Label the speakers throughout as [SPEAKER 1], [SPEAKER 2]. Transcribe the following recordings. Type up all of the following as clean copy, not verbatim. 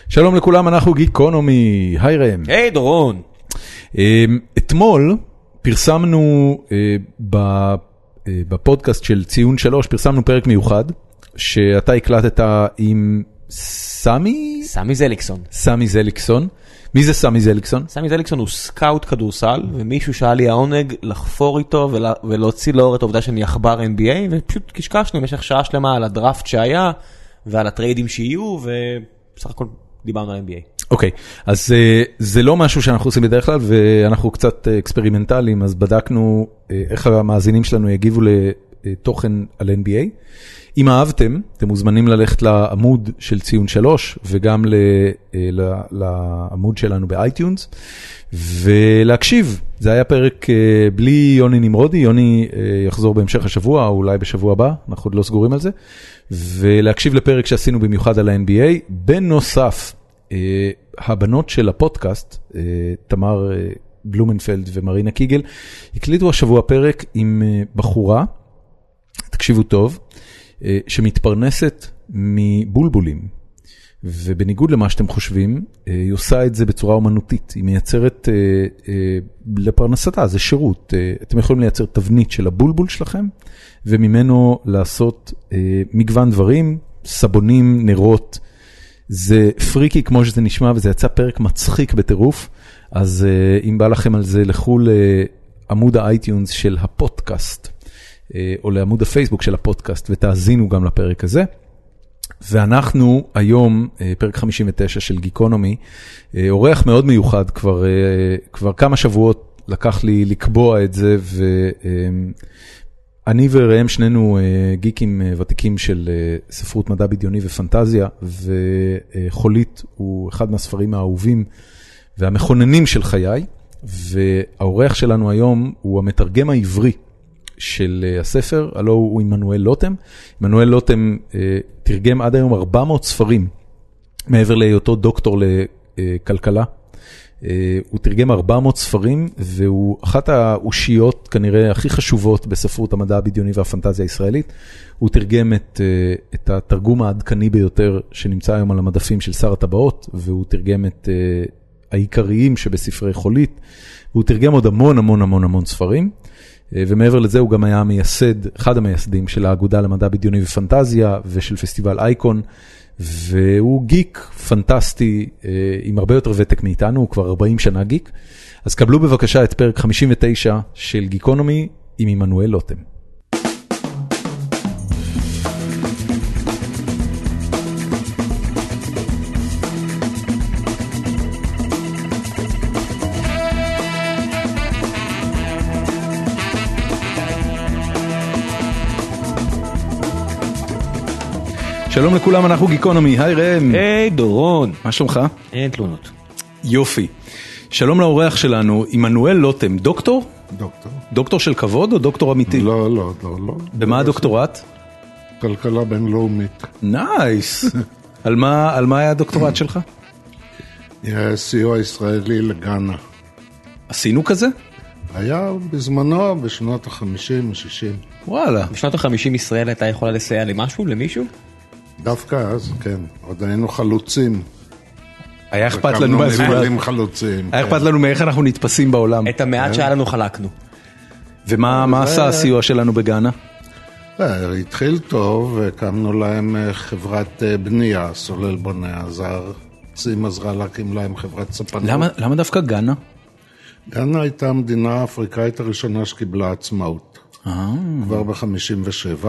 [SPEAKER 1] שלום לכולם, אנחנו גיקונומי. היי ראם.
[SPEAKER 2] היי דורון.
[SPEAKER 1] אתמול פרסמנו בפודקאסט של ציון 3, פרסמנו פרק מיוחד, שאתה הקלטת עם סמי
[SPEAKER 2] זליקסון.
[SPEAKER 1] סמי זליקסון. מי זה סמי זליקסון?
[SPEAKER 2] סמי זליקסון הוא סקאוט כדורסל, ומישהו שאל לי העונג לחפור איתו ולהוציא לאור את העובדה שאני אכבר NBA, ופשוט קשקשנו במשך שעה שלמה על הדראפט שהיה, ועל הטריידים שיהיו, ובסך הכל דיברנו על NBA.
[SPEAKER 1] אוקיי, אז זה לא משהו שאנחנו עושים בדרך כלל, ואנחנו קצת אקספרימנטליים, אז בדקנו איך המאזינים שלנו יגיבו לתוכן על NBA. אם אהבתם, אתם מוזמנים ללכת לעמוד של ציון 3, וגם לעמוד שלנו באייטיונס, ולהקשיב. זה היה פרק בלי יוני נמרודי, יוני יחזור בהמשך השבוע, או אולי בשבוע הבא, אנחנו עוד לא סגורים על זה, ולהקשיב לפרק שעשינו במיוחד על ה-NBA. בנוסף, הבנות של הפודקאסט, תמר בלומנפלד ומרינה קיגל, הקליטו השבוע פרק עם בחורה, תקשיבו טוב, שמתפרנסת מבולבולים, ובניגוד למה שאתם חושבים, היא עושה את זה בצורה אומנותית, היא מייצרת לפרנסתה, זה שירות, אתם יכולים לייצר תבנית של הבולבול שלכם, וממנו לעשות מגוון דברים, סבונים, נרות, זה פריקי כמו שזה נשמע, וזה יצא פרק מצחיק בטירוף, אז אם בא לכם על זה, לכו לעמוד האייטיונס של הפודקאסט, או לעמוד הפייסבוק של הפודקאסט, ותאזינו גם לפרק הזה. ואנחנו היום, פרק 59 של גיקונומי, אורח מאוד מיוחד, כבר כמה שבועות לקח לי לקבוע את זה, ואני וראם שנינו גיקים ותיקים של ספרות מדע בדיוני ופנטזיה, וחולית הוא אחד מהספרים האהובים והמכוננים של חיי, והאורח שלנו היום הוא המתרגם העברי, של הספר, הלא הוא עמנואל לוטם. עמנואל לוטם תרגם עד היום 400 ספרים, מעבר להיותו דוקטור לכלכלה. הוא תרגם 400 ספרים, והוא אחת האושיות כנראה הכי חשובות בספרות המדע הבדיוני והפנטזיה הישראלית. הוא תרגם את התרגום העדכני ביותר שנמצא היום על המדפים של שר הטבעות, והוא תרגם את העיקריים שבספרי חולית, והוא תרגם עוד המון ספרים. ומעבר לזה הוא גם היה אחד המייסדים של האגודה למדע בדיוני ופנטזיה, ושל פסטיבל אייקון, והוא גיק פנטסטי, עם הרבה יותר ותק מאיתנו, הוא כבר 40 שנה גיק. אז קבלו בבקשה את פרק 59 של גיקונומי עם עמנואל לוטם. שלום לכולם, אנחנו גיקונומי. היי ראם.
[SPEAKER 2] היי דורון.
[SPEAKER 1] מה שלומך?
[SPEAKER 2] אין תלונות.
[SPEAKER 1] יופי. שלום לאורח שלנו, עמנואל לוטם. דוקטור?
[SPEAKER 3] דוקטור.
[SPEAKER 1] דוקטור של כבוד או דוקטור אמיתי?
[SPEAKER 3] לא.
[SPEAKER 1] במה הדוקטורט?
[SPEAKER 3] כלכלה בינלאומית.
[SPEAKER 1] נייס. על מה היה הדוקטורט שלך?
[SPEAKER 3] סיוע ישראלי לגאנה.
[SPEAKER 1] עשינו כזה?
[SPEAKER 3] היה בזמנו בשנות ה-50, ה-60.
[SPEAKER 1] וואלה.
[SPEAKER 2] בשנות ה-50 ישראל הייתה יכולה לסייע למשהו, למישהו?
[SPEAKER 3] דווקא אז, כן. עוד היינו חלוצים.
[SPEAKER 1] היה אכפת לנו
[SPEAKER 3] היה
[SPEAKER 1] אכפת לנו מאיך אנחנו נתפסים בעולם.
[SPEAKER 2] את המעט שהיה לנו חלקנו.
[SPEAKER 1] ומה עשה הסיוע שלנו בגאנה?
[SPEAKER 3] התחיל טוב, הקמנו להם חברת בנייה, סולל בונה עזר. צים עזרה להקים להם חברת ספנות.
[SPEAKER 1] למה דווקא גאנה?
[SPEAKER 3] גאנה הייתה המדינה האפריקאית הראשונה שקיבלה עצמאות. כבר ב-57.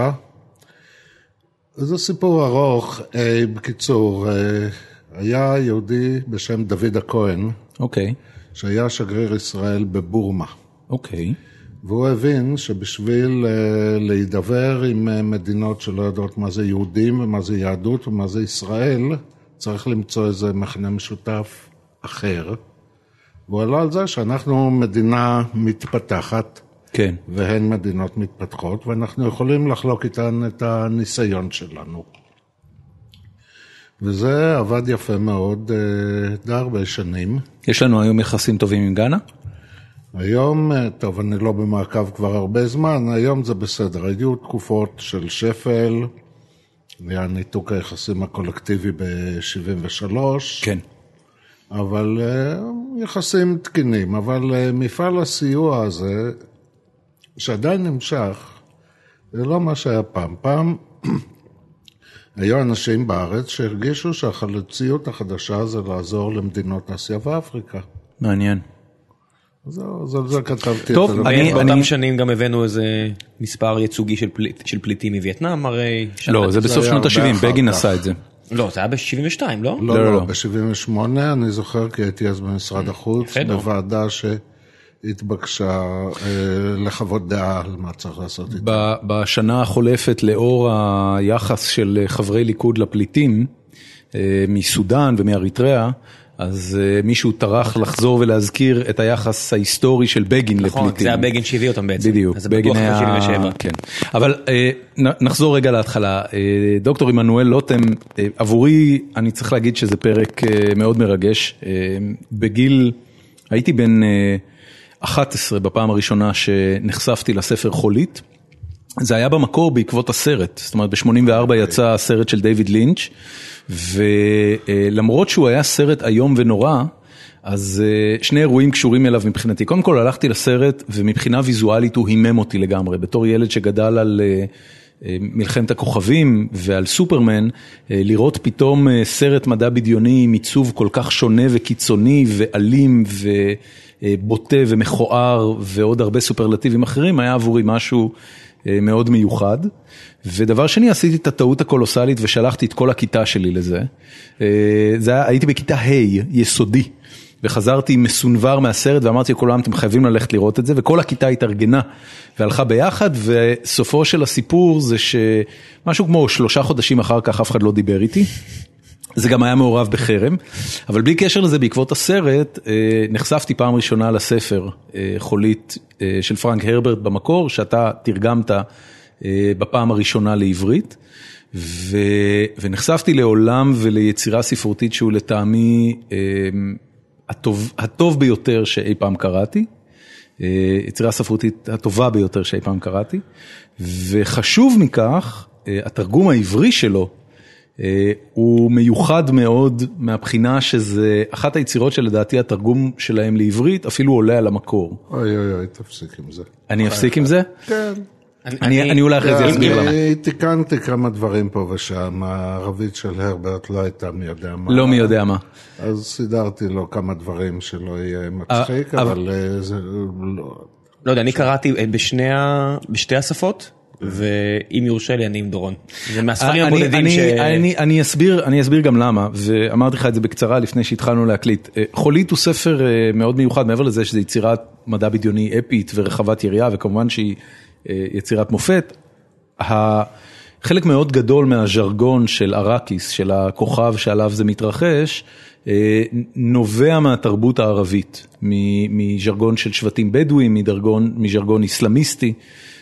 [SPEAKER 3] זה סיפור ארוך. בקיצור, היה יהודי בשם דוד הכהן, שהיה שגריר ישראל בבורמה. והוא הבין שבשביל להידבר עם מדינות שלא יודעות מה זה יהודים ומה זה יהדות ומה זה ישראל, צריך למצוא איזה מכנה משותף אחר. והוא עלה על זה שאנחנו מדינה מתפתחת,
[SPEAKER 1] כן.
[SPEAKER 3] והן מדינות מתפתחות, ואנחנו יכולים לחלוק איתן את הניסיון שלנו. וזה עבד יפה מאוד, די הרבה שנים.
[SPEAKER 1] יש לנו היום יחסים טובים עם גאנה?
[SPEAKER 3] היום, טוב, אני לא במעקב כבר הרבה זמן, היום זה בסדר. היו תקופות של שפל, היה ניתוק היחסים הקולקטיבי ב-73.
[SPEAKER 1] כן.
[SPEAKER 3] אבל יחסים תקינים, אבל מפעל הסיוע הזה, שעדיין נמשך, זה לא מה שהיה פעם. פעם היו אנשים בארץ שהרגישו שהחלוציות החדשה זה לעזור למדינות אסיה ואפריקה.
[SPEAKER 1] מעניין.
[SPEAKER 3] זה כתבתי.
[SPEAKER 1] טוב,
[SPEAKER 2] באותם שנים גם הבאנו איזה מספר ייצוגי של פליטים מווייטנאם, הרי...
[SPEAKER 1] לא, זה בסוף שנות ה-70, בגין עשה את זה.
[SPEAKER 2] לא, זה היה ב-72, לא?
[SPEAKER 3] לא, ב-78, אני זוכר כי הייתי אז במשרד החוץ, בוועדה שהתבקשה לחוות דעה על מה צריך לעשות איתה.
[SPEAKER 1] בשנה החולפת, לאור היחס של חברי ליכוד לפליטים, מסודן ומאריתריאה, אז מישהו טרח לחזור ולהזכיר את היחס ההיסטורי של בגין לפליטים.
[SPEAKER 2] נכון, זה היה בגין שהביא אותם בעצם.
[SPEAKER 1] בדיוק.
[SPEAKER 2] אז זה בטוח ב-77.
[SPEAKER 1] כן. אבל נחזור רגע להתחלה. דוקטור עמנואל לוטם, עבורי אני צריך להגיד שזה פרק מאוד מרגש. בגיל, הייתי בן 11 בפעם הראשונה שנחשפתי לספר חולית. זה היה במקור בעקבות הסרט. זאת אומרת, ב-84 יצא הסרט של דיוויד לינץ', ולמרות שהוא היה סרט איום ונורא, אז שני אירועים קשורים אליו מבחינתי. קודם כל הלכתי לסרט, ומבחינה ויזואלית הוא הימם אותי לגמרי. בתור ילד שגדל על מלחמת הכוכבים ועל סופרמן, לראות פתאום סרט מדע בדיוני עם עיצוב כל כך שונה וקיצוני ואלים ובוטה ומכוער ועוד הרבה סופרלטיבים אחרים, היה עבורי משהו מאוד מיוחד. ודבר שני, עשיתי את הטעות הקולוסלית ושלחתי את כל הכיתה שלי לזה. הייתי בכיתה ה' יסודי, וחזרתי מסונבר מהסרט ואמרתי לכולם, אתם חייבים ללכת לראות את זה, וכל הכיתה התארגנה והלכה ביחד, וסופו של הסיפור זה שמשהו כמו 3 חודשים אחר כך אף אחד לא דיבר איתי. זה גם היה מעורב בחרם, אבל בלי קשר לזה, בעקבות הסרט, נחשפתי פעם ראשונה לספר חולית של פרנק הרברט במקור, שאתה תרגמת בפעם הראשונה לעברית, ונחשפתי לעולם וליצירה ספרותית שהוא לטעמי הטוב ביותר שאי פעם קראתי, יצירה ספרותית הטובה ביותר שאי פעם קראתי, וחשוב מכך, התרגום העברי שלו, הוא מיוחד מאוד מהבחינה שזה אחת היצירות שלדעתי התרגום שלהם לעברית אפילו עולה על המקור.
[SPEAKER 3] אוי, תפסיק עם זה.
[SPEAKER 1] אני אפסיק עם זה?
[SPEAKER 3] כן.
[SPEAKER 1] אני אולי אחרי זה אסביר למה.
[SPEAKER 3] תיקנתי כמה דברים פה ושם, הערבית של הרברט לא הייתה מי יודע מה.
[SPEAKER 1] לא מי יודע מה.
[SPEAKER 3] אז סידרתי לו כמה דברים שלא יהיה מצחיק, אבל זה לא...
[SPEAKER 2] לא יודע, אני קראתי בשתי השפות, ואם יורשה לי, אני עם דורון. זה מהספרים הבודדים ש...
[SPEAKER 1] אני אסביר גם למה, ואמרתי לך את זה בקצרה לפני שהתחלנו להקליט. חולית הוא ספר מאוד מיוחד, מעבר לזה שזה יצירת מדע בדיוני אפית ורחבת יריעה, וכמובן שהיא יצירת מופת. חלק מאוד גדול מהז'רגון של אראקיס, של הכוכב שעליו זה מתרחש, נובע מהתרבות הערבית, מז'רגון של שבטים בדואים, מז'רגון איסלאמיסטי,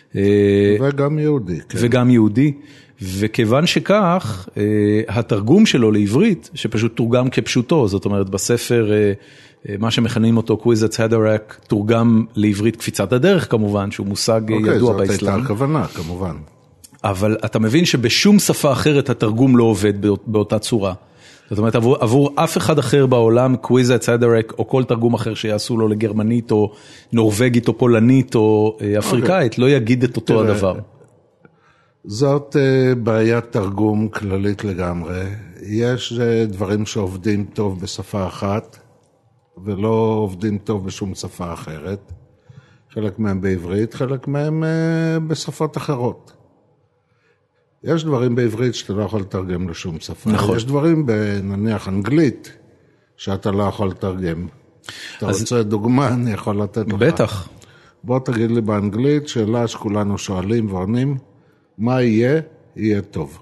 [SPEAKER 3] וגם יהודי. כן.
[SPEAKER 1] וגם יהודי, וכיוון שכך, התרגום שלו לעברית, שפשוט תורגם כפשוטו, זאת אומרת בספר, מה שמכנים אותו קוויזת הדרק, תורגם לעברית קפיצת הדרך כמובן, שהוא מושג ידוע באסלאם.
[SPEAKER 3] זאת הייתה הכוונה, כמובן.
[SPEAKER 1] אבל אתה מבין שבשום שפה אחרת התרגום לא עובד באותה צורה. זאת אומרת, עבור אף אחד אחר בעולם, קוויזת הדרק, או כל תרגום אחר שיעשו לו לגרמנית, או נורווגית, או פולנית, או אפריקאית, לא יגיד את אותו הדבר.
[SPEAKER 3] זאת בעיית תרגום כללית לגמרי. יש דברים שעובדים טוב בשפה אחת, ולא עובדים טוב בשום שפה אחרת. חלק מהם בעברית, חלק מהם בשפות אחרות. יש דברים בעברית שאתה לא יכול לתרגם לשום שפה. נכון. יש דברים בנניח אנגלית, שאתה לא יכול לתרגם. אתה רוצה דוגמה, אני יכול לתת לך.
[SPEAKER 1] בטח.
[SPEAKER 3] בוא תגיד לי באנגלית, שאלה שכולנו שואלים ועונים, מה יהיה? יהיה טוב.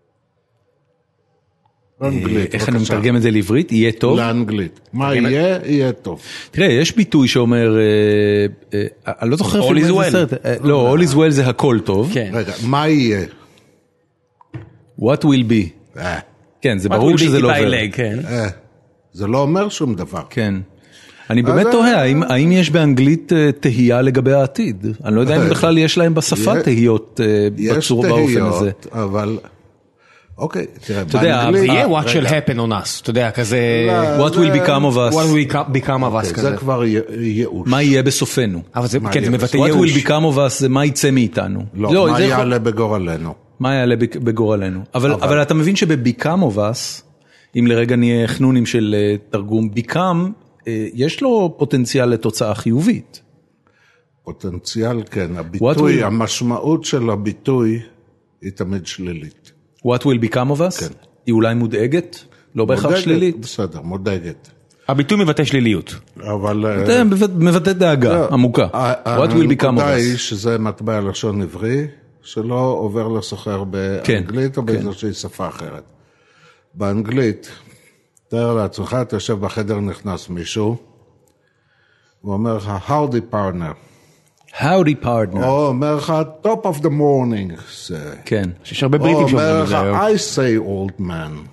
[SPEAKER 1] לאנגלית. איך אני מתרגם את זה לעברית? יהיה טוב?
[SPEAKER 3] לאנגלית. מה יהיה? יהיה טוב.
[SPEAKER 1] תראה, יש ביטוי שאומר, אני לא זוכר
[SPEAKER 2] All is well.
[SPEAKER 1] לא, All is well זה הכל טוב.
[SPEAKER 3] רגע, מה יהיה?
[SPEAKER 1] What will be. כן, זה ברור שזה לא עובר.
[SPEAKER 3] זה לא אומר שום דבר.
[SPEAKER 1] כן. אני באמת תוהה, האם יש באנגלית תהייה לגבי העתיד? אני לא יודע אם בכלל יש להם בשפה תהיות בצורה באופן הזה.
[SPEAKER 3] יש תהיות, אבל אוקיי, תראה,
[SPEAKER 1] אתה יודע,
[SPEAKER 2] זה יהיה what shall happen on us, אתה יודע, כזה...
[SPEAKER 1] what will become of us.
[SPEAKER 2] what will become of us כזה.
[SPEAKER 3] זה כבר ייאוש.
[SPEAKER 1] מה יהיה בסופנו?
[SPEAKER 2] אבל זה מבטא
[SPEAKER 1] what
[SPEAKER 2] ייאוש.
[SPEAKER 1] will become of us זה מה יצא מאיתנו.
[SPEAKER 3] לא, מה יעלה בגורלנו.
[SPEAKER 1] מה יעלה בגורלנו. אבל אתה מבין שבביקם of us, אם לרגע נהיה חנונים של תרגום, ביקם, יש לו פוטנציאל לתוצאה חיובית.
[SPEAKER 3] פוטנציאל, כן. הביטוי, המשמעות של הביטוי היא תמיד שלילית.
[SPEAKER 1] What will become of us?
[SPEAKER 3] כן.
[SPEAKER 1] היא אולי מודאגת? לא בהכרח שלילית?
[SPEAKER 3] בסדר, מודאגת.
[SPEAKER 2] הביטוי מבטא שליליות.
[SPEAKER 3] אבל...
[SPEAKER 1] זה מבטא דאגה עמוקה. What will become of
[SPEAKER 3] הנקודה היא
[SPEAKER 1] us?
[SPEAKER 3] שזה מטבע לשון עברי, שלא עובר לסוחר באנגלית או באיזושהי שפה אחרת. באנגלית, תאר לעצמך, אתה יושב בחדר, נכנס מישהו, הוא אומר לך, howdy partner.
[SPEAKER 1] Howdy partner.
[SPEAKER 3] או אומר לך, top of the morning.
[SPEAKER 1] כן.
[SPEAKER 2] יש הרבה בריטים שאומרים
[SPEAKER 3] או
[SPEAKER 2] את זה
[SPEAKER 3] אומר
[SPEAKER 2] היום.
[SPEAKER 3] לך, I say old man.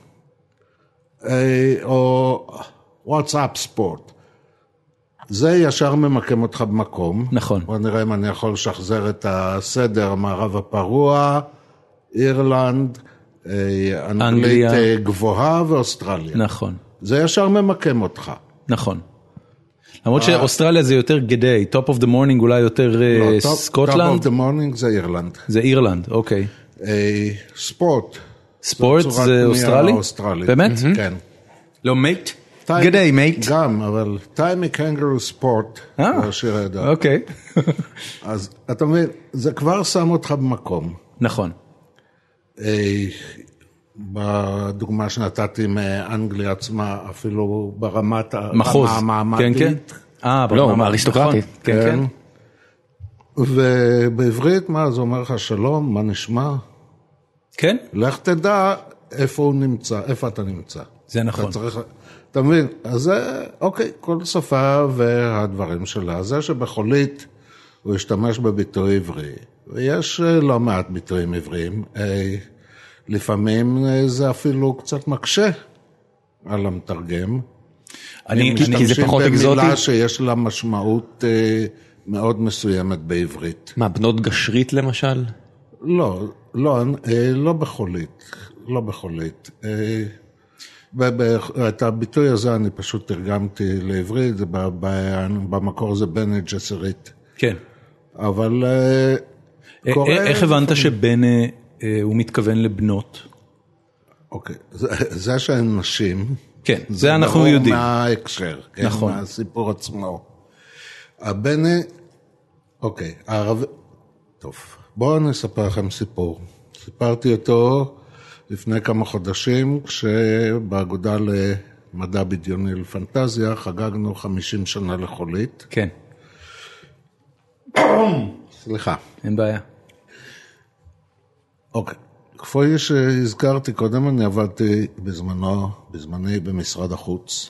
[SPEAKER 3] או what's up sport. זה ישר ממקם אותך במקום.
[SPEAKER 1] נכון.
[SPEAKER 3] בוא נראה אם אני יכול לשחזר את הסדר, המערב הפרוע, אירלנד, אנגלית גבוהה ואוסטרליה.
[SPEAKER 1] נכון.
[SPEAKER 3] זה ישר ממקם אותך.
[SPEAKER 1] נכון. למרות שאוסטרליה זה יותר גדי, top of the morning אולי יותר סקוטלנד.
[SPEAKER 3] top of the morning זה אירלנד.
[SPEAKER 1] זה אירלנד, אוקיי.
[SPEAKER 3] ספורט.
[SPEAKER 1] ספורט זה אוסטרלי? באמת?
[SPEAKER 3] כן.
[SPEAKER 1] לא מייט? גדי מייט.
[SPEAKER 3] גם, אבל טיימי קנגרו ספורט.
[SPEAKER 1] אוקיי.
[SPEAKER 3] אז אתה מבין, זה כבר שם אותך במקום.
[SPEAKER 1] נכון.
[SPEAKER 3] בדוגמה שנתתי מאנגליה עצמה, אפילו ברמת
[SPEAKER 1] מחוז.
[SPEAKER 3] המעמדית.
[SPEAKER 1] כן, כן.
[SPEAKER 2] לא, אריסטוקרטית.
[SPEAKER 1] כן, כן.
[SPEAKER 3] ובעברית, מה, זה אומר לך שלום, מה נשמע?
[SPEAKER 1] כן?
[SPEAKER 3] לך תדע איפה הוא נמצא, איפה אתה נמצא.
[SPEAKER 1] זה נכון.
[SPEAKER 3] אתה מבין? אז זה, אוקיי, כל שפה והדברים שלה. זה שבחולית הוא השתמש בביטוי עברי. ויש לא מעט ביטויים עבריים. לפעמים זה אפילו קצת מקשה על המתרגם.
[SPEAKER 2] כי זה פחות אקזוטי.
[SPEAKER 3] משתמשים במילה שיש לה משמעות מאוד מסוימת בעברית.
[SPEAKER 2] מה, בנות גשרית למשל?
[SPEAKER 3] לא בחולית. לא בחולית. את הביטוי הזה אני פשוט תרגמתי לעברית, במקור זה בנה ג'סרית.
[SPEAKER 1] כן.
[SPEAKER 3] אבל...
[SPEAKER 1] איך הבנת שבנה הוא מתכוון לבנות?
[SPEAKER 3] אוקיי, זה שהן נשים.
[SPEAKER 1] כן, זה אנחנו יודעים.
[SPEAKER 3] זה ברור מההקשר,
[SPEAKER 1] נכון.
[SPEAKER 3] מהסיפור עצמו. הבנה, אוקיי, הערבי... טוב, בואו נספר לכם סיפור. סיפרתי אותו לפני כמה חודשים, כשבאגודה למדע בדיוני לפנטזיה חגגנו 50 שנה לחולית.
[SPEAKER 1] כן.
[SPEAKER 3] סליחה.
[SPEAKER 1] אין בעיה.
[SPEAKER 3] אוקיי. כפי שהזכרתי קודם, אני עבדתי בזמני במשרד החוץ.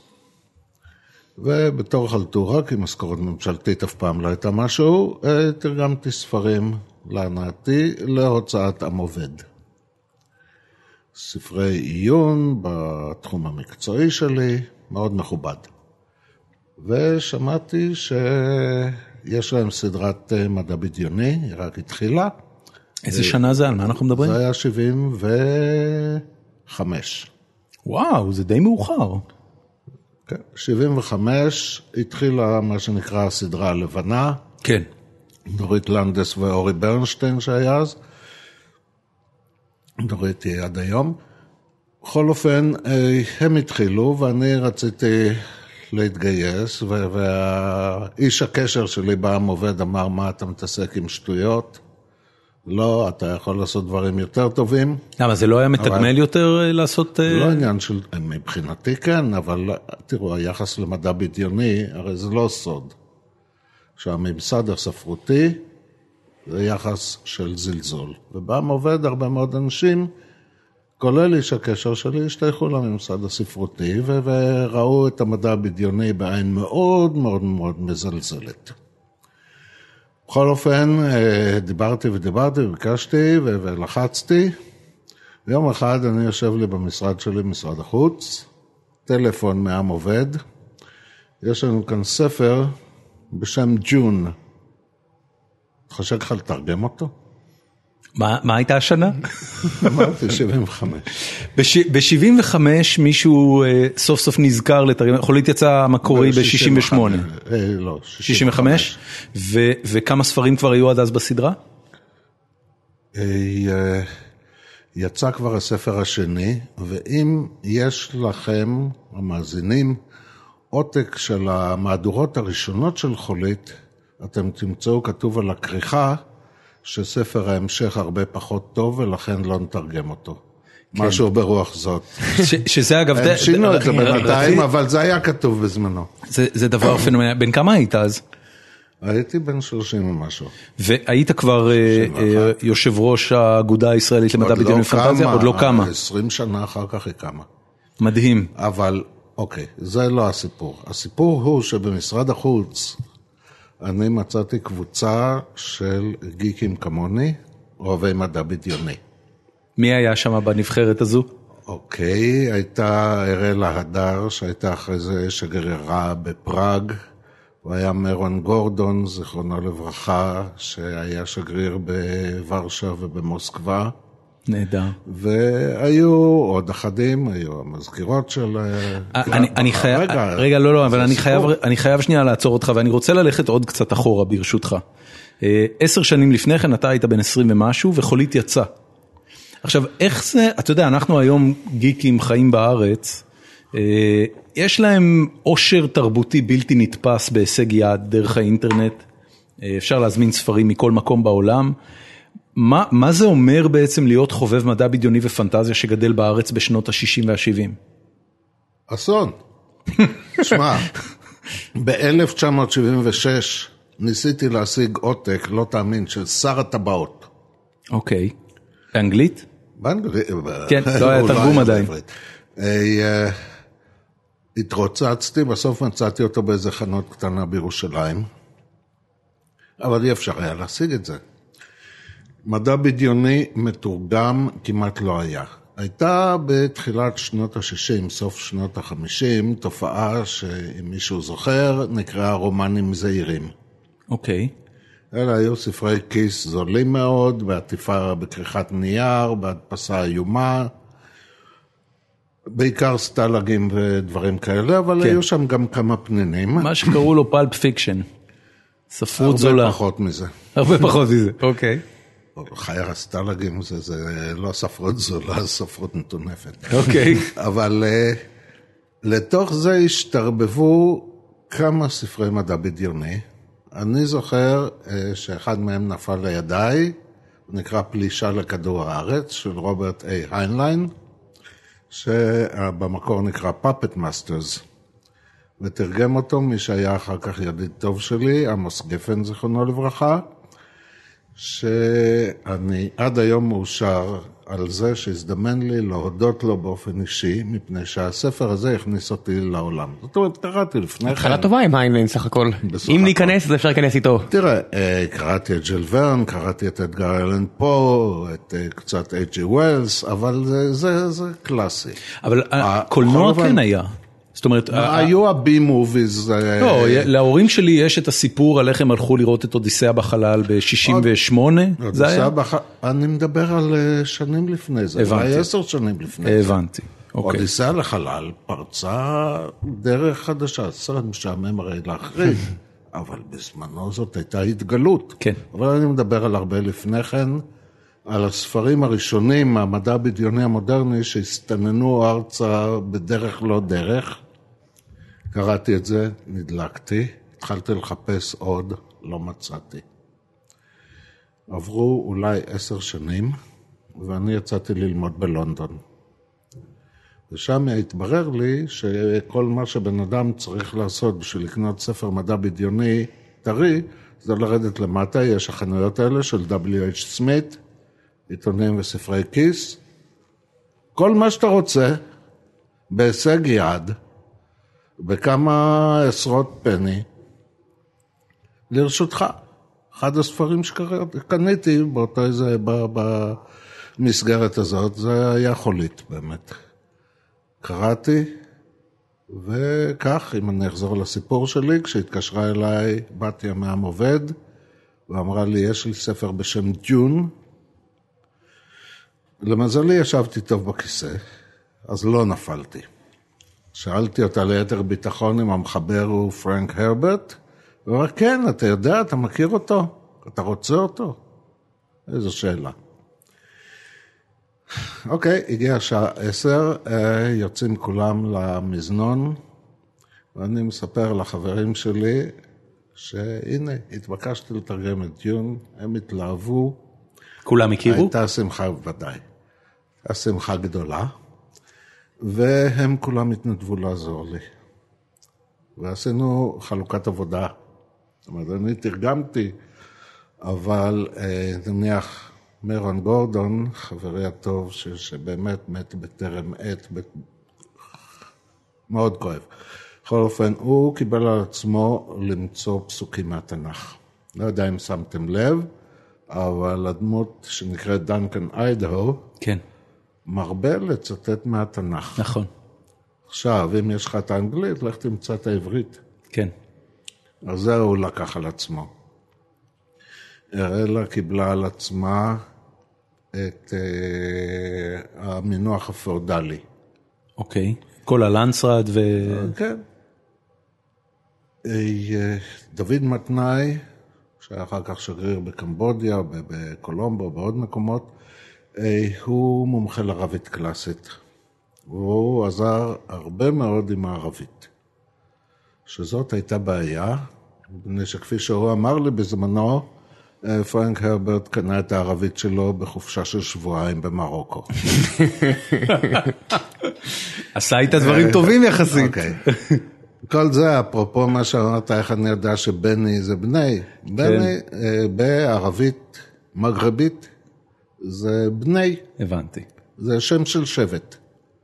[SPEAKER 3] ובתור חלטורה, כי משכורת ממשלתית אף פעם לא הייתה משהו, תרגמתי ספרים להנאתי להוצאת עם עובד. ספרי עיון בתחום המקצועי שלי, מאוד מכובד. ושמעתי שיש להם סדרת מדע בדיוני, היא רק התחילה.
[SPEAKER 1] איזה שנה זה? על מה אנחנו מדברים?
[SPEAKER 3] זה היה 75.
[SPEAKER 1] וואו, זה די מאוחר.
[SPEAKER 3] כן, 75 התחילה מה שנקרא הסדרה הלבנה.
[SPEAKER 1] כן.
[SPEAKER 3] דורית לנדס ואורי ברנשטיין שהיה אז. דורית היא עד היום. בכל אופן, הם התחילו ואני רציתי להתגייס, והאיש הקשר שלי בעם עובד אמר, מה אתה מתעסק עם שטויות? לא, אתה יכול לעשות דברים יותר טובים.
[SPEAKER 1] למה, זה לא היה מתגמל יותר לעשות...
[SPEAKER 3] לא עניין של... מבחינתי כן, אבל תראו, היחס למדע בדיוני, הרי זה לא סוד. שהממסד הספרותי זה יחס של זלזול. ובעם עובד הרבה מאוד אנשים, כולל איש הקשר שלי, השתייכו לממסד הספרותי, וראו את המדע הבדיוני בעין מאוד מאוד מאוד מזלזלת. בכל אופן, דיברתי וביקשתי ולחצתי. ויום אחד אני יושב לי במשרד שלי, משרד החוץ, טלפון מעם עובד. יש לנו כאן ספר בשם ג'ון. חשק לך לתרגם אותו?
[SPEAKER 1] מה הייתה השנה?
[SPEAKER 3] אמרתי 75.
[SPEAKER 1] ב-75 מישהו סוף סוף נזכר לתרגם, חולית יצא המקורי ב-68.
[SPEAKER 3] לא,
[SPEAKER 1] 65? וכמה ספרים כבר היו עד אז בסדרה?
[SPEAKER 3] יצא כבר הספר השני, ואם יש לכם, המאזינים, עותק של המהדורות הראשונות של חולית, אתם תמצאו כתוב על הכריכה, שספר ההמשך הרבה פחות טוב, ולכן לא נתרגם אותו. כן. משהו ברוח זאת.
[SPEAKER 1] שזה אגב...
[SPEAKER 3] הם שינו את זה בינתיים, אבל זה היה כתוב בזמנו.
[SPEAKER 1] זה דבר פנומנלי. בן כמה היית אז?
[SPEAKER 3] הייתי בן 30 ומשהו.
[SPEAKER 1] והיית כבר יושב ראש האגודה הישראלית למדע בדיוני ופנטזיה? עוד לא קמה.
[SPEAKER 3] 20 שנה אחר כך היא קמה.
[SPEAKER 1] מדהים.
[SPEAKER 3] אבל, אוקיי, זה לא הסיפור. הסיפור הוא שבמשרד החוץ, אני מצאתי קבוצה של גיקים כמוני, אוהבי מדע בדיוני.
[SPEAKER 1] מי היה שם בנבחרת הזו?
[SPEAKER 3] אוקיי, הייתה אראלה הדר, שהייתה אחרי זה שגרירה בפראג, הוא היה מרון גורדון, זיכרונו לברכה, שהיה שגריר בוורשה ובמוסקבה.
[SPEAKER 1] נהדר.
[SPEAKER 3] והיו עוד אחדים, היו המזכירות של...
[SPEAKER 1] רגע, לא, אבל אני חייב שנייה לעצור אותך, ואני רוצה ללכת עוד קצת אחורה ברשותך. 10 שנים לפני כן אתה היית בן 20 ומשהו, וחולית יצא. עכשיו, איך זה, אתה יודע, אנחנו היום גיקים חיים בארץ, יש להם עושר תרבותי בלתי נתפס בהישג יד דרך האינטרנט, אפשר להזמין ספרים מכל מקום בעולם, מה זה אומר בעצם להיות חובב מדע בדיוני ופנטזיה שגדל בארץ בשנות ה-60 וה-70?
[SPEAKER 3] אסון. שמע, ב-1976 ניסיתי להשיג עותק, לא תאמין, של שר הטבעות.
[SPEAKER 1] אוקיי. באנגלית?
[SPEAKER 3] באנגלית.
[SPEAKER 1] כן, לא היה תרגום עדיין.
[SPEAKER 3] התרוצצתי, בסוף מצאתי אותו באיזה חנות קטנה בירושלים, אבל אי אפשר היה להשיג את זה. מדע בדיוני מתורגם כמעט לא היה. הייתה בתחילת שנות ה-60, סוף שנות ה-50, תופעה שאם מישהו זוכר, נקראה רומנים זעירים.
[SPEAKER 1] אוקיי.
[SPEAKER 3] אלה היו ספרי כיס זולים מאוד, בעטיפה בכריכת נייר, בהדפסה איומה, בעיקר סטלגים ודברים כאלה, אבל היו שם גם כמה פנינים.
[SPEAKER 1] מה שקראו לו פלפ פיקשן. ספרות זולה.
[SPEAKER 3] הרבה פחות מזה.
[SPEAKER 1] הרבה פחות מזה, אוקיי.
[SPEAKER 3] חייר הסטלגים זה לא ספרות זולה, זה ספרות מטונפת.
[SPEAKER 1] אוקיי.
[SPEAKER 3] אבל לתוך זה השתרבבו כמה ספרי מדע בדיוני. אני זוכר שאחד מהם נפל לידיי, הוא נקרא פלישה לכדור הארץ, של רוברט איי היינליין, שבמקור נקרא Puppet Masters, ותרגם אותו מי שהיה אחר כך ידיד טוב שלי, עמוס גפן, זיכרונו לברכה, שאני עד היום מאושר על זה שהזדמן לי להודות לו באופן אישי, מפני שהספר הזה הכניס אותי לעולם. זאת אומרת, קראתי לפני כן.
[SPEAKER 2] התחלה טובה עם היינליין סך הכל. אם ניכנס, אז אפשר להיכנס איתו.
[SPEAKER 3] תראה, קראתי את ג'יל ורן, קראתי את אדגר אלן פה, את קצת H.G. Wells, אבל זה קלאסי.
[SPEAKER 1] אבל הקולנוע כן היה. זאת אומרת,
[SPEAKER 3] היו הבי מוביז.
[SPEAKER 1] לא, להורים שלי יש את הסיפור על איך הם הלכו לראות את אודיסאה בחלל ב-68, זה היה?
[SPEAKER 3] אני מדבר על שנים לפני זה, אולי 10 שנים לפני זה.
[SPEAKER 1] הבנתי, אוקיי.
[SPEAKER 3] אודיסאה לחלל פרצה דרך חדשה, סרט משעמם הרי להחריד, אבל בזמנו זאת הייתה התגלות.
[SPEAKER 1] כן.
[SPEAKER 3] אבל אני מדבר על הרבה לפני כן, על הספרים הראשונים, המדע בדיוני המודרני, שהסתננו ארצה בדרך לא דרך. קראתי את זה, נדלקתי, התחלתי לחפש עוד, לא מצאתי. עברו אולי 10 שנים, ואני יצאתי ללמוד בלונדון. ושם התברר לי שכל מה שבן אדם צריך לעשות בשביל לקנות ספר מדע בדיוני טרי, זה לרדת למטה, יש החנויות האלה של W.H. סמית, עיתונים וספרי כיס, כל מה שאתה רוצה, בהישג יד, בכמה עשרות פני, לרשותך. אחד הספרים שקניתי באותה איזה, במסגרת הזאת, זה היה חולית באמת. קראתי, וכך, אם אני אחזור לסיפור שלי, כשהתקשרה אליי, באתי מהעובד, ואמרה לי, יש לי ספר בשם דיון, למזלי ישבתי טוב בכיסא, אז לא נפלתי. שאלתי אותה ליתר ביטחון אם המחבר הוא פרנק הרברט, הוא אמר, כן, אתה יודע, אתה מכיר אותו? אתה רוצה אותו? איזו שאלה. אוקיי, הגיעה שעה 10, יוצאים כולם למזנון, ואני מספר לחברים שלי, שהנה, התבקשתי לתרגם את דיון, הם התלהבו.
[SPEAKER 1] כולם הכירו?
[SPEAKER 3] הייתה שמחה ודאי. הייתה שמחה גדולה, והם כולם התנדבו לעזור לי. ועשינו חלוקת עבודה. זאת אומרת, אני תרגמתי, אבל נניח מרון גורדון, חברי הטוב, שבאמת מת בטרם עת, מאוד כואב. בכל אופן, הוא קיבל על עצמו למצוא פסוקים מהתנ"ך. לא יודע אם שמתם לב, אבל הדמות שנקראת דנקן איידהו,
[SPEAKER 1] כן.
[SPEAKER 3] מרבה לצטט מהתנ"ך.
[SPEAKER 1] נכון.
[SPEAKER 3] עכשיו, אם יש לך את האנגלית, לך תמצא את העברית.
[SPEAKER 1] כן.
[SPEAKER 3] אז זה הוא לקח על עצמו. אראלה קיבלה על עצמה את המינוח הפאודלי.
[SPEAKER 1] אוקיי. כל הלנסרד ו...
[SPEAKER 3] כן. דוד מתנאי, שהיה אחר כך שגריר בקמבודיה, בקולומבו, בעוד מקומות, הוא מומחה לערבית קלאסית. והוא עזר הרבה מאוד עם הערבית. שזאת הייתה בעיה, מפני שכפי שהוא אמר לי בזמנו, פרנק הרברט קנה את הערבית שלו בחופשה של שבועיים במרוקו.
[SPEAKER 1] עשה איתה דברים טובים יחסית.
[SPEAKER 3] אוקיי. כל זה, אפרופו מה שאמרת, איך אני יודע שבני זה בני. בני בערבית מגרבית זה בני.
[SPEAKER 1] הבנתי.
[SPEAKER 3] זה שם של שבט.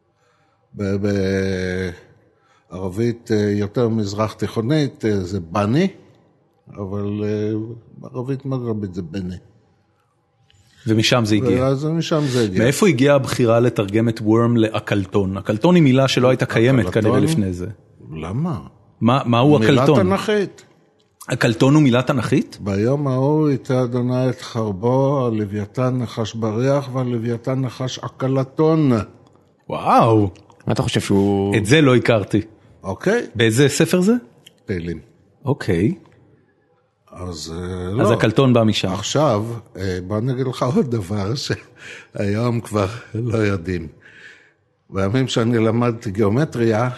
[SPEAKER 3] בערבית יותר מזרח תיכונית זה בני, אבל בערבית מגרבית זה בני.
[SPEAKER 1] ומשם זה הגיע.
[SPEAKER 3] אז משם זה הגיע.
[SPEAKER 1] מאיפה הגיעה הבחירה לתרגם את וורם לאקלטון? אקלטון היא מילה שלא הייתה קיימת כנראה לפני זה.
[SPEAKER 3] למה?
[SPEAKER 1] מהו אקלטון?
[SPEAKER 3] מילה תנכית.
[SPEAKER 1] אקלטון הוא מילה תנכית?
[SPEAKER 3] ביום ההוא איתה אדוני את חרבו, הלוויתן נחש בריח והלוויתן נחש אקלטון.
[SPEAKER 1] וואו.
[SPEAKER 2] מה אתה חושב שהוא...
[SPEAKER 1] את זה לא הכרתי.
[SPEAKER 3] אוקיי.
[SPEAKER 1] באיזה ספר זה?
[SPEAKER 3] תהילים.
[SPEAKER 1] אוקיי.
[SPEAKER 3] אז
[SPEAKER 1] אז אקלטון בא משם.
[SPEAKER 3] עכשיו, בוא נגיד לך עוד דבר שהיום כבר לא יודעים. בימים שאני למדתי גיאומטריה,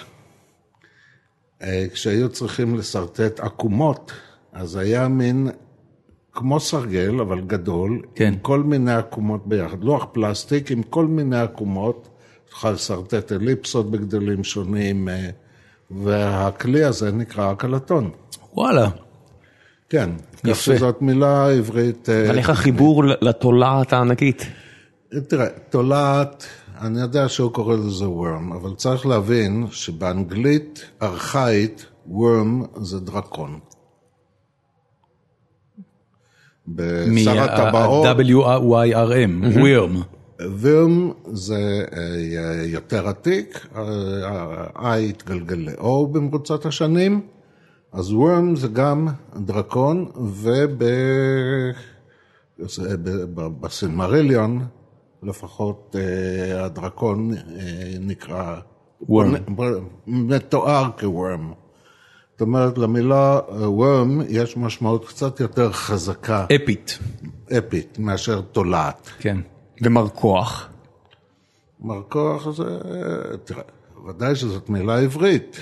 [SPEAKER 3] כשהיו צריכים לסרטט עקומות, אז היה מין, כמו סרגל, אבל גדול,
[SPEAKER 1] כן.
[SPEAKER 3] עם כל מיני עקומות ביחד. לוח פלסטיק עם כל מיני עקומות, תוכל לסרטט אליפסות בגדלים שונים, והכלי הזה נקרא אקלטון.
[SPEAKER 1] וואלה.
[SPEAKER 3] כן, כך שזאת מילה עברית.
[SPEAKER 2] אבל איך החיבור לתולעת הענקית?
[SPEAKER 3] תראה, תולעת, אני יודע שהוא קורא לזה worm, אבל צריך להבין שבאנגלית ארכאית, worm זה דרקון. בשר הטבעות...
[SPEAKER 1] W-Y-R-M, worm.
[SPEAKER 3] worm זה יותר עתיק, ה-I התגלגל ל-O במרוצת השנים, אז worm זה גם דרקון, ובסילמריליון, לפחות הדרקון נקרא מתואר כוורם. זאת אומרת, למילה וורם יש משמעות קצת יותר חזקה.
[SPEAKER 1] אפית.
[SPEAKER 3] אפית, מאשר תולעת.
[SPEAKER 1] כן.
[SPEAKER 2] ומרקוח.
[SPEAKER 3] מרקוח זה, תראה, ודאי שזאת מילה עברית.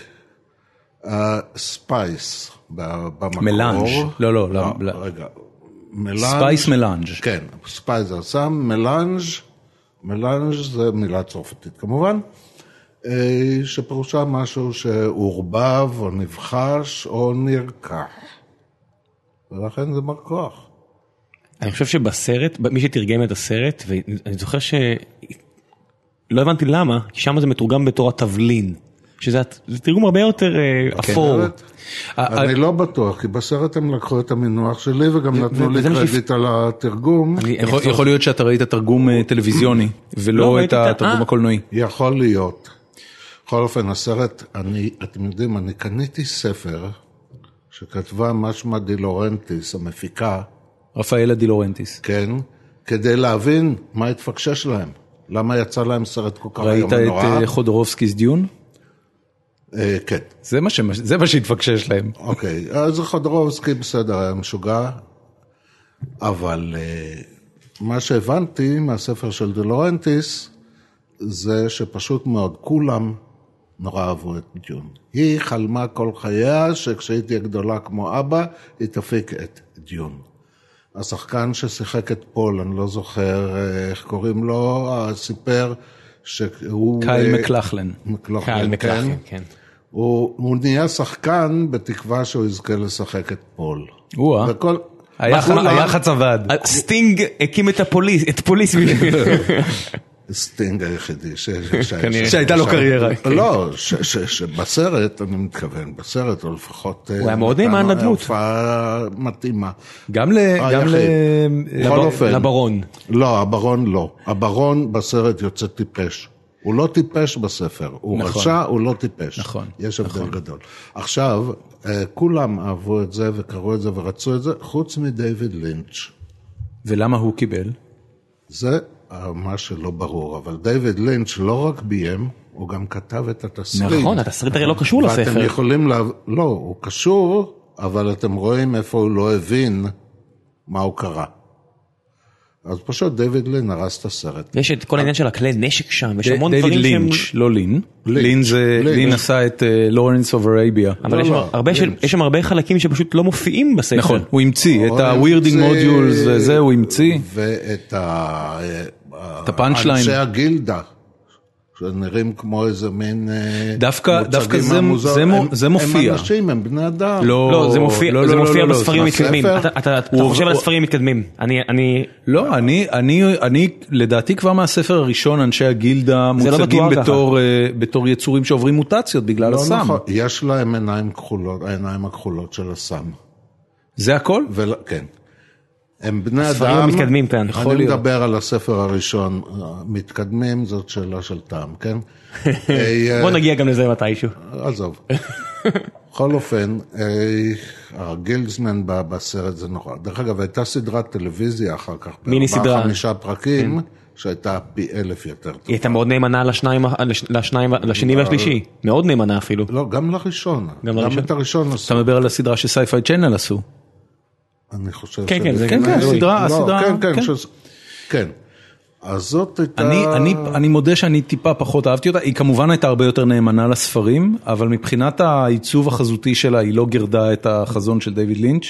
[SPEAKER 3] ספייס במקור.
[SPEAKER 1] מלאנג'. לא,
[SPEAKER 3] רגע.
[SPEAKER 1] ספייס מלאנג'.
[SPEAKER 3] כן, ספייס זה סם, מלאנג' זה מילה צרפתית כמובן, שפירושה משהו שעורבב או נבחש או נרקח, ולכן זה מרקוח.
[SPEAKER 2] אני חושב שבסרט, מי שתרגם את הסרט, ואני זוכר לא הבנתי למה, כי שם זה מתורגם בתור התבלין, שזה תרגום הרבה יותר אפור.
[SPEAKER 3] אני לא בטוח, כי בסרט הם לקחו את המינוח שלי וגם נתנו לי קרדיט על התרגום.
[SPEAKER 1] יכול להיות שאתה ראית תרגום טלוויזיוני, ולא את התרגום הקולנועי.
[SPEAKER 3] יכול להיות. בכל אופן, הסרט, אתם יודעים, אני קניתי ספר שכתבה משמע דילורנטיס, המפיקה.
[SPEAKER 1] רפאלה דילורנטיס.
[SPEAKER 3] כן, כדי להבין מה התפקשש להם. למה יצא להם סרט כל כך היום
[SPEAKER 1] ראית
[SPEAKER 3] נורא?
[SPEAKER 1] את חודורובסקי's דיון?
[SPEAKER 3] כן.
[SPEAKER 1] זה מה שהתפקשש להם.
[SPEAKER 3] אוקיי, אז חודורובסקי בסדר, היה משוגע, אבל מה שהבנתי מהספר של דה לורנטיס, זה שפשוט מאוד כולם נורא אהבו את דיון. היא חלמה כל חייה שכשהיא תהיה גדולה כמו אבא, היא תפיק את דיון. השחקן ששיחק את פול, אני לא זוכר איך קוראים לו, סיפר שהוא...
[SPEAKER 1] קייל מקלחלן.
[SPEAKER 2] קייל מקלחלן, כן.
[SPEAKER 3] הוא נהיה שחקן בתקווה שהוא יזכה לשחק את פול.
[SPEAKER 1] וכל... היחץ עבד.
[SPEAKER 2] סטינג הקים את פוליס.
[SPEAKER 3] סטינג היחידי
[SPEAKER 1] שהייתה לו קריירה.
[SPEAKER 3] לא, שבסרט, אני מתכוון, בסרט, או לפחות...
[SPEAKER 2] הוא היה מאוד נאמן לדמות.
[SPEAKER 3] הופעה מתאימה.
[SPEAKER 1] גם
[SPEAKER 2] לברון.
[SPEAKER 3] לא, הברון לא. הברון בסרט יוצא טיפש. הוא לא טיפש בספר. הוא רשע, הוא לא טיפש.
[SPEAKER 1] נכון.
[SPEAKER 3] יש הבדל גדול. עכשיו, כולם אהבו את זה וקראו את זה ורצו את זה, חוץ מדייוויד לינץ'.
[SPEAKER 1] ולמה הוא קיבל?
[SPEAKER 3] זה מה שלא ברור, אבל דיוויד לינץ' לא רק ביים, הוא גם כתב את התסריט.
[SPEAKER 2] נכון, התסריט הרי לא קשור לספר.
[SPEAKER 3] ואתם יכולים לא, הוא קשור, אבל אתם רואים איפה הוא לא הבין מה הוא קרא. אז פשוט דיוויד לין הרס את הסרט.
[SPEAKER 2] יש את כל העניין של הכלי נשק שם, יש המון דברים
[SPEAKER 1] שהם... דיוויד לינץ', לא לין. לין עשה את לורנס אוף ארביה.
[SPEAKER 2] אבל יש שם הרבה חלקים שפשוט לא מופיעים בספר.
[SPEAKER 1] נכון, הוא המציא את ה-weirding modules וזה, הוא המציא.
[SPEAKER 3] ואת
[SPEAKER 1] הפאנצ'ליין.
[SPEAKER 3] אנשי הגילדה. שנראים כמו איזה מין
[SPEAKER 1] דווקא זה מופיע.
[SPEAKER 3] הם אנשים, הם בני אדם.
[SPEAKER 2] לא, זה מופיע בספרים מתקדמים. אתה חושב על הספרים מתקדמים.
[SPEAKER 1] לא, אני לדעתי כבר מהספר הראשון, אנשי הגילדה מוצגים בתור יצורים שעוברים מוטציות בגלל הסם.
[SPEAKER 3] יש להם עיניים כחולות, העיניים הכחולות של הסם.
[SPEAKER 1] זה הכל?
[SPEAKER 3] כן. הם בני אדם,
[SPEAKER 2] הספרים המתקדמים כאן.
[SPEAKER 3] אני מדבר על הספר הראשון, מתקדמים, זאת שאלה של טעם, כן?
[SPEAKER 2] בוא נגיע גם לזה מתישהו.
[SPEAKER 3] עזוב. בכל אופן, הגילדסמן בסרט זה נורא. דרך אגב, הייתה סדרת טלוויזיה אחר כך,
[SPEAKER 2] מיני סדרה.
[SPEAKER 3] 5 פרקים, שהייתה פי 1000 יותר טובה.
[SPEAKER 2] היא הייתה מאוד נאמנה לשני והשלישי, מאוד נאמנה אפילו.
[SPEAKER 3] לא, גם לראשון. גם את הראשון עשו.
[SPEAKER 1] אתה מדבר על הסדרה שסייפיי צ'אנל עשו.
[SPEAKER 3] אני חושב
[SPEAKER 1] הסדרה,
[SPEAKER 3] כן. אז זאת הייתה...
[SPEAKER 1] אני מודה שאני טיפה פחות אהבתי אותה, היא כמובן הייתה הרבה יותר נאמנה לספרים, אבל מבחינת העיצוב החזותי שלה, היא לא גרדה את החזון של דיוויד לינץ'.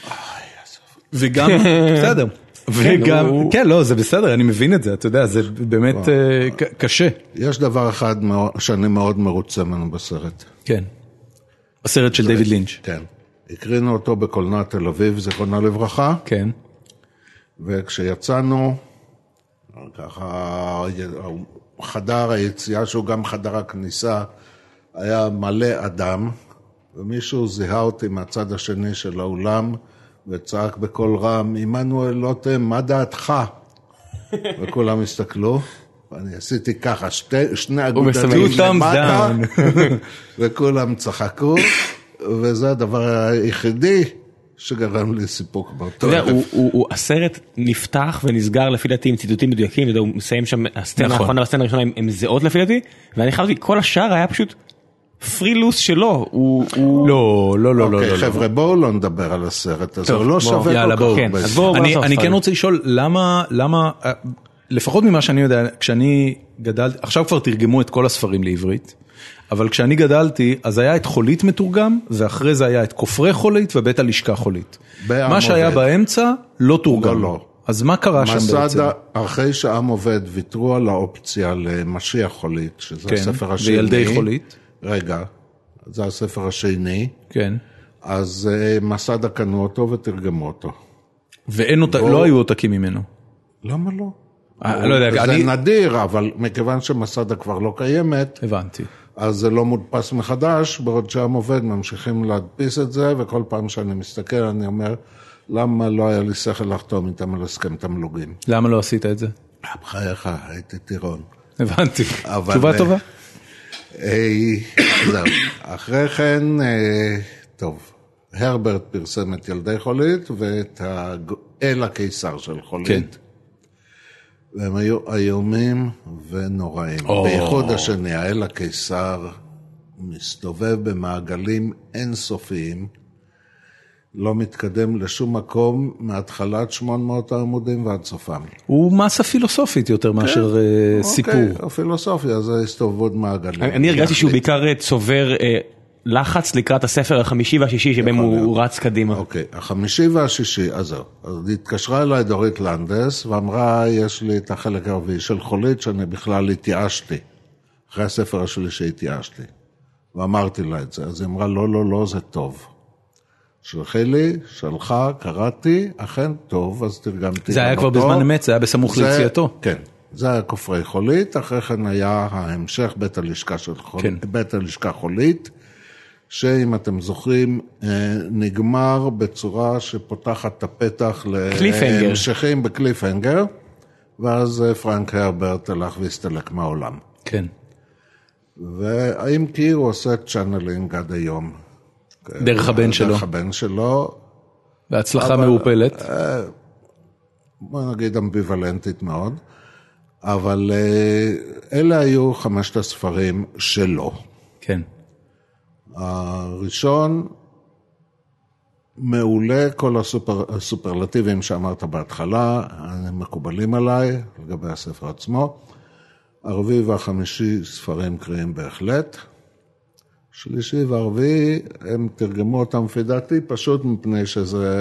[SPEAKER 1] וגם, בסדר. וגם, כן, לא, זה בסדר, אני מבין את זה, אתה יודע, זה באמת קשה.
[SPEAKER 3] יש דבר אחד שאני מאוד מרוצה ממנו בסרט.
[SPEAKER 1] כן. בסרט של דיוויד לינץ'.
[SPEAKER 3] כן. הקרינו אותו בקולנוע תל אביב, זיכרונה לברכה.
[SPEAKER 1] כן.
[SPEAKER 3] וכשיצאנו, ככה, חדר היציאה, שהוא גם חדר הכניסה, היה מלא אדם, ומישהו זיהה אותי מהצד השני של האולם, וצעק בקול רם, עמנואל לוטם, מה דעתך? וכולם הסתכלו, ואני עשיתי ככה, שני אגודלים למטה, וכולם צחקו, וזה הדבר היחידי שגרם לי סיפוק באותו ערב.
[SPEAKER 2] אתה יודע, הסרט נפתח ונסגר לפי דעתי עם ציטוטים מדויקים, הוא מסיים שם, הסצנה האחרונה והסצנה הראשונה הם זהות לפי דעתי, ואני חייבתי, כל השאר היה פשוט פרילוס שלו.
[SPEAKER 1] לא.
[SPEAKER 3] חבר'ה, בואו לא נדבר על הסרט הזה, הוא לא שווה כל כך.
[SPEAKER 1] אני כן רוצה לשאול, למה, לפחות ממה שאני יודע, כשאני גדלתי, עכשיו כבר תרגמו את כל הספרים לעברית, אבל כשאני גדלתי, אז היה את חולית מתורגם, ואחרי זה היה את כופרי חולית ובית הלשכה חולית. מה שהיה באמצע לא תורגם.
[SPEAKER 3] לא.
[SPEAKER 1] אז מה קרה שם בעצם?
[SPEAKER 3] אחרי שעם עובד ויתרו על האופציה למשיח חולית, שזה הספר השני.
[SPEAKER 1] וילדי חולית.
[SPEAKER 3] רגע, זה הספר השני.
[SPEAKER 1] כן.
[SPEAKER 3] אז מסדה קנו אותו ותרגמו אותו.
[SPEAKER 1] לא היו עותקים ממנו.
[SPEAKER 3] למה לא?
[SPEAKER 1] לא יודע,
[SPEAKER 3] זה נדיר, אבל מכיוון שמסדה כבר לא קיימת.
[SPEAKER 1] הבנתי.
[SPEAKER 3] אז זה לא מודפס מחדש, בעוד שעם עובד ממשיכים להדפיס את זה, וכל פעם שאני מסתכל אני אומר, למה לא היה לי שכל לחתום איתם על הסכם תמלוגים?
[SPEAKER 1] למה לא עשית את זה?
[SPEAKER 3] בחייך, הייתי טירון.
[SPEAKER 1] הבנתי. תשובה טובה?
[SPEAKER 3] זהו. אחרי כן, טוב, הרברט פרסם את ילדי חולית, ואת אל הקיסר של חולית. והם היו איומים ונוראים. בייחוד השני, האל הקיסר מסתובב במעגלים אינסופיים, לא מתקדם לשום מקום מהתחלת 800 העמודים ועד סופם.
[SPEAKER 1] הוא מסה פילוסופית יותר מאשר סיפור.
[SPEAKER 3] אוקיי, הפילוסופיה זה הסתובבות מעגלים.
[SPEAKER 2] אני הרגשתי שהוא בעיקר צובר לחץ לקראת הספר החמישי והשישי שבהם הוא רץ קדימה.
[SPEAKER 3] אוקיי, החמישי והשישי, אז זהו. אז התקשרה אליי דורית לנדס ואמרה, יש לי את החלק הרביעי של חולית שאני בכלל התייאשתי. אחרי הספר השלישי התייאשתי. ואמרתי לה את זה. אז היא אמרה, לא, זה טוב. שלחי לי, שלחה, קראתי, אכן טוב, אז תרגמתי.
[SPEAKER 1] זה היה כבר בזמן אמת, זה היה בסמוך ליציאתו.
[SPEAKER 3] כן, זה היה כופרי חולית, אחרי כן היה ההמשך בית הלשכה חולית, שאם אתם זוכרים, נגמר בצורה שפותחת את הפתח להמשכים בקליפהנגר, ואז פרנק הרברט הלך והסתלק מהעולם.
[SPEAKER 1] כן.
[SPEAKER 3] והאם כי הוא עושה צ'אנלינג עד היום.
[SPEAKER 1] דרך הבן שלו.
[SPEAKER 3] דרך הבן שלו.
[SPEAKER 1] בהצלחה מעופלת.
[SPEAKER 3] בוא נגיד אמביוולנטית מאוד. אבל אלה היו 5 הספרים שלו.
[SPEAKER 1] כן.
[SPEAKER 3] הראשון, מעולה, כל הסופרלטיבים שאמרת בהתחלה, הם מקובלים עליי, לגבי הספר עצמו. הרביעי והחמישי ספרים קריאים בהחלט. שלישי והרביעי, הם תרגמו אותם פדעתי, פשוט מפני שזה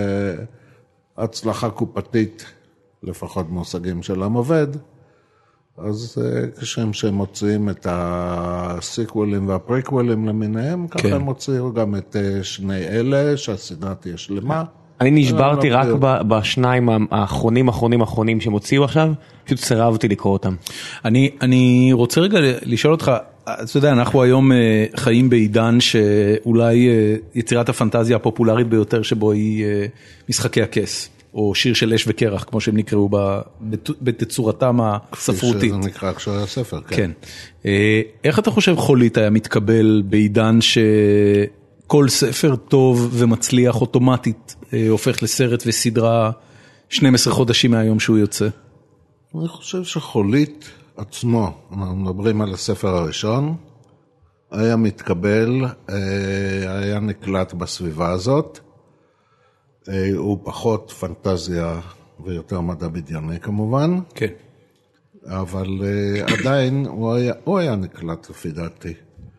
[SPEAKER 3] הצלחה קופתית, לפחות מושגים של המובד. אז כשם שהם מוציאים את הסיקוולים והפריקוולים למיניהם, ככה הם הוציאו גם את שני אלה, שהסדרה תהיה שלמה.
[SPEAKER 2] אני נשברתי רק בשניים האחרונים שהם הוציאו עכשיו, פשוט סירבתי לקרוא אותם.
[SPEAKER 1] אני רוצה רגע לשאול אותך, אתה יודע, אנחנו היום חיים בעידן שאולי יצירת הפנטזיה הפופולרית ביותר שבו היא משחקי הכס, או שיר של אש וקרח, כמו שהם נקראו בתצורתם הספרותית.
[SPEAKER 3] שזה נקרא כשהיה הספר,
[SPEAKER 1] כן. איך אתה חושב חולית היה מתקבל בעידן שכל ספר טוב ומצליח אוטומטית הופך לסרט וסדרה 12 חודשים מהיום שהוא יוצא?
[SPEAKER 3] אני חושב שחולית עצמו, אנחנו מדברים על הספר הראשון, היה מתקבל, היה נקלט בסביבה הזאת, הוא פחות פנטזיה ויותר מדע בדיוני כמובן,
[SPEAKER 1] כן.
[SPEAKER 3] אבל עדיין הוא היה נקלט לפי דעתי.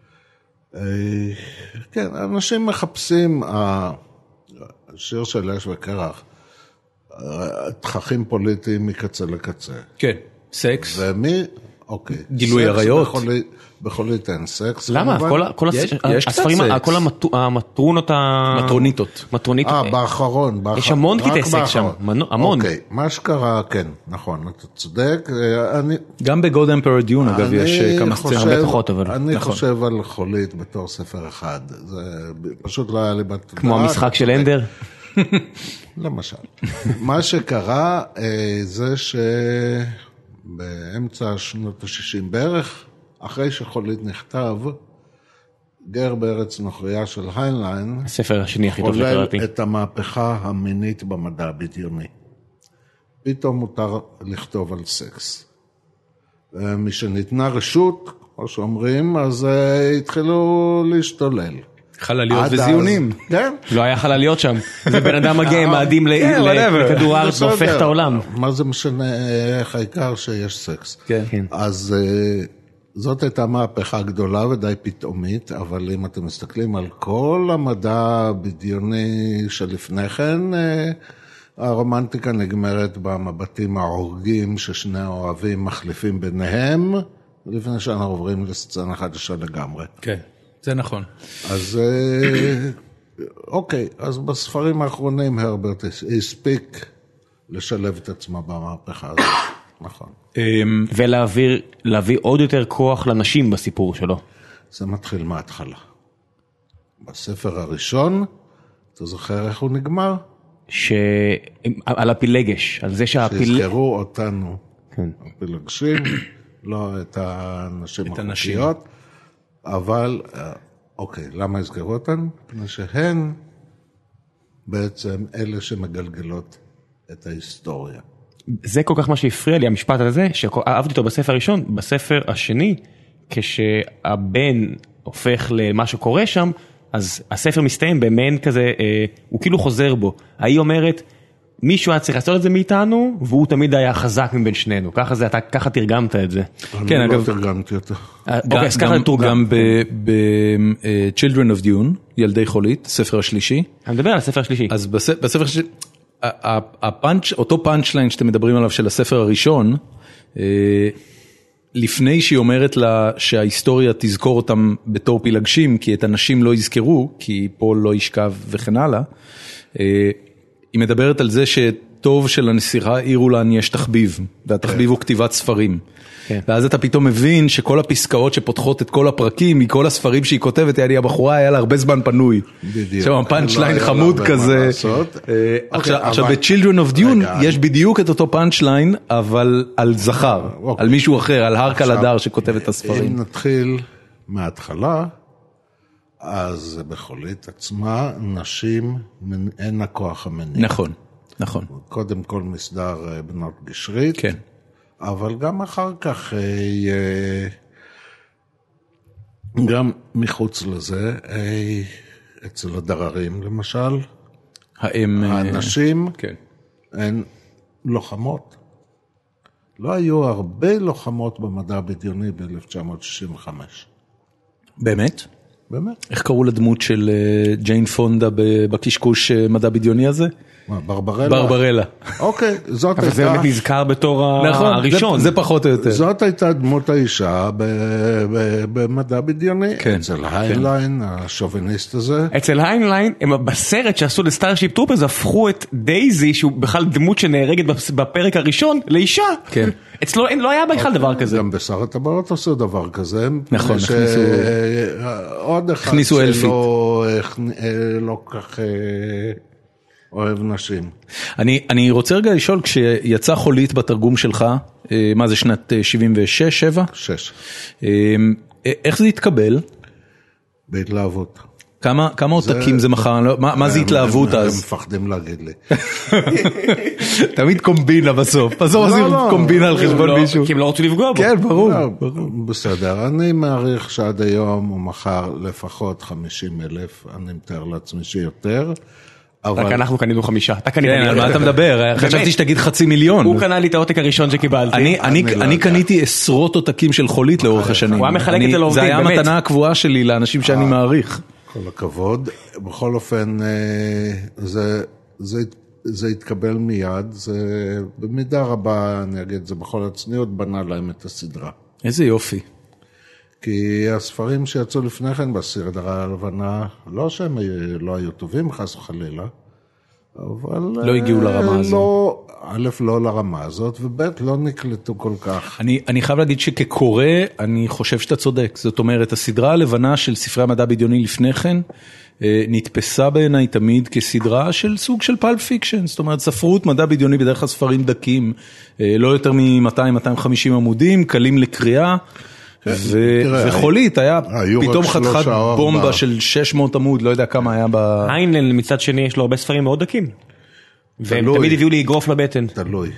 [SPEAKER 3] כן, אנשים מחפשים, השיר של אש וקרח, תככים פוליטיים מקצה לקצה.
[SPEAKER 1] כן, סקס.
[SPEAKER 3] ומי, אוקיי.
[SPEAKER 1] גילוי עריות.
[SPEAKER 3] בחולית אין סקס.
[SPEAKER 2] למה? כל הספרים, כל המטרונות,
[SPEAKER 1] מטרוניטות.
[SPEAKER 3] באחרון.
[SPEAKER 2] יש המון קטעי סקס שם, המון.
[SPEAKER 3] אוקיי, מה שקרה, כן, נכון, אתה צודק.
[SPEAKER 1] גם בגוד אמפרור דיון, אגב, יש כמה סצנות.
[SPEAKER 2] הרבה פחות, אבל.
[SPEAKER 3] אני חושב על חולית בתור ספר אחד. זה פשוט לא היה לי בתודעה.
[SPEAKER 2] כמו המשחק של אנדר?
[SPEAKER 3] למשל. מה שקרה זה שבאמצע שנות ה-60 בערך, אחרי שחולית נכתב, גר בארץ נוכריה של היינליין,
[SPEAKER 2] הספר השני הכי טוב שקראתי.
[SPEAKER 3] חולל את המהפכה המינית במדע הבדיוני. פתאום מותר לכתוב על סקס. משניתנה רשות, כמו שאומרים, אז התחילו להשתולל.
[SPEAKER 1] חלליות וזיונים.
[SPEAKER 3] כן.
[SPEAKER 2] לא היה חלליות שם. זה בן אדם מגיע עם מאדים לכדור הארץ והופך את העולם.
[SPEAKER 3] מה זה משנה איך העיקר שיש סקס.
[SPEAKER 1] כן.
[SPEAKER 3] אז זאת הייתה מהפכה גדולה ודי פתאומית, אבל אם אתם מסתכלים על כל המדע הבדיוני שלפני כן, הרומנטיקה נגמרת במבטים ההורגים ששני האוהבים מחליפים ביניהם, לפני שאנחנו עוברים לסצנה חדשה לגמרי.
[SPEAKER 1] כן, זה נכון.
[SPEAKER 3] אז אוקיי, אז בספרים האחרונים הרברט הספיק לשלב את עצמה במהפכה הזאת, נכון.
[SPEAKER 2] ולהביא עוד יותר כוח לנשים בסיפור שלו.
[SPEAKER 3] זה מתחיל מההתחלה. בספר הראשון, אתה זוכר איך הוא נגמר?
[SPEAKER 2] על הפילגש, על זה
[SPEAKER 3] שהזכרו אותנו, הפילגשים, לא את הנשים החופשיות, אבל, אוקיי, למה הזכרו אותנו? מפני שהן בעצם אלה שמגלגלות את ההיסטוריה.
[SPEAKER 2] זה כל כך מה שהפריע לי, המשפט הזה, שאהבתי אותו בספר הראשון, בספר השני, כשהבן הופך למה שקורה שם, אז הספר מסתיים במעין כזה, הוא כאילו חוזר בו. היא אומרת, מישהו היה צריך לעשות את זה מאיתנו, והוא תמיד היה חזק מבין שנינו. ככה תרגמת את זה.
[SPEAKER 3] כן, אגב, תרגמתי אותו.
[SPEAKER 2] אוקיי, אז ככה תורגם.
[SPEAKER 1] גם ב-Children of Dune, ילדי חולית, הספר השלישי.
[SPEAKER 2] אני מדבר על הספר השלישי.
[SPEAKER 1] אז בספר השלישי, אותו פאנצ'ליין שאתם מדברים עליו של הספר הראשון, לפני שהיא אומרת לה שההיסטוריה תזכור אותם בתור פילגשים, כי את הנשים לא יזכרו, כי פול לא ישכב וכן הלאה, היא מדברת על זה שטוב שלנסיכה העירו לה יש תחביב, והתחביב הוא כתיבת ספרים. ואז אתה פתאום מבין שכל הפסקאות שפותחות את כל הפרקים, מכל הספרים שהיא כותבת, הבחורה היה לה הרבה זמן פנוי. שם פאנצ'ליין חמוד כזה. עכשיו ב-Children of Dune יש בדיוק את אותו פאנצ'ליין, אבל על זכר, על מישהו אחר, על הר קלדר שכותב את הספרים.
[SPEAKER 3] אם נתחיל מההתחלה, אז בחולית עצמה, נשים אין הכוח המניע.
[SPEAKER 1] נכון, נכון.
[SPEAKER 3] קודם כל מסדר בנות גשרית.
[SPEAKER 1] כן.
[SPEAKER 3] אבל גם אחר כך, גם מחוץ לזה, אצל הדררים למשל, האנשים הן לוחמות. לא היו הרבה לוחמות במדע הבדיוני ב-1965.
[SPEAKER 1] באמת?
[SPEAKER 3] באמת.
[SPEAKER 1] איך קראו לדמות של ג'יין פונדה בקשקוש מדע בדיוני הזה?
[SPEAKER 3] מה, ברברלה?
[SPEAKER 1] ברברלה.
[SPEAKER 3] אוקיי, זאת הייתה...
[SPEAKER 2] אבל זה באמת נזכר בתור הראשון.
[SPEAKER 1] זה פחות או יותר.
[SPEAKER 3] זאת הייתה דמות האישה במדע בדיוני, אצל היינליין, השוביניסט הזה.
[SPEAKER 2] אצל היינליין, הם בסרט שעשו לסטארשיפ טרופרס, הפכו את דייזי, שהוא בכלל דמות שנהרגת בפרק הראשון, לאישה. כן. אצלו לא היה בכלל דבר כזה. גם
[SPEAKER 3] בשר הטבעות עשו דבר כזה.
[SPEAKER 1] נכון,
[SPEAKER 3] הכניסו... עוד אחד שלא כך... אוהב נשים.
[SPEAKER 1] אני רוצה רגע לשאול, כשיצא חולית בתרגום שלך, מה זה שנת 76-7?
[SPEAKER 3] 6.
[SPEAKER 1] איך זה התקבל?
[SPEAKER 3] בהתלהבות.
[SPEAKER 1] כמה עותקים זה מחר? מה זה התלהבות אז?
[SPEAKER 3] הם מפחדים להגיד לי.
[SPEAKER 1] תמיד קומבינה בסוף. בסוף עושים קומבינה על חשבון מישהו.
[SPEAKER 2] כי הם לא רוצים לפגוע בו.
[SPEAKER 1] כן, ברור.
[SPEAKER 3] בסדר, אני מעריך שעד היום הוא מחר לפחות 50,000, אני מתאר לעצמי שיותר.
[SPEAKER 2] רק אנחנו קנינו 5.
[SPEAKER 1] כן, על מה אתה מדבר? חשבתי שתגיד 500,000.
[SPEAKER 2] הוא קנה לי את העותק הראשון שקיבלתי.
[SPEAKER 1] אני קניתי עשרות עותקים של חולית לאורך השנים.
[SPEAKER 2] הוא היה מחלק את זה לעובדים,
[SPEAKER 1] זה היה
[SPEAKER 2] באמת.
[SPEAKER 1] המתנה הקבועה שלי לאנשים שאני מעריך.
[SPEAKER 3] כל הכבוד. בכל אופן, זה התקבל מיד. זה במידה רבה, אני אגיד, זה בכל הצניעות בנה להם את הסדרה.
[SPEAKER 1] איזה יופי.
[SPEAKER 3] כי הספרים שיצאו לפני כן בסדרה הלבנה, לא שהם לא היו טובים, חס וחלילה, אבל...
[SPEAKER 1] לא הגיעו לרמה הזאת.
[SPEAKER 3] א', לא לרמה הזאת, וב', לא נקלטו כל כך.
[SPEAKER 1] אני חייב להגיד שכקורא, אני חושב שאתה צודק. זאת אומרת, הסדרה הלבנה של ספרי המדע בדיוני לפני כן, נתפסה בעיניי תמיד כסדרה של סוג של פלפ פיקשן. זאת אומרת, ספרות מדע בדיוני בדרך כלל ספרים דקים, לא יותר מ-200-250 עמודים, קלים לקריאה, וחולית היה פתאום חתיכת בומבה של 600 עמוד, לא יודע כמה היה
[SPEAKER 2] היינליין מצד שני יש לו הרבה ספרים מאוד דקים, והם תמיד הביאו לי אגרוף לבטן.
[SPEAKER 3] תלוי.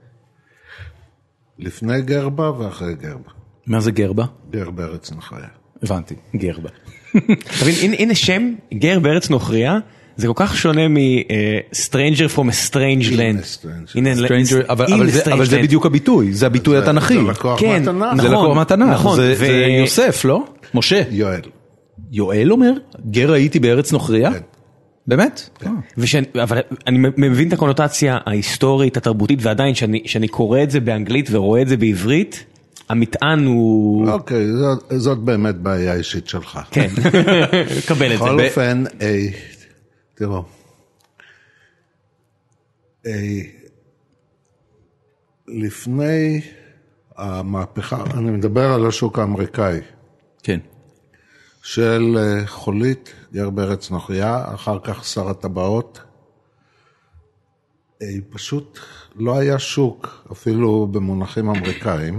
[SPEAKER 3] לפני גרבה ואחרי גרבה.
[SPEAKER 1] מה זה גרבה?
[SPEAKER 3] גר בארץ נחריה.
[SPEAKER 1] הבנתי, גרבה.
[SPEAKER 2] תבין, הנה שם, גר בארץ נוכריה, זה כל כך שונה מ-Stranger from a Strange Land.
[SPEAKER 1] אבל זה בדיוק הביטוי, זה הביטוי התנ"כי.
[SPEAKER 3] זה לקוח מהתנ"ך.
[SPEAKER 1] זה לקוח מהתנ"ך, זה יוסף, לא? משה.
[SPEAKER 3] יואל.
[SPEAKER 1] יואל אומר? גר הייתי בארץ נוכריה?
[SPEAKER 3] כן.
[SPEAKER 1] באמת?
[SPEAKER 2] אבל אני מבין את הקונוטציה ההיסטורית, התרבותית, ועדיין שאני קורא את זה באנגלית ורואה את זה בעברית, המטען הוא...
[SPEAKER 3] אוקיי, זאת באמת בעיה אישית שלך.
[SPEAKER 2] כן, קבל את זה.
[SPEAKER 3] בכל אופן, תראו, לפני המהפכה, אני מדבר על השוק האמריקאי,
[SPEAKER 1] כן.
[SPEAKER 3] של חולית, גר בארץ נוכריה, אחר כך שר הטבעות, פשוט לא היה שוק, אפילו במונחים אמריקאים,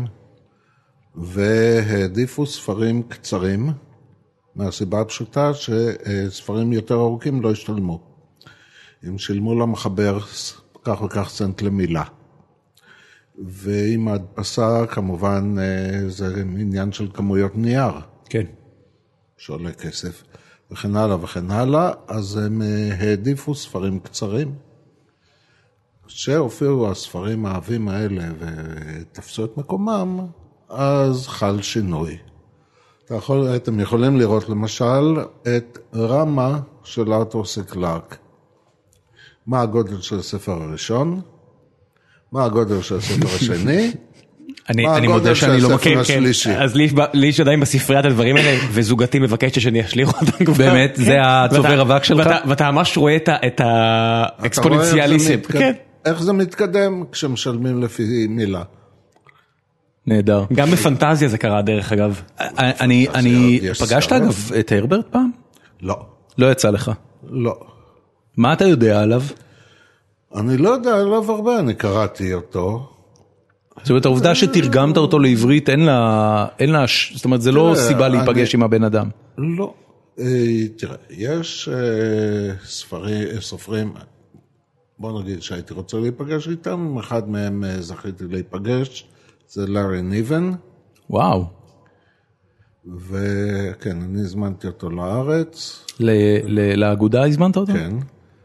[SPEAKER 3] והעדיפו ספרים קצרים, מהסיבה הפשוטה שספרים יותר ארוכים לא השתלמו. אם שילמו למחבר כך וכך סנט למילה. ועם ההדפסה כמובן זה עניין של כמויות נייר.
[SPEAKER 1] כן.
[SPEAKER 3] שעולה כסף, וכן הלאה וכן הלאה, אז הם העדיפו ספרים קצרים. כשהופיעו הספרים האהבים האלה ותפסו את מקומם, אז חל שינוי. אתם יכולים לראות למשל את רמה של ארתור סי קלארק. מה הגודל של הספר הראשון? מה הגודל של הספר השני?
[SPEAKER 2] אני מודה שאני לא מכיר, אז לי יש עדיין בספריית הדברים האלה, וזוגתי מבקשת שאני אשליך אותם כבר.
[SPEAKER 1] באמת, זה הצובר אבק שלך?
[SPEAKER 2] ואתה ממש רואה את האקספוננציאליזם.
[SPEAKER 3] איך זה מתקדם כשמשלמים לפי מילה?
[SPEAKER 1] נהדר.
[SPEAKER 2] גם בפנטזיה זה קרה דרך אגב.
[SPEAKER 1] אני פגשת אגב את הרברט פעם?
[SPEAKER 3] לא.
[SPEAKER 1] לא יצא לך?
[SPEAKER 3] לא.
[SPEAKER 1] מה אתה יודע עליו?
[SPEAKER 3] אני לא יודע עליו הרבה, אני קראתי אותו.
[SPEAKER 1] זאת אומרת, העובדה שתרגמת אותו לעברית, אין לה, זאת אומרת, זה לא סיבה להיפגש עם הבן אדם.
[SPEAKER 3] לא. תראה, יש סופרים, בוא נגיד שהייתי רוצה להיפגש איתם, אחד מהם זכיתי להיפגש, זה לארי ניבן.
[SPEAKER 1] וואו.
[SPEAKER 3] וכן, אני הזמנתי אותו לארץ.
[SPEAKER 1] לאגודה הזמנת אותו?
[SPEAKER 3] כן.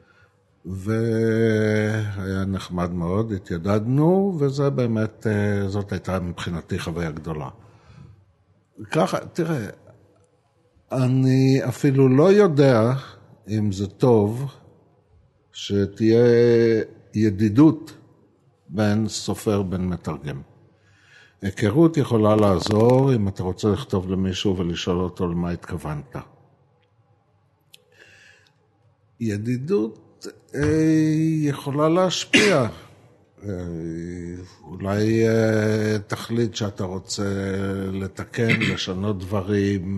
[SPEAKER 3] והיה נחמד מאוד, התיידדנו, וזה באמת, זאת הייתה מבחינתי חוויה גדולה. ככה, תראה, אני אפילו לא יודע אם זה טוב שתהיה ידידות בין סופר בין מתרגם. היכרות יכולה לעזור אם אתה רוצה לכתוב למישהו ולשאול אותו למה התכוונת. ידידות יכולה להשפיע. אולי תחליט שאתה רוצה לתקן, לשנות דברים.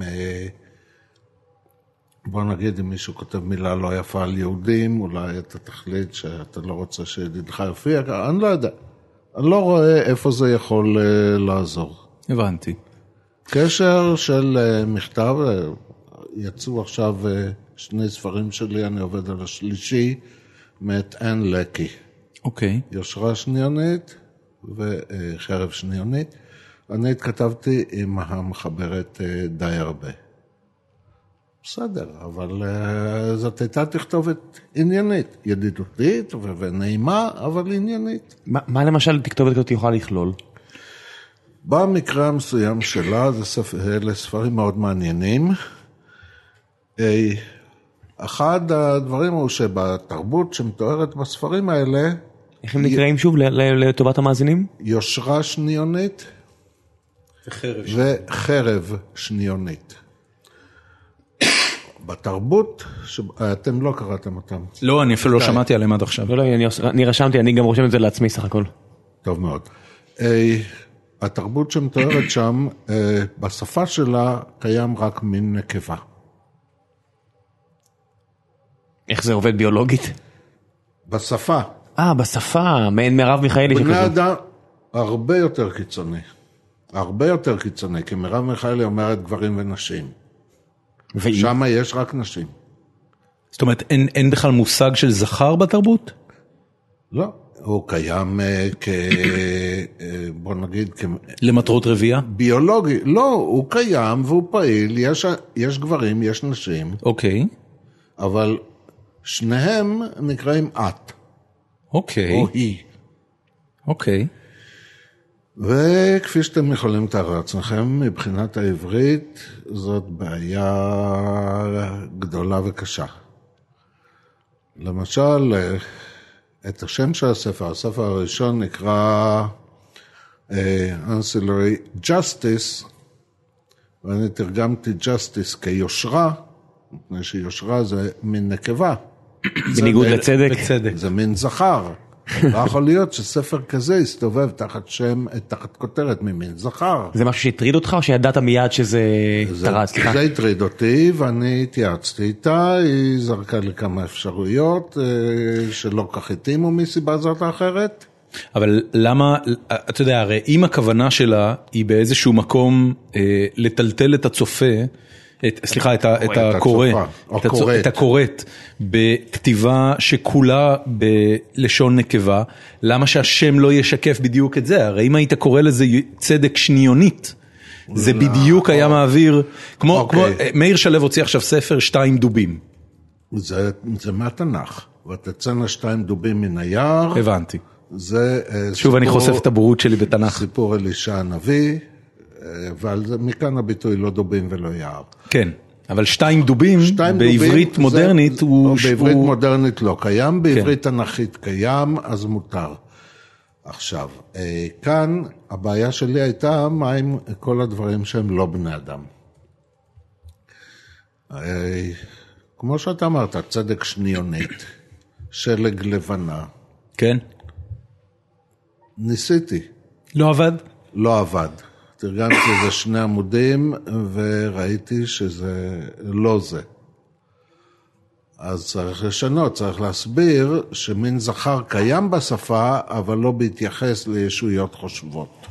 [SPEAKER 3] בוא נגיד, אם מישהו כותב מילה לא יפה על יהודים, אולי אתה תחליט שאתה לא רוצה שידידך יופיע. אני לא יודע. אני לא רואה איפה זה יכול לעזור.
[SPEAKER 1] הבנתי.
[SPEAKER 3] קשר של מכתב, יצאו עכשיו 2 ספרים שלי, אני עובד על השלישי, מאת אן לקי.
[SPEAKER 1] אוקיי.
[SPEAKER 3] יושרה שניונית וחרב שניונית. אני התכתבתי עם המחברת די הרבה. בסדר, אבל זאת הייתה תכתובת עניינית, ידידותית ונעימה, אבל עניינית.
[SPEAKER 2] מה למשל תכתובת כזאת יכולה לכלול?
[SPEAKER 3] במקרה המסוים שלה, אלה ספרים מאוד מעניינים. אחד הדברים הוא שבתרבות שמתוארת בספרים האלה,
[SPEAKER 2] איך הם נקראים שוב לטובת המאזינים?
[SPEAKER 3] יושרה שניונית וחרב שניונית. בתרבות, אתם לא קראתם אותם.
[SPEAKER 1] לא, אני אפילו לא שמעתי עליהם עד עכשיו.
[SPEAKER 2] לא, אני רשמתי, אני גם רושם את זה לעצמי סך הכל.
[SPEAKER 3] טוב מאוד. התרבות שמתוארת שם, בשפה שלה קיים רק מין נקבה.
[SPEAKER 2] איך זה עובד ביולוגית?
[SPEAKER 3] בשפה.
[SPEAKER 2] בשפה, מעין מרב מיכאלי שכזו.
[SPEAKER 3] בני אדם הרבה יותר קיצוני. הרבה יותר קיצוני, כי מרב מיכאלי אומרת גברים ונשים. שם יש רק נשים.
[SPEAKER 1] זאת אומרת, אין בכלל מושג של זכר בתרבות?
[SPEAKER 3] לא, הוא קיים בוא נגיד,
[SPEAKER 1] למטרות רבייה?
[SPEAKER 3] ביולוגי, לא, הוא קיים והוא פעיל, יש גברים, יש נשים.
[SPEAKER 1] אוקיי.
[SPEAKER 3] אבל שניהם נקראים את.
[SPEAKER 1] אוקיי.
[SPEAKER 3] או היא.
[SPEAKER 1] אוקיי.
[SPEAKER 3] וכפי שאתם יכולים לתאר לעצמכם, מבחינת העברית, זאת בעיה גדולה וקשה. למשל, את השם של הספר הראשון נקרא Ancillary Justice, ואני תרגמתי Justice כיושרה, מפני שיושרה זה מין נקבה.
[SPEAKER 2] בניגוד לצדק.
[SPEAKER 3] זה מין זכר. לא יכול להיות שספר כזה יסתובב תחת כותרת ממין זכר.
[SPEAKER 2] זה משהו שהטריד אותך או שידעת מיד שזה תרץ?
[SPEAKER 3] זה הטריד אותי ואני התייעצתי איתה, היא זרקה לי כמה אפשרויות שלא כך התאימו מסיבה זאת או אחרת.
[SPEAKER 1] אבל למה, אתה יודע, הרי אם הכוונה שלה היא באיזשהו מקום לטלטל את הצופה, סליחה, את הקורא, את הקוראת, בכתיבה שכולה בלשון נקבה, למה שהשם לא ישקף בדיוק את זה? הרי אם היית קורא לזה צדק שניונית, זה בדיוק היה מעביר, כמו מאיר שלו הוציא עכשיו ספר 2 דובים.
[SPEAKER 3] זה מהתנ"ך, ותצאנה 2 דובים מן היער.
[SPEAKER 1] הבנתי.
[SPEAKER 3] שוב
[SPEAKER 1] אני חושף את הבורות שלי בתנ"ך.
[SPEAKER 3] סיפור אלישע הנביא, ומכאן הביטוי לא דובים ולא יער.
[SPEAKER 1] כן, אבל 2 דובים בעברית מודרנית הוא...
[SPEAKER 3] בעברית מודרנית לא קיים, בעברית תנ"כית קיים, אז מותר. עכשיו, כאן הבעיה שלי הייתה מה עם כל הדברים שהם לא בני אדם. כמו שאתה אמרת, צדק שניונית, שלג לבנה.
[SPEAKER 1] כן.
[SPEAKER 3] ניסיתי.
[SPEAKER 1] לא עבד?
[SPEAKER 3] לא עבד. תרגמתי איזה 2 עמודים וראיתי שזה לא זה. אז צריך לשנות, צריך להסביר שמין זכר קיים בשפה, אבל לא בהתייחס לישויות חושבות.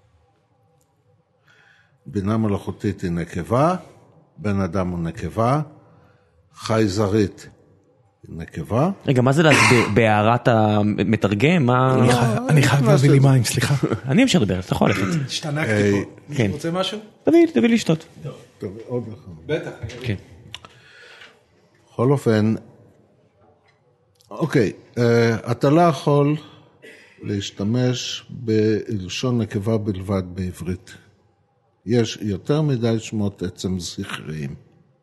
[SPEAKER 3] בינה מלאכותית היא נקבה, בן אדם הוא נקבה, חייזרית היא נקבה.
[SPEAKER 2] רגע, מה זה להסביר? בהערת המתרגם?
[SPEAKER 4] אני חייב להביא לי מים, סליחה.
[SPEAKER 2] אני אפשר לדבר, אתה יכול ללכת.
[SPEAKER 4] השתנקתי פה.
[SPEAKER 2] כן.
[SPEAKER 1] רוצה משהו?
[SPEAKER 2] תביא לשתות.
[SPEAKER 3] טוב, עוד אחד.
[SPEAKER 1] בטח.
[SPEAKER 2] כן.
[SPEAKER 3] בכל אופן, אוקיי, אתה לא יכול להשתמש בלשון נקבה בלבד בעברית. יש יותר מדי שמות עצם זכריים,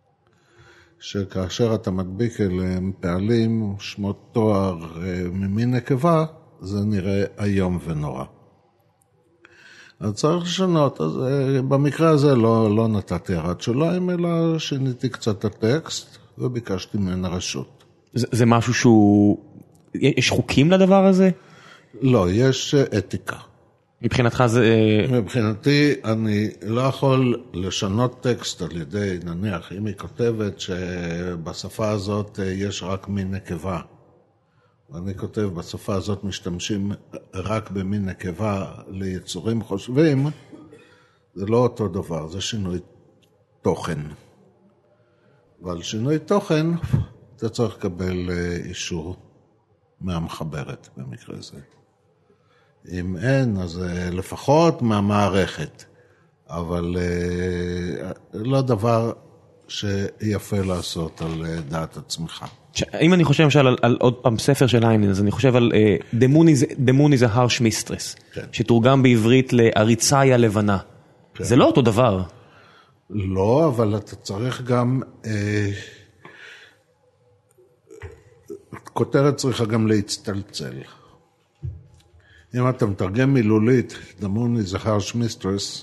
[SPEAKER 3] שכאשר אתה מדביק אליהם פעלים, שמות תואר ממין נקבה, זה נראה היום ונורא. אז צריך לשנות, אז במקרה הזה לא נתתי הערת שוליים, אלא שיניתי קצת הטקסט, וביקשתי ממנה רשות.
[SPEAKER 2] זה משהו שהוא... יש חוקים לדבר הזה?
[SPEAKER 3] לא, יש אתיקה.
[SPEAKER 2] מבחינתך זה...
[SPEAKER 3] מבחינתי אני לא יכול לשנות טקסט על ידי, נניח, אם היא כותבת שבשפה הזאת יש רק מין נקבה, ואני כותב בשפה הזאת משתמשים רק במין נקבה ליצורים חושבים, זה לא אותו דבר, זה שינוי תוכן. ועל שינוי תוכן, אתה צריך לקבל אישור מהמחברת במקרה זה. אם אין, אז לפחות מהמערכת. אבל לא דבר שיפה לעשות על דעת עצמך.
[SPEAKER 2] אם אני חושב למשל על עוד פעם ספר של איינין, אז אני חושב על The Moon is a Harsh Mistress, שתורגם בעברית לעריצה הלבנה. זה לא אותו דבר.
[SPEAKER 3] לא, אבל אתה צריך גם, כותרת צריכה גם להצטלצל. אם אתה מתרגם מילולית, The Moon is a Harsh Mistress,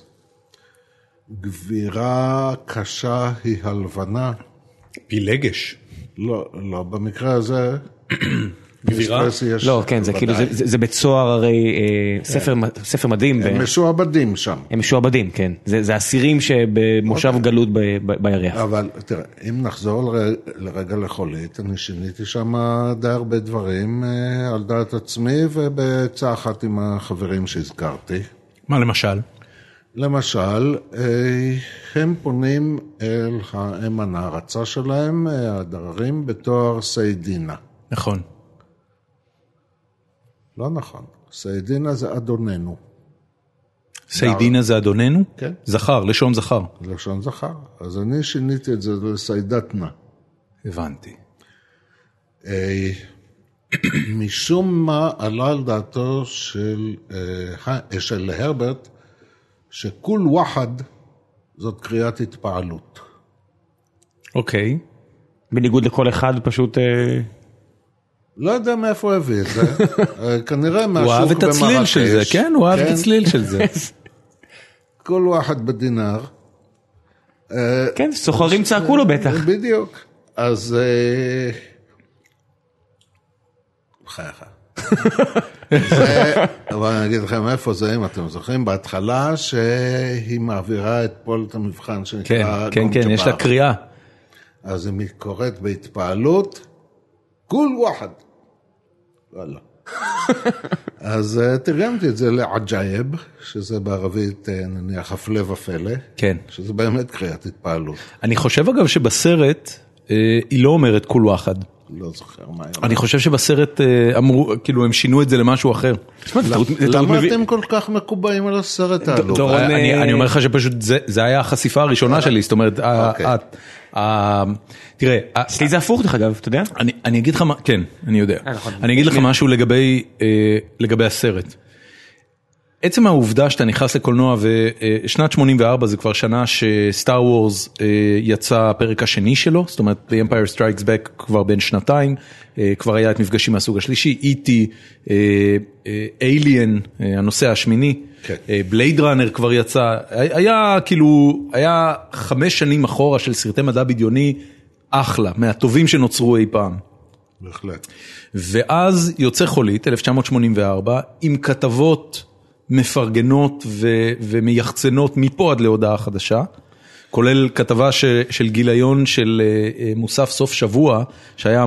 [SPEAKER 3] גבירה קשה היא הלבנה.
[SPEAKER 1] פילגש.
[SPEAKER 3] לא, במקרה הזה,
[SPEAKER 1] גבירה?
[SPEAKER 2] לא, כן, זה כאילו, זה בצוהר הרי ספר מדהים.
[SPEAKER 3] הם משועבדים שם.
[SPEAKER 2] הם משועבדים, כן. זה אסירים שבמושב גלות בירח.
[SPEAKER 3] אבל תראה, אם נחזור לרגע לחולית, אני שיניתי שם די הרבה דברים על דעת עצמי, ובעצה אחת עם החברים שהזכרתי.
[SPEAKER 1] מה למשל?
[SPEAKER 3] למשל, הם פונים אל האם הנערצה שלהם, הדררים, בתואר סיידינה.
[SPEAKER 1] נכון.
[SPEAKER 3] לא נכון. סיידינה זה אדוננו.
[SPEAKER 1] סיידינה זה אדוננו?
[SPEAKER 3] כן.
[SPEAKER 1] זכר, לשון זכר.
[SPEAKER 3] לשון זכר. אז אני שיניתי את זה לסיידתנה.
[SPEAKER 1] הבנתי.
[SPEAKER 3] משום מה עלה על דעתו של הרברט, שכול וחד זאת קריאת התפעלות.
[SPEAKER 2] אוקיי. בניגוד לכל אחד פשוט...
[SPEAKER 3] לא יודע מאיפה הוא הביא את זה. כנראה מהשוק
[SPEAKER 1] במרקש. הוא אהב את הצליל של זה, כן? הוא אהב את הצליל של זה.
[SPEAKER 3] כל וחד בדינר.
[SPEAKER 2] כן, סוחרים צעקו לו בטח.
[SPEAKER 3] בדיוק. אז... חייך. אבל אני אגיד לכם איפה זה, אם אתם זוכרים, בהתחלה שהיא מעבירה את פולט המבחן שנקרא
[SPEAKER 1] כן, כן, יש לה קריאה.
[SPEAKER 3] אז היא קוראת בהתפעלות, כול וחד. וואלה. אז תרגמתי את זה לעג'ייב, שזה בערבית נניח הפלא ופלא.
[SPEAKER 1] כן.
[SPEAKER 3] שזה באמת קריאת התפעלות.
[SPEAKER 1] אני חושב אגב שבסרט היא לא אומרת כול ואחד.
[SPEAKER 3] לא זוכר מה היה.
[SPEAKER 1] אני חושב שבסרט אמרו, כאילו הם שינו את זה למשהו אחר.
[SPEAKER 3] למה אתם כל כך מקובעים על הסרט האלו?
[SPEAKER 1] אני אומר לך שפשוט זה היה החשיפה הראשונה שלי, זאת אומרת, תראה,
[SPEAKER 2] אצלי זה הפוך דרך אגב, אתה יודע?
[SPEAKER 1] אני אגיד לך מה, כן, אני יודע. אני אגיד לך משהו לגבי הסרט. עצם העובדה שאתה נכנס לקולנוע, ושנת 84 זה כבר שנה שסטאר וורס יצא הפרק השני שלו, זאת אומרת, The Empire Strikes Back כבר בין שנתיים, כבר היה את מפגשים מהסוג השלישי, E.T., Alien, הנושא השמיני, בלייד ראנר כבר יצא, היה 5 שנים אחורה של סרטי מדע בדיוני, אחלה, מהטובים שנוצרו אי פעם.
[SPEAKER 3] בהחלט.
[SPEAKER 1] ואז יוצא חולית, 1984, עם כתבות מפרגנות ומייחצנות מפה עד להודעה חדשה, כולל כתבה של גיליון של מוסף סוף שבוע, שהיה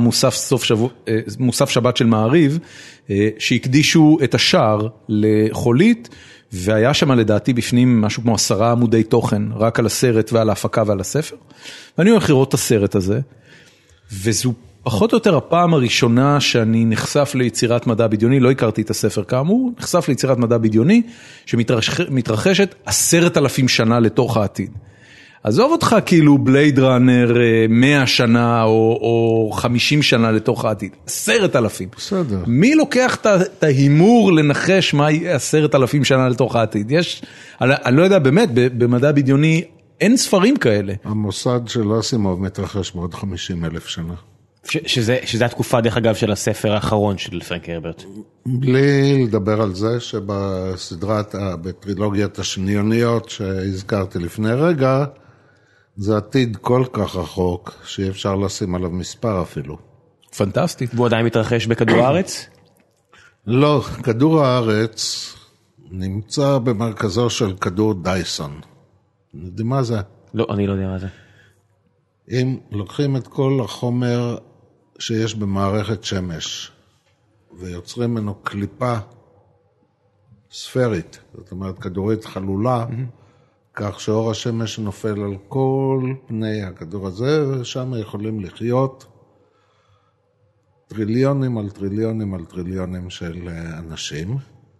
[SPEAKER 1] מוסף שבת של מעריב, שהקדישו את השער לחולית, והיה שם לדעתי בפנים משהו כמו 10 עמודי תוכן, רק על הסרט ועל ההפקה ועל הספר, ואני הולך לראות את הסרט הזה, וזו פחות או יותר הפעם הראשונה שאני נחשף ליצירת מדע בדיוני, לא הכרתי את הספר כאמור, נחשף ליצירת מדע בדיוני, שמתרחשת 10,000 שנה לתוך העתיד. עזוב אותך כאילו בלייד ראנר 100 שנה או 50 שנה לתוך העתיד, 10,000.
[SPEAKER 3] בסדר.
[SPEAKER 1] מי לוקח את ההימור לנחש מה יהיה 10,000 שנה לתוך העתיד? אני לא יודע באמת, במדע בדיוני אין ספרים כאלה.
[SPEAKER 3] המוסד של אסימוב מתרחש בעוד 50,000 שנה.
[SPEAKER 2] שזה התקופה דרך אגב של הספר האחרון של פרנק הרברט.
[SPEAKER 3] בלי לדבר על זה שבסדרת, בטרילוגיית השניוניות שהזכרתי לפני רגע, זה עתיד כל כך רחוק שאי אפשר לשים עליו מספר אפילו.
[SPEAKER 1] פנטסטי.
[SPEAKER 2] והוא עדיין מתרחש בכדור הארץ?
[SPEAKER 3] לא, כדור הארץ נמצא במרכזו של כדור דייסון. יודעים מה זה?
[SPEAKER 2] לא, אני לא יודע מה זה.
[SPEAKER 3] אם לוקחים את כל החומר שיש במערכת שמש ויוצרים ממנו קליפה ספרית, זאת אומרת כדורית חלולה, כך שאור השמש נופל על כל פני הכדור הזה, ושם יכולים לחיות טריליונים על טריליונים על טריליונים של אנשים.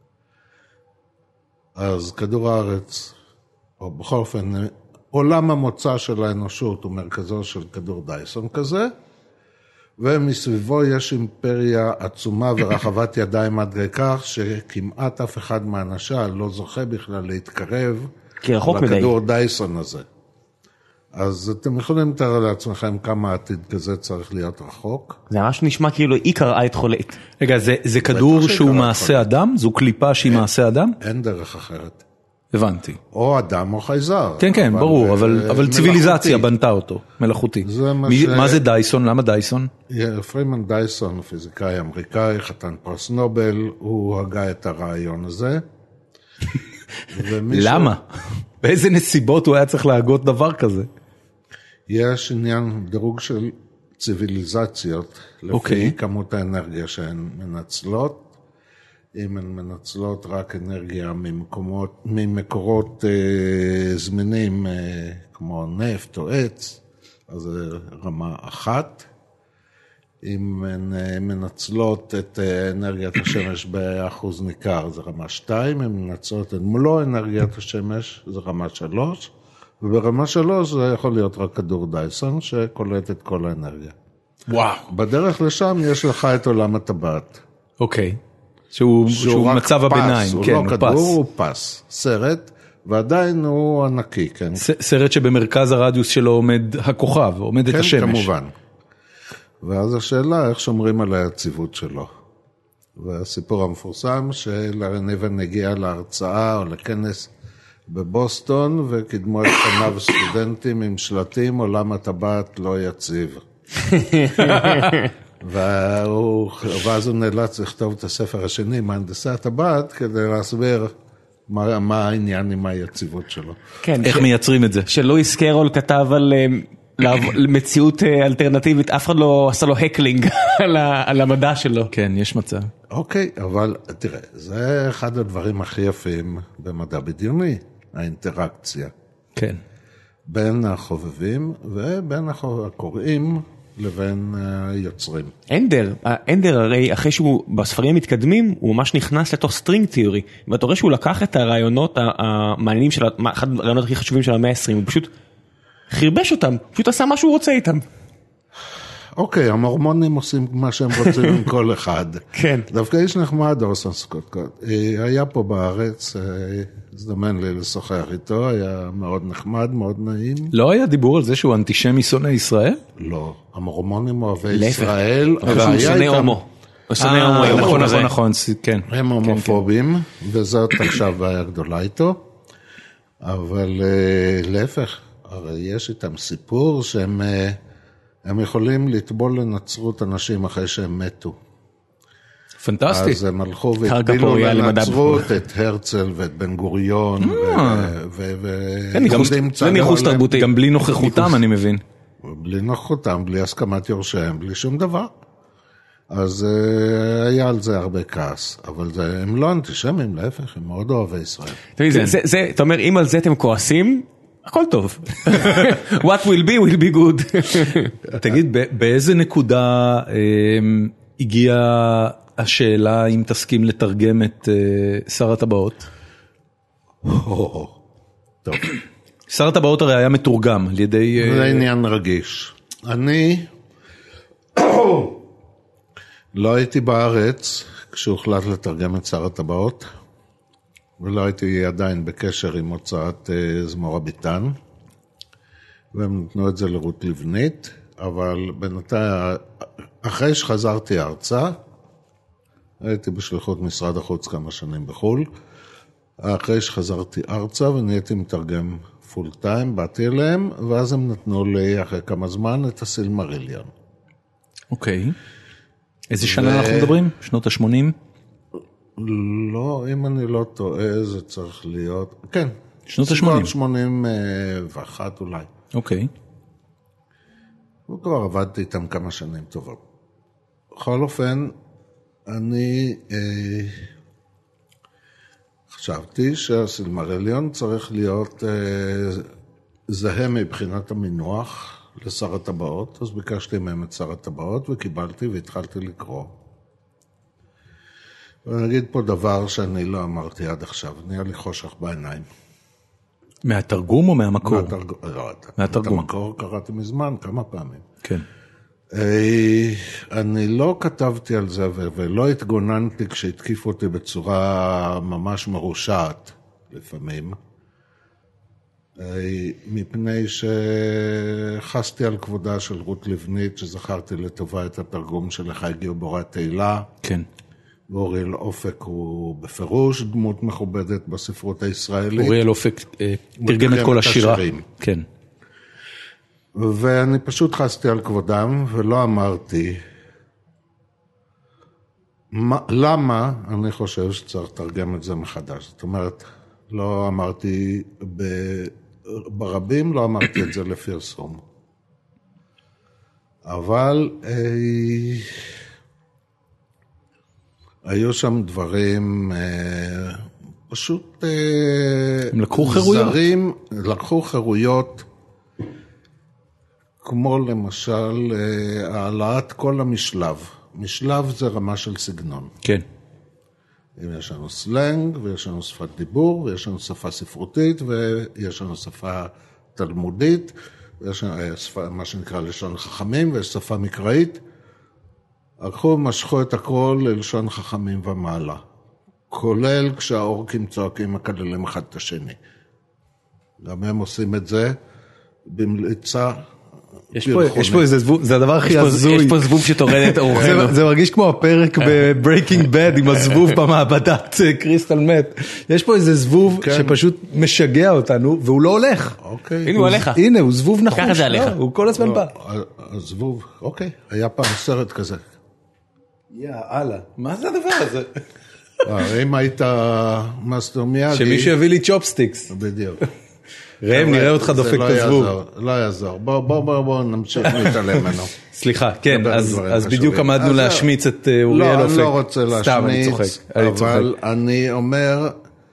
[SPEAKER 3] אז כדור הארץ, או בכל אופן, עולם המוצא של האנושות הוא מרכזו של כדור דייסון כזה, ומסביבו יש אימפריה עצומה ורחבת ידיים עד כך שכמעט אף אחד מהאנשיה לא זוכה בכלל להתקרב לכדור דייסון הזה. אז אתם יכולים לתאר לעצמכם כמה עתיד כזה צריך להיות רחוק.
[SPEAKER 2] זה ממש נשמע כאילו היא קראה את חולית.
[SPEAKER 1] רגע, זה כדור שהוא מעשה אדם? זו קליפה שהיא מעשה אדם?
[SPEAKER 3] אין דרך אחרת.
[SPEAKER 1] הבנתי.
[SPEAKER 3] או אדם או חייזר.
[SPEAKER 1] כן, כן, ברור, אבל ציוויליזציה בנתה אותו, מלאכותי. מה זה דייסון? למה דייסון?
[SPEAKER 3] פרימן דייסון, פיזיקאי אמריקאי, חתן פרס נובל, הוא הגה את הרעיון הזה.
[SPEAKER 1] למה? באיזה נסיבות הוא היה צריך להגות דבר כזה?
[SPEAKER 3] יש עניין דירוג של ציוויליזציות, לפי כמות האנרגיה שהן מנצלות. אם הן מנצלות רק אנרגיה ממקורות זמינים, כמו נפט או עץ, אז זה רמה 1. אם הן מנצלות את אנרגיית השמש באחוז ניכר, זה רמה 2. אם מנצלות את מלוא אנרגיית השמש, זה רמה 3. וברמה 3 זה יכול להיות רק כדור דייסון, שקולט את כל האנרגיה.
[SPEAKER 1] וואו.
[SPEAKER 3] בדרך לשם יש לך את עולם הטבעת.
[SPEAKER 1] אוקיי. שהוא מצב הביניים.
[SPEAKER 3] הוא לא כדור, הוא פס. סרט, ועדיין הוא ענקי, כן.
[SPEAKER 1] סרט שבמרכז הרדיוס שלו עומד הכוכב, עומד את השמש.
[SPEAKER 3] כן, כמובן. ואז השאלה, איך שומרים על היציבות שלו? והסיפור המפורסם של ארניבן הגיע להרצאה או לכנס בבוסטון, וקידמו את פניו סטודנטים עם שלטים, עולם הטבעת לא יציב. ואז הוא נאלץ לכתוב את הספר השני, מהנדסי הטבעת, כדי להסביר מה העניין עם היציבות שלו.
[SPEAKER 1] איך מייצרים את זה?
[SPEAKER 2] שלואיס קרול כתב על למציאות אלטרנטיבית, אף אחד לא עשה לו הקלינג על המדע שלו.
[SPEAKER 1] כן, יש מצב.
[SPEAKER 3] אוקיי, אבל תראה, זה אחד הדברים הכי יפים במדע בדיוני, האינטראקציה.
[SPEAKER 1] כן.
[SPEAKER 3] בין החובבים ובין הקוראים לבין היוצרים.
[SPEAKER 2] אנדר הרי אחרי שהוא בספרים מתקדמים, הוא ממש נכנס לתוך סטרינג תיאורי, ואתה רואה שהוא לקח את הרעיונות המעניינים של, אחד הרעיונות הכי חשובים של המאה ה-20, הוא פשוט חרבש אותם, פשוט עשה מה שהוא רוצה איתם.
[SPEAKER 3] אוקיי, המורמונים עושים מה שהם רוצים עם כל אחד.
[SPEAKER 2] כן.
[SPEAKER 3] דווקא איש נחמד, אורסון סקוט. היה פה בארץ, הזדמן לי לשוחח איתו, היה מאוד נחמד, מאוד נעים.
[SPEAKER 1] לא היה דיבור על זה שהוא אנטישמי שונא ישראל?
[SPEAKER 3] לא, המורמונים אוהבי ישראל.
[SPEAKER 2] הוא שונא הומו. הוא שונא הומו.
[SPEAKER 1] נכון, כן.
[SPEAKER 3] הם הומופובים, וזאת עכשיו בעיה גדולה איתו. אבל להפך, הרי יש איתם סיפור שהם... הם יכולים לטבול לנצרות אנשים אחרי שהם מתו.
[SPEAKER 1] פנטסטי.
[SPEAKER 3] אז הם הלכו והטבילו לנצרות את הרצל ואת בן גוריון,
[SPEAKER 2] זה ניחוס תרבותי.
[SPEAKER 1] גם בלי נוכחותם, אני מבין.
[SPEAKER 3] בלי נוכחותם, בלי הסכמת יורשיהם, בלי שום דבר. אז היה על זה הרבה כעס, אבל הם לא אנטישמים, להפך, הם מאוד אוהבי ישראל.
[SPEAKER 2] אתה אומר, אם על זה אתם כועסים, הכל טוב. What will be good.
[SPEAKER 1] תגיד, באיזה נקודה הגיעה השאלה אם תסכים לתרגם את שר הטבעות?
[SPEAKER 3] טוב.
[SPEAKER 1] שר הטבעות הרי היה מתורגם על ידי...
[SPEAKER 3] זה עניין רגיש. אני לא הייתי בארץ כשהוחלט לתרגם את שר הטבעות. ולא הייתי עדיין בקשר עם הוצאת זמור הביטן, והם נתנו את זה לרות לבנית, אבל בינתיים, אחרי שחזרתי ארצה, הייתי בשליחות משרד החוץ כמה שנים בחול, אחרי שחזרתי ארצה ונהייתי מתרגם פול טיים, באתי אליהם, ואז הם נתנו לי אחרי כמה זמן את הסילמריליון.
[SPEAKER 1] אוקיי. איזה שנה אנחנו מדברים? שנות ה-80?
[SPEAKER 3] לא, אם אני לא טועה, זה צריך להיות, כן.
[SPEAKER 1] שנות ה-80.
[SPEAKER 3] 81 אולי.
[SPEAKER 1] אוקיי.
[SPEAKER 3] וכבר עבדתי איתם כמה שנים טובות. בכל אופן, אני חשבתי שהסילמריליון צריך להיות זהה מבחינת המינוח לשר הטבעות, אז ביקשתי מהם את שר הטבעות וקיבלתי והתחלתי לקרוא. ואני אגיד פה דבר שאני לא אמרתי עד עכשיו, נהיה לי חושך בעיניים.
[SPEAKER 1] מהתרגום או מהמקור?
[SPEAKER 3] מהתרגום. את המקור קראתי מזמן, כמה פעמים.
[SPEAKER 1] כן.
[SPEAKER 3] אני לא כתבתי על זה ולא התגוננתי כשהתקיפו אותי בצורה ממש מרושעת לפעמים, מפני שחסתי על כבודה של רות לבנית, שזכרתי לטובה את התרגום של איך הגיעו בורא התהילה.
[SPEAKER 1] כן.
[SPEAKER 3] ואוריאל אופק הוא בפירוש דמות מכובדת בספרות הישראלית.
[SPEAKER 1] אוריאל אופק תרגם את כל השירה. כן.
[SPEAKER 3] ואני פשוט חסתי על כבודם ולא אמרתי למה אני חושב שצריך לתרגם את זה מחדש. זאת אומרת, לא אמרתי ברבים, לא אמרתי את זה לפרסום. אבל היו שם דברים פשוט
[SPEAKER 1] הם לקחו חירויות.
[SPEAKER 3] זרים, לקחו חירויות, כמו למשל העלאת כל המשלב. משלב זה רמה של סגנון.
[SPEAKER 1] כן.
[SPEAKER 3] יש לנו סלנג, ויש לנו שפת דיבור, ויש לנו שפה ספרותית, ויש לנו שפה תלמודית, ויש לנו מה שנקרא לשון חכמים, ויש שפה מקראית. לקחו ומשכו את הכל ללשון חכמים ומעלה, כולל כשהאורקים צועקים מקללים אחד את השני. גם הם עושים את זה במליצה.
[SPEAKER 1] יש פה איזה זבוב, זה הדבר הכי הזוי.
[SPEAKER 2] יש פה זבוב שתורד את אורחנו.
[SPEAKER 1] זה מרגיש כמו הפרק בברייקינג בד עם הזבוב במעבדת קריסטל מט. יש פה איזה זבוב שפשוט משגע אותנו, והוא לא הולך.
[SPEAKER 2] הנה הוא עליך.
[SPEAKER 1] הנה, הוא זבוב נחוש.
[SPEAKER 2] ככה זה עליך.
[SPEAKER 1] הוא כל הזמן בא.
[SPEAKER 3] הזבוב, אוקיי. היה פעם סרט כזה.
[SPEAKER 1] יאללה, מה זה הדבר הזה?
[SPEAKER 3] אם היית מאסטר מיאגי...
[SPEAKER 1] שמישהו יביא לי צ'ופסטיקס.
[SPEAKER 3] בדיוק.
[SPEAKER 1] ראם, נראה אותך דופק את הזבוב.
[SPEAKER 3] לא יעזור, בוא נמשיך להתעלם ממנו.
[SPEAKER 1] סליחה, כן, אז בדיוק עמדנו להשמיץ את אוריאל אופק.
[SPEAKER 3] לא, אני לא רוצה להשמיץ, אבל אני אומר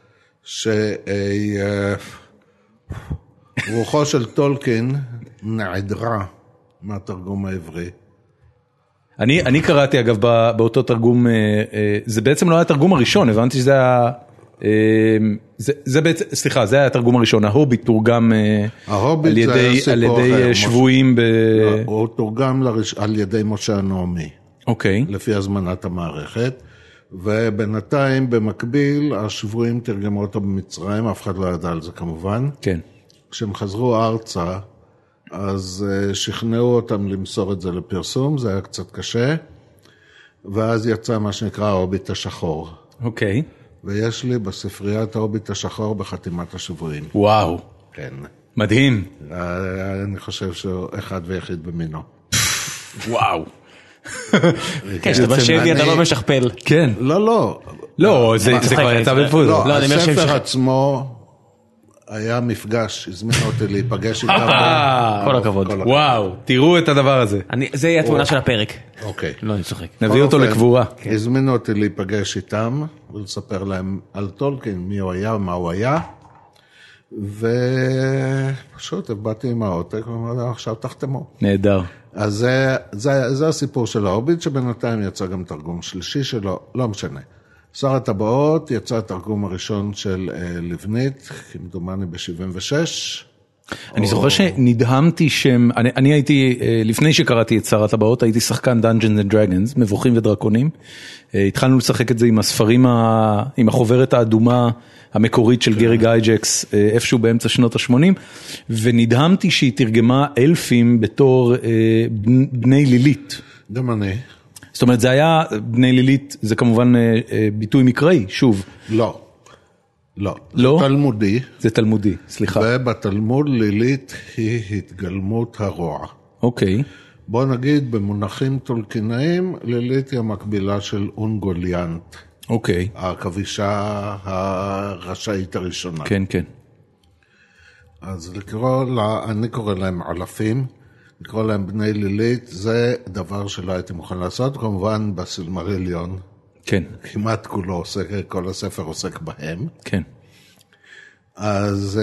[SPEAKER 3] שרוחו של טולקין נעדרה מהתרגום העברי.
[SPEAKER 1] אני קראתי אגב באותו תרגום, זה בעצם לא היה התרגום הראשון, הבנתי שזה היה, זה בעצם, סליחה, זה היה התרגום הראשון, ההוביט תורגם על ידי שבויים
[SPEAKER 3] הוא תורגם על ידי משה הנעמי, לפי הזמנת המערכת, ובינתיים במקביל השבויים תרגמו אותו במצרים, אף אחד לא ידע על זה כמובן.
[SPEAKER 1] כן.
[SPEAKER 3] כשהם חזרו ארצה, אז שכנעו אותם למסור את זה לפרסום, זה היה קצת קשה, ואז יצא מה שנקרא ההוביט השחור.
[SPEAKER 1] אוקיי.
[SPEAKER 3] ויש לי בספריית ההוביט השחור בחתימת השבויים.
[SPEAKER 1] וואו.
[SPEAKER 3] כן.
[SPEAKER 1] מדהים.
[SPEAKER 3] אני חושב שהוא אחד ויחיד במינו.
[SPEAKER 1] וואו.
[SPEAKER 2] כן, שאתה בשבי אתה לא משכפל.
[SPEAKER 1] כן.
[SPEAKER 3] לא.
[SPEAKER 1] לא, זה כבר יצא בפוז.
[SPEAKER 3] לא, הספר עצמו היה מפגש, הזמינו אותי להיפגש איתם.
[SPEAKER 2] כל הכבוד.
[SPEAKER 1] וואו, תראו את הדבר הזה.
[SPEAKER 2] זה יהיה התמונה של הפרק.
[SPEAKER 3] אוקיי.
[SPEAKER 2] לא, אני צוחק.
[SPEAKER 1] נביא אותו לקבורה.
[SPEAKER 3] הזמינו אותי להיפגש איתם, ולספר להם על טולקין, מי הוא היה, מה הוא היה, ופשוט באתי עם העותק, ואמרתי, עכשיו תחתמו.
[SPEAKER 1] נהדר.
[SPEAKER 3] אז זה הסיפור של ההוביט, שבינתיים יצא גם תרגום שלישי שלו, לא משנה. שר הטבעות יצא התרגום הראשון של לבנית, כמדומני ב-76.
[SPEAKER 1] אני זוכר שנדהמתי שהם, אני הייתי, לפני שקראתי את שר הטבעות, הייתי שחקן Dungeons and Dragons, מבוכים ודרקונים. התחלנו לשחק את זה עם הספרים, עם החוברת האדומה המקורית של גרי גייג'קס, איפשהו באמצע שנות ה-80, ונדהמתי שהיא תרגמה אלפים בתור בני לילית.
[SPEAKER 3] גם אני.
[SPEAKER 1] זאת אומרת, זה היה, בני לילית, זה כמובן ביטוי מקראי, שוב.
[SPEAKER 3] לא.
[SPEAKER 1] לא?
[SPEAKER 3] זה תלמודי.
[SPEAKER 1] זה תלמודי, סליחה.
[SPEAKER 3] ובתלמוד לילית היא התגלמות הרוע.
[SPEAKER 1] אוקיי.
[SPEAKER 3] בוא נגיד, במונחים טולקינאים, לילית היא המקבילה של אונגוליאנט.
[SPEAKER 1] אוקיי.
[SPEAKER 3] הכבישה הרשאית הראשונה.
[SPEAKER 1] כן, כן.
[SPEAKER 3] אז אני קורא להם אלפים. לקרוא להם בני לילית, זה דבר שלא הייתי מוכן לעשות, כמובן בסילמריליון.
[SPEAKER 1] כן.
[SPEAKER 3] כמעט כולו עוסק, כל הספר עוסק בהם.
[SPEAKER 1] כן.
[SPEAKER 3] אז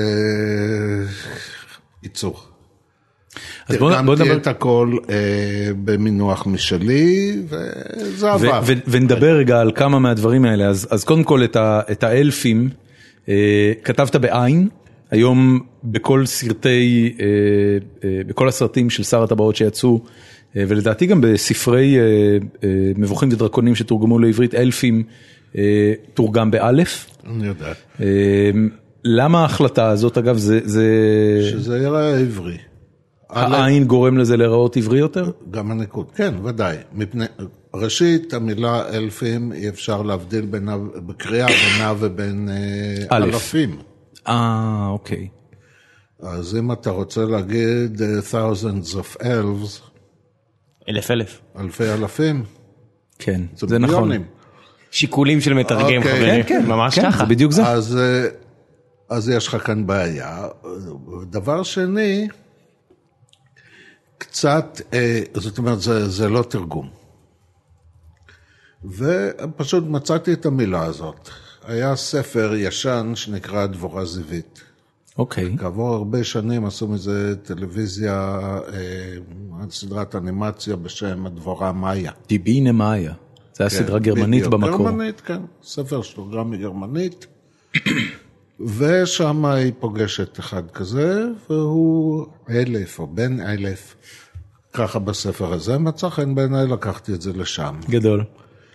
[SPEAKER 3] ייצור.
[SPEAKER 1] אז בוא נדבר...
[SPEAKER 3] תרגמתי את הכל במינוח משלי, וזה עבר.
[SPEAKER 1] ונדבר רגע על כמה מהדברים האלה. אז קודם כל את האלפים, כתבת בעין, היום בכל סרטי, בכל הסרטים של שר הטבעות שיצאו, ולדעתי גם בספרי מבוכים ודרקונים שתורגמו לעברית, אלפים תורגם באלף.
[SPEAKER 3] אני יודע.
[SPEAKER 1] למה ההחלטה הזאת, אגב,
[SPEAKER 3] שזה יראה עברי.
[SPEAKER 1] העין גורם לזה להיראות עברי יותר?
[SPEAKER 3] גם הניקוד, כן, ודאי. ראשית, המילה אלפים, אי אפשר להבדיל בקריאה בינה ובין אלפים.
[SPEAKER 1] אוקיי.
[SPEAKER 3] אז אם אתה רוצה להגיד thousands of elves, אלפי אלפים,
[SPEAKER 1] כן, זה נכון.
[SPEAKER 2] שיקולים של מתרגם, חברים.
[SPEAKER 1] כן,
[SPEAKER 2] ממש
[SPEAKER 1] ככה. זה בדיוק זה.
[SPEAKER 3] אז יש לך כאן בעיה. דבר שני, קצת, זאת אומרת, זה לא תרגום. ופשוט מצאתי את המילה הזאת. היה ספר ישן שנקרא דבורה זיווית.
[SPEAKER 1] אוקיי.
[SPEAKER 3] כעבור הרבה שנים עשו מזה טלוויזיה, סדרת אנימציה בשם הדבורה מאיה.
[SPEAKER 1] דיבינה מאיה. זה היה סדרה גרמנית במקור.
[SPEAKER 3] גרמנית, כן. ספר שתורגם מגרמנית. ושם היא פוגשת אחד כזה, והוא 1000 או בן 1000. ככה בספר הזה. מצא חן בעיניי, לקחתי את זה לשם.
[SPEAKER 1] גדול.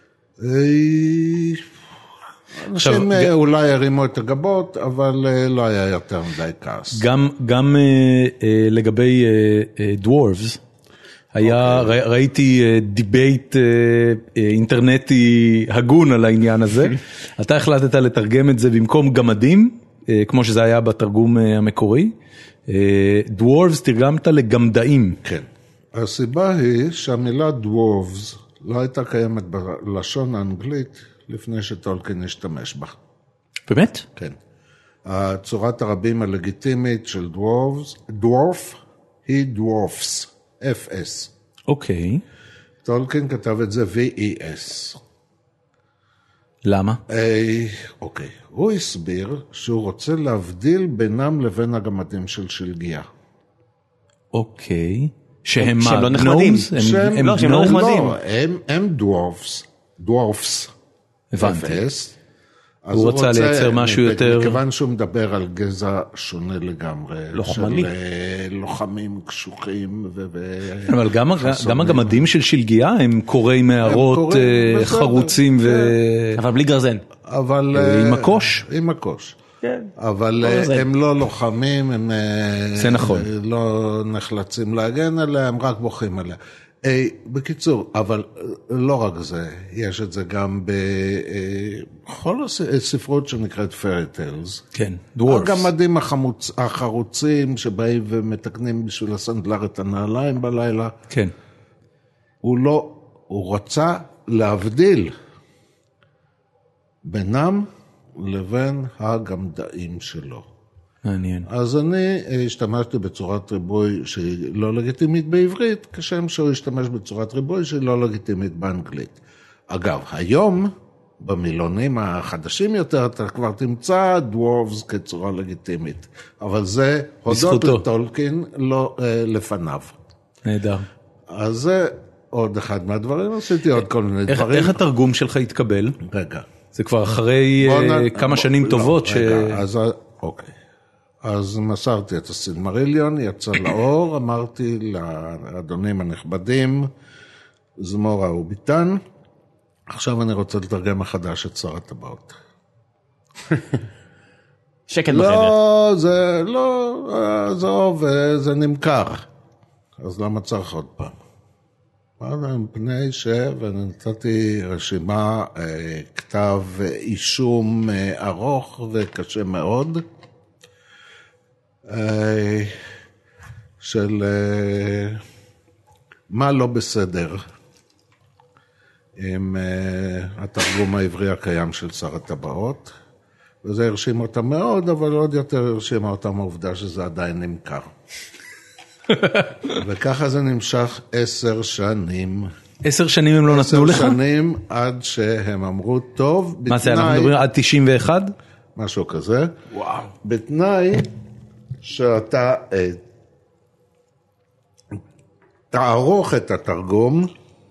[SPEAKER 3] אנשים אולי הרימו את הגבות, אבל לא היה יותר מדי כעס.
[SPEAKER 1] גם לגבי דוורבס, ראיתי דיבייט אינטרנטי הגון על העניין הזה. אתה החלטת לתרגם את זה במקום גמדים, כמו שזה היה בתרגום המקורי. דוורבס תרגמת לגמדאים.
[SPEAKER 3] כן. הסיבה היא שהמילה דוורבס לא הייתה קיימת בלשון האנגלית, לפני שטולקין השתמש בה.
[SPEAKER 1] באמת?
[SPEAKER 3] כן. צורת הרבים הלגיטימית של דוורף היא דוורפס, FS.
[SPEAKER 1] אוקיי.
[SPEAKER 3] טולקין כתב את זה VES.
[SPEAKER 1] למה?
[SPEAKER 3] אוקיי. הוא הסביר שהוא רוצה להבדיל בינם לבין הגמדים של שלגיה.
[SPEAKER 1] אוקיי. שהם
[SPEAKER 2] לא נחמדים.
[SPEAKER 1] הם
[SPEAKER 2] לא, שהם לא נחמדים.
[SPEAKER 3] לא, הם דוורפס.
[SPEAKER 1] הבנתי.
[SPEAKER 3] FS.
[SPEAKER 1] הוא רוצה לייצר משהו יותר...
[SPEAKER 3] מכיוון שהוא מדבר על גזע שונה לגמרי.
[SPEAKER 2] לוחמני.
[SPEAKER 3] של לוחמים קשוחים
[SPEAKER 1] אבל גם הגמדים של שלגיה הם קוראי מערות חרוצים
[SPEAKER 2] אבל בלי גרזן.
[SPEAKER 3] אבל...
[SPEAKER 1] עם הקוש.
[SPEAKER 3] עם הקוש. אבל הם לא לוחמים, הם לא נחלצים להגן עליה, הם רק בוכים עליה. בקיצור, אבל לא רק זה, יש את זה גם בכל הספרות שנקראת Fairy Tales.
[SPEAKER 1] כן, דוורפס.
[SPEAKER 3] הגמדים החרוצים שבאים ומתקנים בשביל הסנדלר את הנעליים בלילה.
[SPEAKER 1] כן.
[SPEAKER 3] הוא רצה להבדיל בינם לבין הגמדאים שלו.
[SPEAKER 1] מעניין.
[SPEAKER 3] אז אני השתמשתי בצורת ריבוי שהיא לא לגיטימית בעברית, כשם שהוא השתמש בצורת ריבוי שהיא לא לגיטימית באנגלית. אגב, היום, במילונים החדשים יותר, אתה כבר תמצא דוורפס כצורה לגיטימית. אבל זה הודות לטולקין, לא לפניו.
[SPEAKER 1] נהדר.
[SPEAKER 3] אז זה עוד אחד מהדברים, עשיתי עוד כל מיני דברים.
[SPEAKER 1] איך התרגום שלך התקבל?
[SPEAKER 3] רגע.
[SPEAKER 1] זה כבר אחרי כמה שנים טובות ש...
[SPEAKER 3] רגע, אז אוקיי. אז מסרתי את הסילמריליון, יצא לאור, אמרתי לאדונים הנכבדים, זמורה וביטן, עכשיו אני רוצה לתרגם מחדש את שר הטבעות.
[SPEAKER 2] שקט בחדר.
[SPEAKER 3] לא, זה לא, זה נמכר. אז למה צריך עוד פעם? מפני ואני נתתי רשימה, כתב אישום ארוך וקשה מאוד, של מה לא בסדר עם התרגום העברי הקיים של שר הטבעות, וזה הרשים אותם מאוד, אבל עוד יותר הרשימה אותם העובדה שזה עדיין נמכר. וככה זה נמשך 10 שנים.
[SPEAKER 1] 10 שנים הם לא נתנו לך?
[SPEAKER 3] 10 שנים עד שהם אמרו, טוב, בתנאי...
[SPEAKER 1] מה זה, אנחנו מדברים עד 91?
[SPEAKER 3] משהו כזה.
[SPEAKER 1] וואו.
[SPEAKER 3] בתנאי שאתה תערוך את התרגום,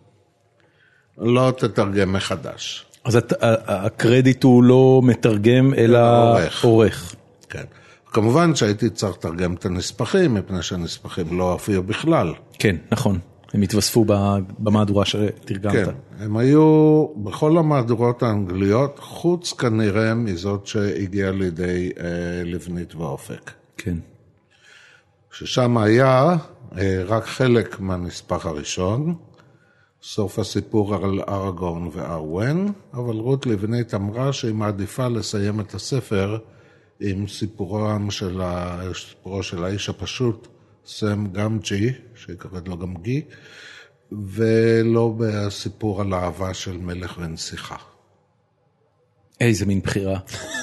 [SPEAKER 3] לא תתרגם מחדש.
[SPEAKER 1] אז הקרדיט הוא לא מתרגם, אלא עורך.
[SPEAKER 3] כן. כמובן שהייתי צריך לתרגם את הנספחים, מפני שהנספחים לא הופיעו בכלל.
[SPEAKER 1] כן, נכון. הם התווספו במהדורה שתרגמת.
[SPEAKER 3] כן, הם היו בכל המהדורות האנגליות, חוץ כנראה מזאת שהגיעה לידי לבנית ואופק.
[SPEAKER 1] כן.
[SPEAKER 3] ששם היה רק חלק מהנספח הראשון, סוף הסיפור על ארגורן וארוון, אבל רות לבנית אמרה שהיא מעדיפה לסיים את הספר עם סיפורו של האיש הפשוט, סם גמג'י, שקראת לו גם גי, ולא בסיפור על האהבה של מלך ונסיכה.
[SPEAKER 1] איזה מין בחירה.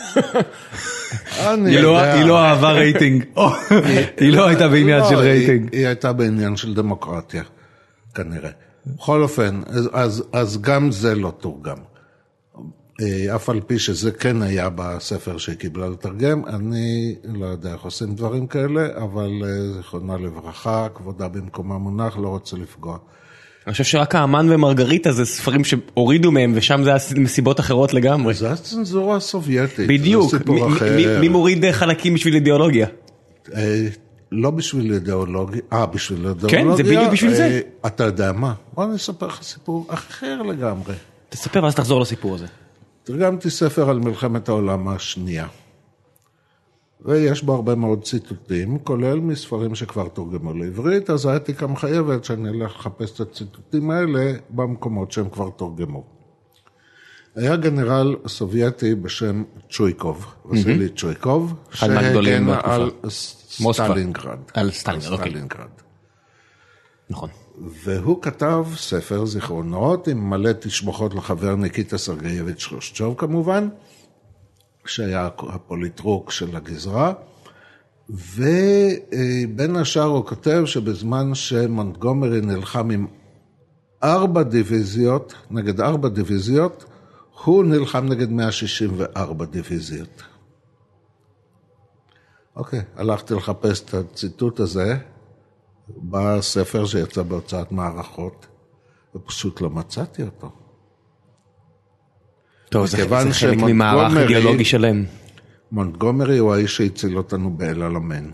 [SPEAKER 3] היא
[SPEAKER 1] לא אהבה רייטינג. היא לא הייתה בעניין של רייטינג.
[SPEAKER 3] היא הייתה בעניין של דמוקרטיה, כנראה. בכל אופן, אז גם זה לא תורגם. אף על פי שזה כן היה בספר שהיא קיבלה לתרגם, אני לא יודע איך עושים דברים כאלה, אבל זיכרונה לברכה, כבודה במקומה מונח, לא רוצה לפגוע.
[SPEAKER 2] אני חושב שרק האמן ומרגריטה זה ספרים שהורידו מהם, ושם זה היה מסיבות אחרות לגמרי.
[SPEAKER 3] זה הצנזורה הסובייטית.
[SPEAKER 2] בדיוק, מי מוריד חלקים בשביל אידיאולוגיה?
[SPEAKER 3] לא בשביל אידיאולוגיה, בשביל אידיאולוגיה.
[SPEAKER 2] כן, זה בדיוק בשביל זה.
[SPEAKER 3] אתה יודע מה? בוא אני אספר לך סיפור אחר לגמרי.
[SPEAKER 2] תספר ואז תחזור לסיפור הזה.
[SPEAKER 3] תרגמתי ספר על מלחמת העולם השנייה, ויש בו הרבה מאוד ציטוטים, כולל מספרים שכבר תורגמו לעברית, אז האתיקה מחייבת שאני אלך לחפש את הציטוטים האלה במקומות שהם כבר תורגמו. היה גנרל סובייטי בשם צ'ויקוב, וסילי צ'ויקוב, שהגן על סטלינגרד.
[SPEAKER 2] על סטלינגרד. נכון.
[SPEAKER 3] והוא כתב ספר זיכרונות עם מלא תשבחות לחבר ניקיטה סרגייביץ' חרושצ'וב כמובן, שהיה הפוליטרוק של הגזרה, ובין השאר הוא כותב שבזמן שמונטגומרי נלחם עם 4 דיוויזיות, נגד 4 דיוויזיות, הוא נלחם נגד 164 דיוויזיות. אוקיי, הלכתי לחפש את הציטוט הזה בספר שיצא בהוצאת מערכות, ופשוט לא מצאתי אותו.
[SPEAKER 2] טוב, זה חלק ממערך אידיאולוגי שלם.
[SPEAKER 3] מונטגומרי הוא האיש שהציל אותנו באל עלמיין.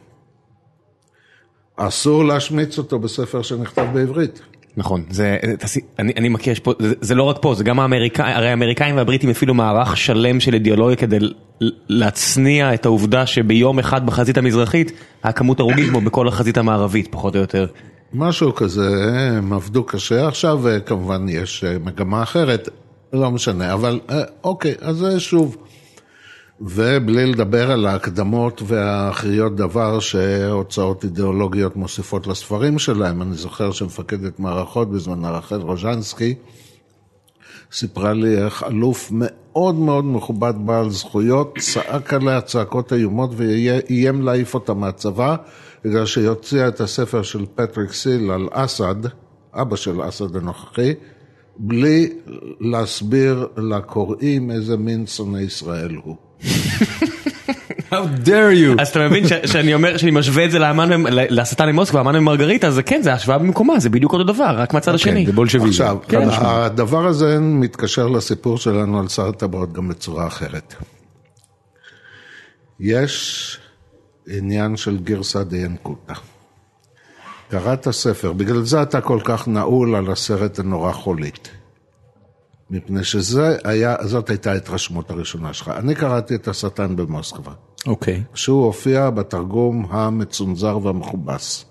[SPEAKER 3] אסור להשמיץ אותו בספר שנכתב בעברית.
[SPEAKER 2] נכון, אני מכיר, זה לא רק פה, זה גם הרי האמריקאים והבריטים אפילו מערך שלם של אידיאולוגיה כדי להצניע את העובדה שביום אחד בחזית המזרחית, הכמות הרוגית כמו בכל החזית המערבית, פחות או יותר.
[SPEAKER 3] משהו כזה, הם עבדו קשה, עכשיו כמובן יש מגמה אחרת, לא משנה, אבל אוקיי, אז זה שוב. ובלי לדבר על ההקדמות והאחריות דבר שהוצאות אידיאולוגיות מוסיפות לספרים שלהם. אני זוכר שמפקדת מערכות בזמן רחל רוז'נסקי, סיפרה לי איך אלוף מאוד מאוד מכובד בעל זכויות, צעק עליה צעקות איומות ואיים להעיף אותה מהצבא, בגלל שיוציאה את הספר של פטריק סיל על אסד, אבא של אסד הנוכחי, בלי להסביר לקוראים איזה מין שונא ישראל הוא.
[SPEAKER 2] How dare you. אז אתה מבין שאני אומר, שאני משווה את זה לשטן ממוסקבה, האמן ממרגריטה, אז כן, זה השוואה במקומה, זה בדיוק אותו דבר, רק מהצד השני.
[SPEAKER 3] עכשיו, הדבר הזה מתקשר לסיפור שלנו על שר הטבעות גם בצורה אחרת. יש עניין של גרסא דינקותא. קראת הספר, בגלל זה אתה כל כך נעול על הסרט הנורא חולית. מפני זאת הייתה ההתרשמות הראשונה שלך. אני קראתי את השטן במוסקבה.
[SPEAKER 1] אוקיי.
[SPEAKER 3] שהוא הופיע בתרגום המצונזר והמכובס.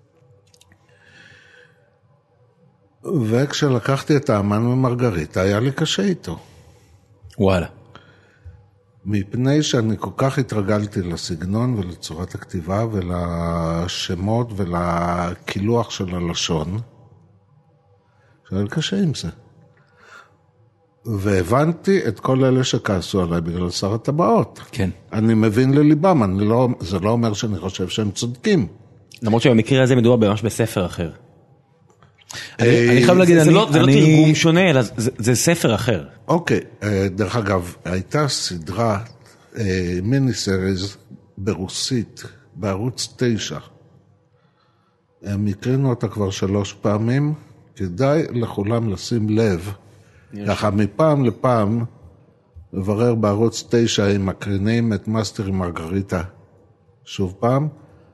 [SPEAKER 3] וכשלקחתי את האמן ממרגריטה, היה לי קשה איתו.
[SPEAKER 1] וואלה.
[SPEAKER 3] מפני שאני כל כך התרגלתי לסגנון ולצורת הכתיבה ולשמות ולקילוח של הלשון, שהיה לי קשה עם זה. והבנתי את כל אלה שכעסו עליי בגלל שר הטבעות.
[SPEAKER 1] כן.
[SPEAKER 3] אני מבין לליבם, זה לא אומר שאני חושב שהם צודקים.
[SPEAKER 2] למרות שבמקרה הזה מדובר ממש בספר אחר.
[SPEAKER 1] אני חייב להגיד,
[SPEAKER 2] זה לא תרגום שונה, אלא זה ספר אחר.
[SPEAKER 3] אוקיי, דרך אגב, הייתה סדרה מיני סריז ברוסית, בערוץ 9. הם הקרינו אותה כבר 3 פעמים, כדאי לכולם לשים לב, ככה מפעם לפעם, לברר בערוץ 9 אם מקרינים את מאסטר עם מרגריטה. שוב פעם,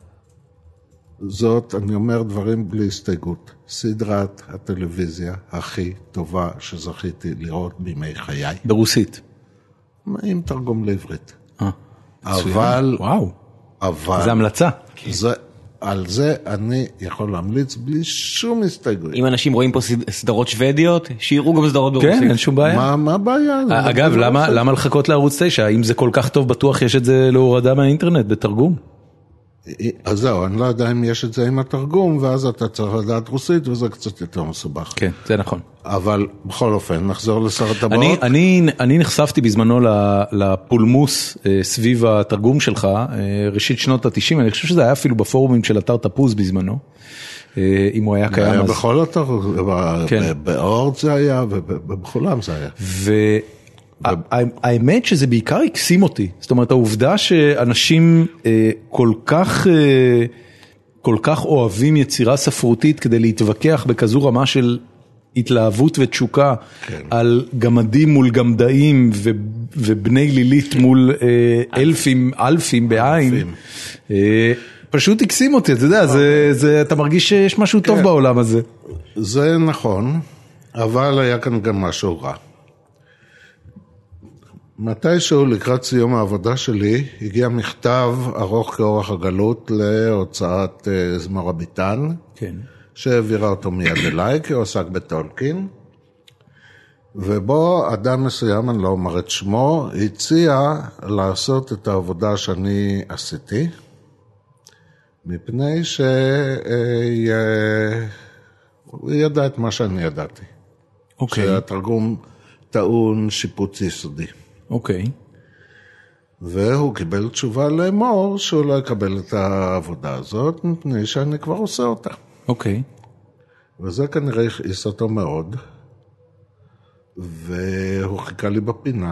[SPEAKER 3] זאת, אני אומר דברים בלי הסתייגות, סדרת הטלוויזיה הכי טובה שזכיתי לראות בימי חיי.
[SPEAKER 1] ברוסית.
[SPEAKER 3] עם תרגום לעברית.
[SPEAKER 1] אבל... וואו.
[SPEAKER 3] אבל...
[SPEAKER 1] זה המלצה.
[SPEAKER 3] על זה אני יכול להמליץ בלי שום הסתייגות.
[SPEAKER 2] אם אנשים רואים פה סדרות שוודיות, שיראו גם סדרות ברוסית.
[SPEAKER 1] כן, אין שום בעיה.
[SPEAKER 3] מה הבעיה?
[SPEAKER 1] אגב, למה לחכות לערוץ 9? אם זה כל כך טוב, בטוח יש את זה להורדה מהאינטרנט, בתרגום.
[SPEAKER 3] אז זהו, אני לא יודע אם יש את זה עם התרגום, ואז אתה צריך לדעת רוסית, וזה קצת יותר מסובך.
[SPEAKER 1] כן, זה נכון.
[SPEAKER 3] אבל בכל אופן, נחזור לשר הטבעות.
[SPEAKER 1] אני נחשפתי בזמנו לפולמוס סביב התרגום שלך, ראשית שנות ה-90, אני חושב שזה היה אפילו בפורומים של אתר תפוז בזמנו, אם הוא היה קיים אז.
[SPEAKER 3] בכל אתר, באורד זה היה, ובכולם זה היה.
[SPEAKER 1] האמת שזה בעיקר הקסים אותי, זאת אומרת העובדה שאנשים כל כך אוהבים יצירה ספרותית כדי להתווכח בכזו רמה של התלהבות ותשוקה על גמדים מול גמדאים ובני לילית מול אלפים בעין, פשוט הקסים אותי, אתה יודע, אתה מרגיש שיש משהו טוב בעולם הזה.
[SPEAKER 3] זה נכון, אבל היה כאן גם משהו רע. מתישהו לקראת סיום העבודה שלי, הגיע מכתב ארוך כאורך הגלות להוצאת זמר הביטן,
[SPEAKER 1] כן.
[SPEAKER 3] שהעבירה אותו מיד אליי, כי הוא עסק בטולקין, ובו אדם מסוים, אני לא אומר את שמו, הציע לעשות את העבודה שאני עשיתי, מפני שהוא ידע את מה שאני ידעתי.
[SPEAKER 1] אוקיי.
[SPEAKER 3] שהתרגום טעון שיפוץ יסודי.
[SPEAKER 1] אוקיי.
[SPEAKER 3] והוא קיבל תשובה לאמור שהוא לא יקבל את העבודה הזאת, מפני שאני כבר עושה אותה.
[SPEAKER 1] אוקיי.
[SPEAKER 3] וזה כנראה הכעיס אותו מאוד, והוא חיכה לי בפינה,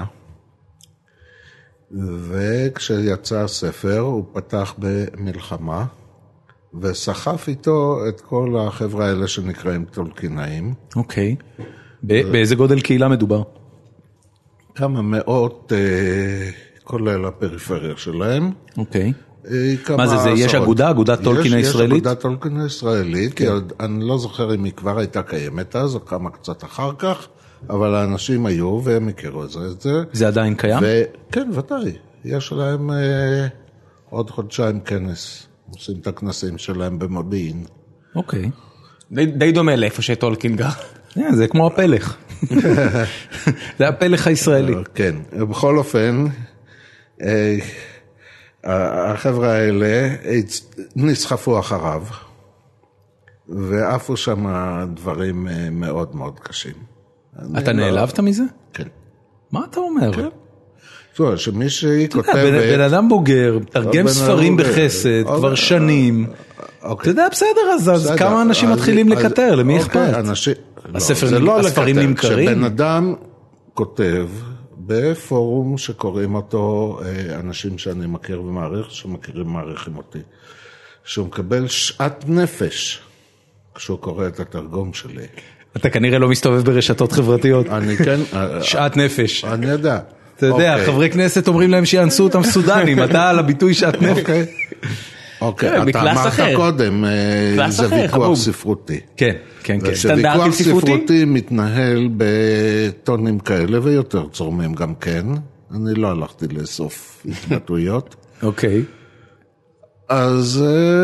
[SPEAKER 3] וכשיצא הספר הוא פתח במלחמה, וסחף איתו את כל החבר'ה האלה שנקראים טולקינאים.
[SPEAKER 1] אוקיי. באיזה גודל קהילה מדובר?
[SPEAKER 3] כמה מאות, כולל הפריפריה שלהם.
[SPEAKER 1] אוקיי. מה זה, יש אגודת טולקין הישראלית?
[SPEAKER 3] יש אגודת טולקין הישראלית, כי אני לא זוכר אם היא כבר הייתה קיימת אז, או כמה קצת אחר כך, אבל האנשים היו והם הכירו את זה.
[SPEAKER 1] זה עדיין קיים?
[SPEAKER 3] כן, ודאי. יש להם עוד חודשיים כנס. עושים את הכנסים שלהם במודיעין.
[SPEAKER 1] אוקיי.
[SPEAKER 2] די דומה לאיפה שטולקין גר.
[SPEAKER 1] זה כמו הפלך. זה הפלך הישראלי.
[SPEAKER 3] כן, בכל אופן, החבר'ה האלה נסחפו אחריו, ועפו שם דברים מאוד מאוד קשים.
[SPEAKER 1] אתה נעלבת מזה?
[SPEAKER 3] כן.
[SPEAKER 1] מה אתה אומר?
[SPEAKER 3] כן. זאת שמישהי כותבת...
[SPEAKER 1] בן אדם בוגר, תרגם ספרים בחסד, כבר שנים. אתה יודע, בסדר, אז כמה אנשים מתחילים לקטר, למי אכפת? הספרים נמכרים.
[SPEAKER 3] כשבן אדם כותב בפורום שקוראים אותו אנשים שאני מכיר ומעריך, שמכירים ומעריכים אותי, שהוא מקבל שאט נפש כשהוא קורא את התרגום שלי.
[SPEAKER 1] אתה כנראה לא מסתובב ברשתות חברתיות.
[SPEAKER 3] אני כן.
[SPEAKER 1] שאט נפש.
[SPEAKER 3] אני יודע.
[SPEAKER 1] אתה יודע, חברי כנסת אומרים להם שיאנסו אותם סודנים, אתה על הביטוי שאט נפש.
[SPEAKER 3] אוקיי, אתה אמרת קודם, זה ויכוח ספרותי.
[SPEAKER 1] כן, כן, כן.
[SPEAKER 3] וויכוח ספרותי מתנהל בטונים כאלה ויותר צורמים גם כן. אני לא הלכתי לאסוף התבטאויות.
[SPEAKER 1] אוקיי.
[SPEAKER 3] אז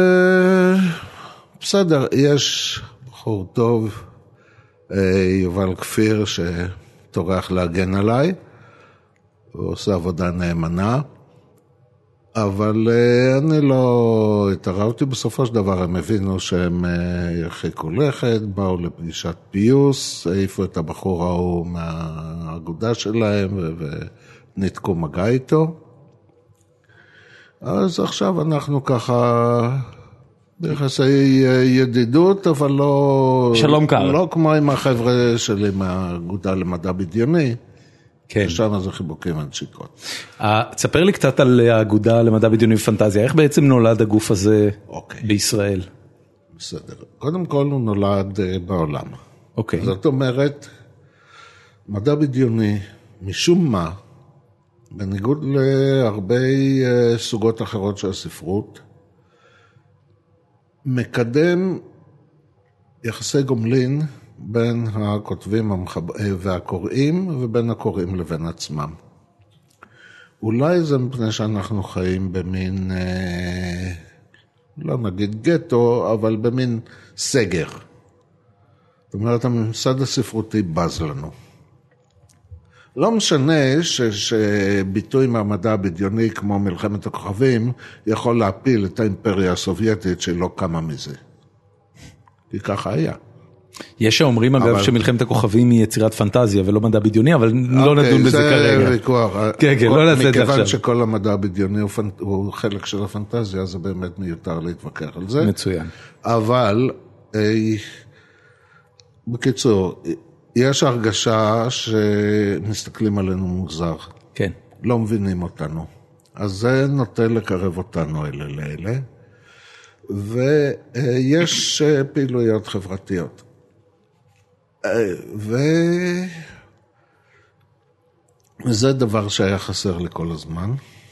[SPEAKER 3] בסדר, יש בחור טוב, יובל כפיר, שטורח להגן עליי, הוא עושה עבודה נאמנה, אבל אני לא התערבתי. בסופו של דבר הם הבינו שהם ירחיקו לכת, באו לפגישת פיוס, העיפו את הבחור ההוא מהאגודה שלהם ונתקו מגע איתו. אז עכשיו אנחנו ככה ביחסי ידידות, אבל לא...
[SPEAKER 2] שלום קר.
[SPEAKER 3] לא כמו עם החבר'ה שלי מהאגודה למדע בדיוני. כן. שם זה חיבוקים ונשיקות.
[SPEAKER 1] תספר לי קצת על האגודה למדע בדיוני ופנטזיה. איך בעצם נולד הגוף הזה בישראל?
[SPEAKER 3] בסדר. קודם כל הוא נולד בעולם.
[SPEAKER 1] אוקיי.
[SPEAKER 3] זאת אומרת, מדע בדיוני, משום מה, בניגוד להרבה סוגות אחרות של הספרות, מקדם יחסי גומלין בין הכותבים והקוראים ובין הקוראים לבין עצמם. אולי זה מפני שאנחנו חיים במין, לא נגיד גטו, אבל במין סגר. זאת אומרת, הממסד הספרותי בז לנו. לא משנה שביטוי מהמדע הבדיוני כמו מלחמת הכוכבים יכול להפיל את האימפריה הסובייטית שלא קמה מזה. כי ככה היה.
[SPEAKER 1] יש שאומרים אגב שמלחמת הכוכבים היא יצירת פנטזיה ולא מדע בדיוני, אבל לא נדון בזה כרגע.
[SPEAKER 3] זה ויכוח.
[SPEAKER 1] כן, כן, לא נעשה את זה עכשיו.
[SPEAKER 3] מכיוון שכל המדע הבדיוני הוא חלק של הפנטזיה, זה באמת מיותר להתווכח על זה.
[SPEAKER 1] מצוין.
[SPEAKER 3] אבל, בקיצור, יש הרגשה שמסתכלים עלינו מוזר.
[SPEAKER 1] כן.
[SPEAKER 3] לא מבינים אותנו. אז זה נוטה לקרב אותנו אלה לאלה. ויש פעילויות חברתיות. וזה דבר שהיה חסר לי כל הזמן.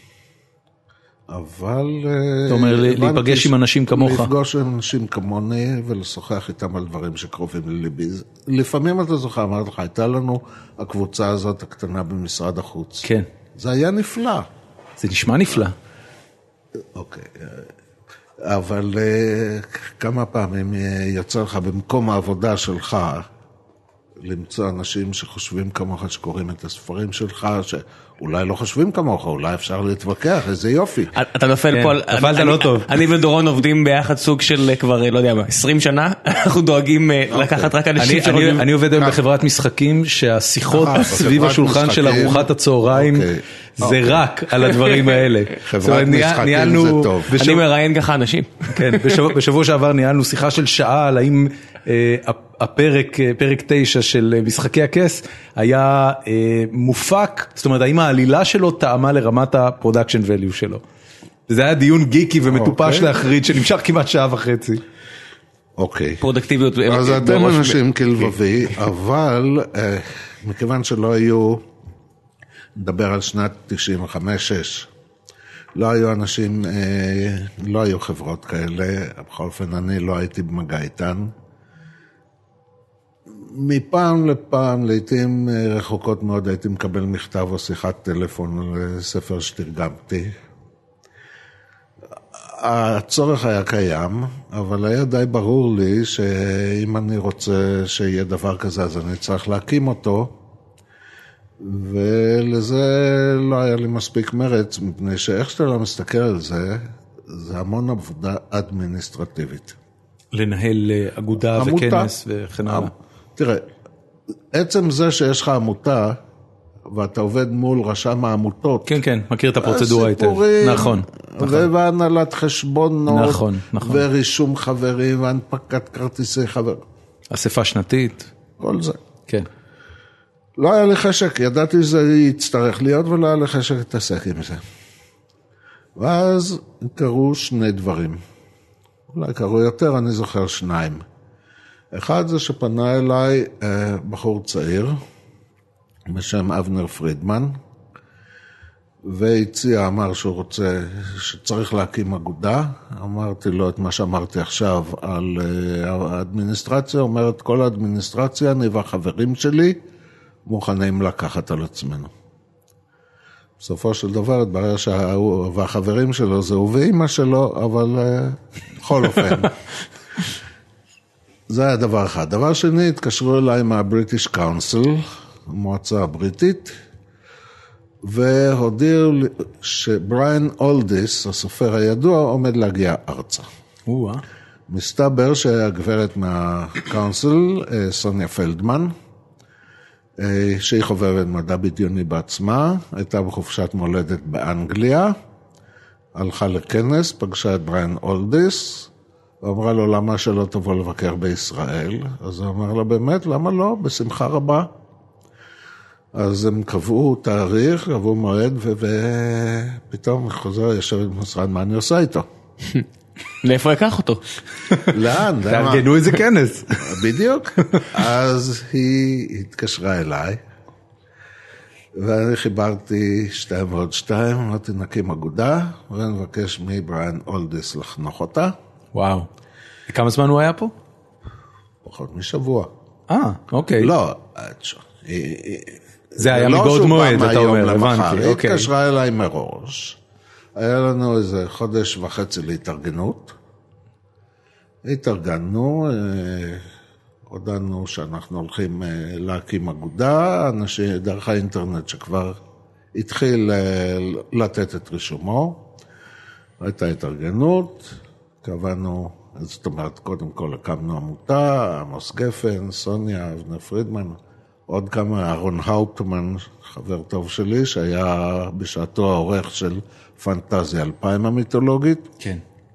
[SPEAKER 3] אבל...
[SPEAKER 1] אתה אומר להיפגש עם אנשים כמוך.
[SPEAKER 3] לפגוש עם אנשים כמוני ולשוחח איתם על דברים שקרובים לליבי. לפעמים אתה זוכר, אמרת לך, הייתה לנו הקבוצה הזאת הקטנה במשרד החוץ.
[SPEAKER 1] כן.
[SPEAKER 3] זה היה נפלא.
[SPEAKER 1] זה נשמע נפלא.
[SPEAKER 3] אוקיי. אבל כמה פעמים יצא לך במקום העבודה שלך למצוא אנשים שחושבים כמוך, שקוראים את הספרים שלך, שאולי לא חושבים כמוך, אולי אפשר להתווכח, איזה יופי.
[SPEAKER 2] אתה נופל פה,
[SPEAKER 1] נפלת לא טוב.
[SPEAKER 2] אני ודורון עובדים ביחד סוג של כבר, לא יודע מה, 20 שנה, אנחנו דואגים לקחת רק אנשים שרוצים.
[SPEAKER 1] אני עובד היום בחברת משחקים, שהשיחות סביב השולחן של ארוחת הצהריים, זה רק על הדברים האלה.
[SPEAKER 3] חברת משחקים זה טוב.
[SPEAKER 2] אני מראיין ככה אנשים.
[SPEAKER 1] כן, בשבוע שעבר ניהלנו שיחה של שעה על האם הפרק, פרק 9 של משחקי הכס, היה מופק, זאת אומרת, האם העלילה שלו טעמה לרמת הפרודקשן ואליו שלו. וזה היה דיון גיקי ומטופש להחריד, שנמשך כמעט שעה וחצי.
[SPEAKER 3] אוקיי.
[SPEAKER 2] פרודקטיביות.
[SPEAKER 3] אז אתם אנשים כלבבי, אבל מכיוון שלא היו, נדבר על שנת 95-6, לא היו אנשים, לא היו חברות כאלה, בכל אופן אני לא הייתי במגע איתן. מפעם לפעם, לעתים רחוקות מאוד, הייתי מקבל מכתב או שיחת טלפון לספר שתרגמתי. הצורך היה קיים, אבל היה די ברור לי שאם אני רוצה שיהיה דבר כזה, אז אני צריך להקים אותו, ולזה לא היה לי מספיק מרץ, מפני שאיך שאתה לא מסתכל על זה, זה המון עבודה אדמיניסטרטיבית.
[SPEAKER 1] לנהל אגודה וכנס וכן הלאה.
[SPEAKER 3] תראה, עצם זה שיש לך עמותה, ואתה עובד מול רשם העמותות.
[SPEAKER 1] כן, כן, מכיר את הפרוצדורה היטב. נכון.
[SPEAKER 3] והנהלת חשבונות.
[SPEAKER 1] נכון.
[SPEAKER 3] ורישום חברים, והנפקת כרטיסי חבר.
[SPEAKER 1] אספה שנתית.
[SPEAKER 3] כל זה.
[SPEAKER 1] כן.
[SPEAKER 3] לא היה לי חשק, ידעתי שזה יצטרך להיות, ולא היה לי חשק להתעסק עם זה. ואז קרו שני דברים. אולי קרו יותר, אני זוכר שניים. אחד זה שפנה אליי בחור צעיר, בשם אבנר פרידמן, והציע, אמר שהוא רוצה, שצריך להקים אגודה. אמרתי לו את מה שאמרתי עכשיו על האדמיניסטרציה, אומרת כל האדמיניסטרציה, אני והחברים שלי מוכנים לקחת על עצמנו. בסופו של דבר, התברר והחברים שלו זה הוא ואמא שלו, אבל בכל אופן. זה היה דבר אחד. דבר שני, התקשרו אליי מהבריטיש קאונסל, המועצה הבריטית, והודיעו שבריאן אולדיס, הסופר הידוע, עומד להגיע ארצה. מסתבר שהגברת מהקאונסל, סוניה פלדמן, שהיא חובבת מדע בדיוני בעצמה, הייתה בחופשת מולדת באנגליה, הלכה לכנס, פגשה את בריאן אולדיס, ואמרה לו, למה שלא תבוא לבקר בישראל? אז הוא אמר לה, באמת, למה לא? בשמחה רבה. אז הם קבעו תאריך, קבעו מועד, ופתאום חוזר ישב במשרד, מה אני עושה איתו?
[SPEAKER 2] לאיפה אקח אותו?
[SPEAKER 3] לאן?
[SPEAKER 1] תארגנו איזה כנס.
[SPEAKER 3] בדיוק. אז היא התקשרה אליי, ואני חיברתי 2 ועוד 2, אמרתי נקים אגודה, ונבקש מבריאן אולדיס לחנוך אותה.
[SPEAKER 1] וואו. כמה זמן הוא היה פה?
[SPEAKER 3] פחות משבוע.
[SPEAKER 1] אוקיי.
[SPEAKER 3] לא,
[SPEAKER 1] זה היה מבעוד מועד, אתה אומר, הבנתי.
[SPEAKER 3] היא התקשרה אליי מראש. היה לנו איזה חודש וחצי להתארגנות. התארגנו, הודענו שאנחנו הולכים להקים אגודה, אנשים דרך האינטרנט שכבר התחיל לתת את רישומו. הייתה התארגנות, קבענו, זאת אומרת, קודם כל הקמנו עמותה, עמוס גפן, סוניה, אבנר פרידמן, עוד כמה, אהרון האופטמן, חבר טוב שלי, שהיה בשעתו העורך של פנטזיה 2000 המיתולוגית.
[SPEAKER 1] כן.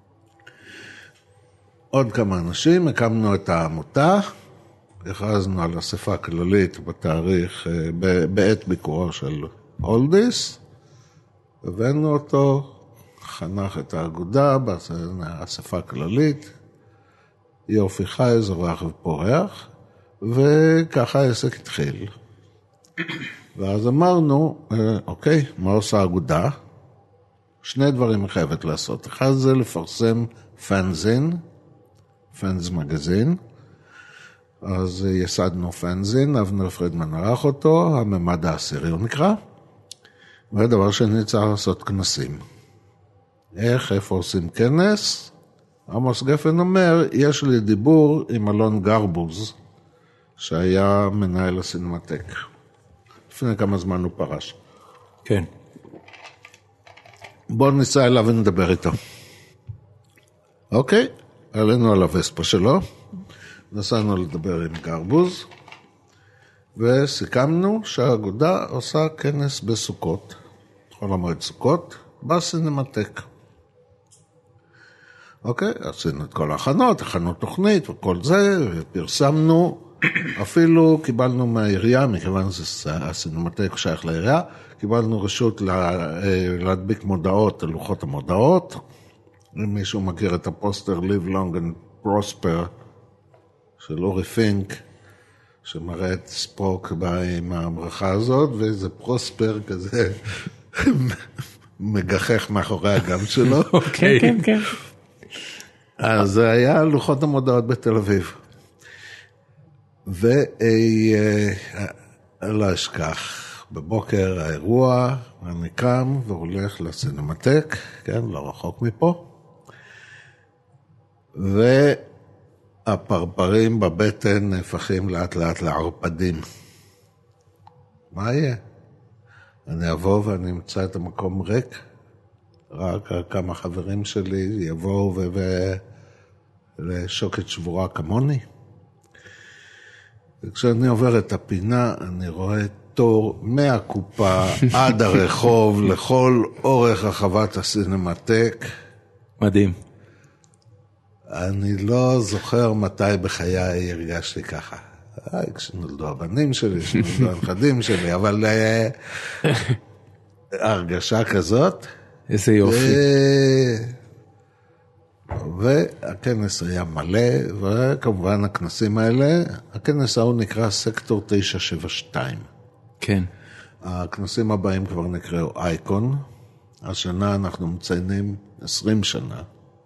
[SPEAKER 3] עוד כמה אנשים, הקמנו את העמותה, הכרזנו על אספה הכללית בתאריך, בעת ביקורו של אולדיס, הבאנו אותו, חנך את האגודה, באספה הכללית, יופי חי, זורח ופורח, וככה העסק התחיל. ואז אמרנו, אוקיי, מה עושה האגודה? 2 דברים היא חייבת לעשות. אחד זה לפרסם פנזין, פנז מגזין. אז יסדנו פנזין, אבנר פרידמן ערך אותו, הממד העשירי הוא נקרא. ודבר שני צריך לעשות כנסים. איפה עושים כנס? עמוס גפן אומר, יש לי דיבור עם אלון גרבוז, שהיה מנהל הסינמטק. לפני כמה זמן הוא פרש.
[SPEAKER 1] כן.
[SPEAKER 3] בואו ניסע אליו ונדבר איתו. אוקיי, עלינו על הווספה שלו, נסענו לדבר עם גרבוז, וסיכמנו שהאגודה עושה כנס בסוכות, חול המועד סוכות, בסינמטק. אוקיי, עשינו את כל ההכנות, הכנו תוכנית וכל זה, ופרסמנו, אפילו קיבלנו מהעירייה, מכיוון שהסינמטק שייך לעירייה, קיבלנו רשות להדביק מודעות, לוחות המודעות. אם מישהו מכיר את הפוסטר Live Long and Prosper של אורי פינק, שמראה את ספוק עם הברכה הזאת, ואיזה פרוספר כזה מגחך מאחורי הגם שלו.
[SPEAKER 2] כן, כן, כן.
[SPEAKER 3] אז זה היה לוחות המודעות בתל אביב. ולא אשכח, בבוקר האירוע, אני קם והולך לסינמטק, כן, לא רחוק מפה, והפרפרים בבטן נהפכים לאט לאט לערפדים. מה יהיה? אני אבוא ואני אמצא את המקום ריק, רק כמה חברים שלי יבואו לשוקת שבורה כמוני. וכשאני עובר את הפינה, אני רואה תור מהקופה עד הרחוב, לכל אורך רחבת הסינמטק.
[SPEAKER 1] מדהים.
[SPEAKER 3] אני לא זוכר מתי בחיי הרגשתי ככה. כשנולדו הבנים שלי, כשנולדו הנכדים שלי, אבל הרגשה כזאת.
[SPEAKER 1] איזה יופי.
[SPEAKER 3] והכנס היה מלא, וכמובן הכנסים האלה, הכנס ההוא נקרא סקטור 972.
[SPEAKER 1] כן.
[SPEAKER 3] הכנסים הבאים כבר נקראו אייקון, השנה אנחנו מציינים 20 שנה,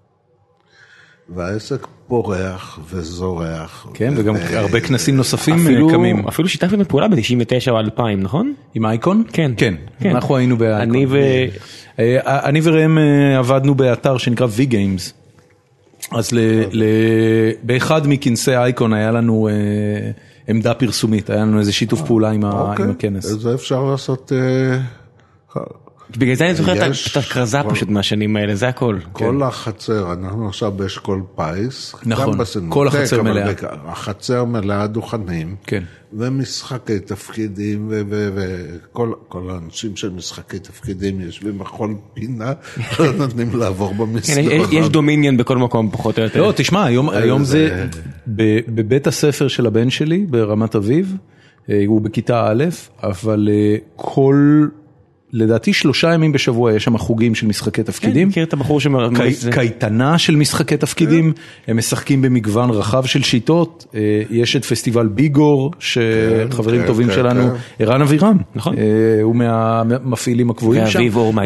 [SPEAKER 3] והעסק פורח וזורח.
[SPEAKER 1] כן, וגם הרבה כנסים נוספים קמים.
[SPEAKER 2] אפילו שיתפנו פעולה ב-99 או 2000, נכון?
[SPEAKER 1] עם אייקון?
[SPEAKER 2] כן.
[SPEAKER 1] כן, אנחנו היינו באייקון. אני וראם עבדנו באתר שנקרא V-Games. אז באחד מכנסי אייקון היה לנו עמדה פרסומית, היה לנו איזה שיתוף פעולה עם הכנס.
[SPEAKER 3] זה אפשר לעשות...
[SPEAKER 2] בגלל זה אני זוכר את הכרזה פשוט מהשנים האלה, זה הכל.
[SPEAKER 3] כל החצר, אנחנו עכשיו באשכול פייס.
[SPEAKER 1] נכון, כל החצר מלאה.
[SPEAKER 3] החצר מלאה דוכנים.
[SPEAKER 1] כן.
[SPEAKER 3] ומשחקי תפקידים, וכל האנשים של משחקי תפקידים יושבים בכל פינה, לא נותנים לעבור במסדרון.
[SPEAKER 2] יש דומיניון בכל מקום פחות או יותר.
[SPEAKER 1] לא, תשמע, היום זה בבית הספר של הבן שלי ברמת אביב, הוא בכיתה א', אבל לדעתי 3 ימים בשבוע יש שם חוגים של משחקי תפקידים.
[SPEAKER 2] מכיר את הבחור
[SPEAKER 1] קייטנה של משחקי תפקידים, הם משחקים במגוון רחב של שיטות, יש את פסטיבל ביגור, שחברים טובים שלנו, ערן אבירם, הוא מהמפעילים הקבועים שם.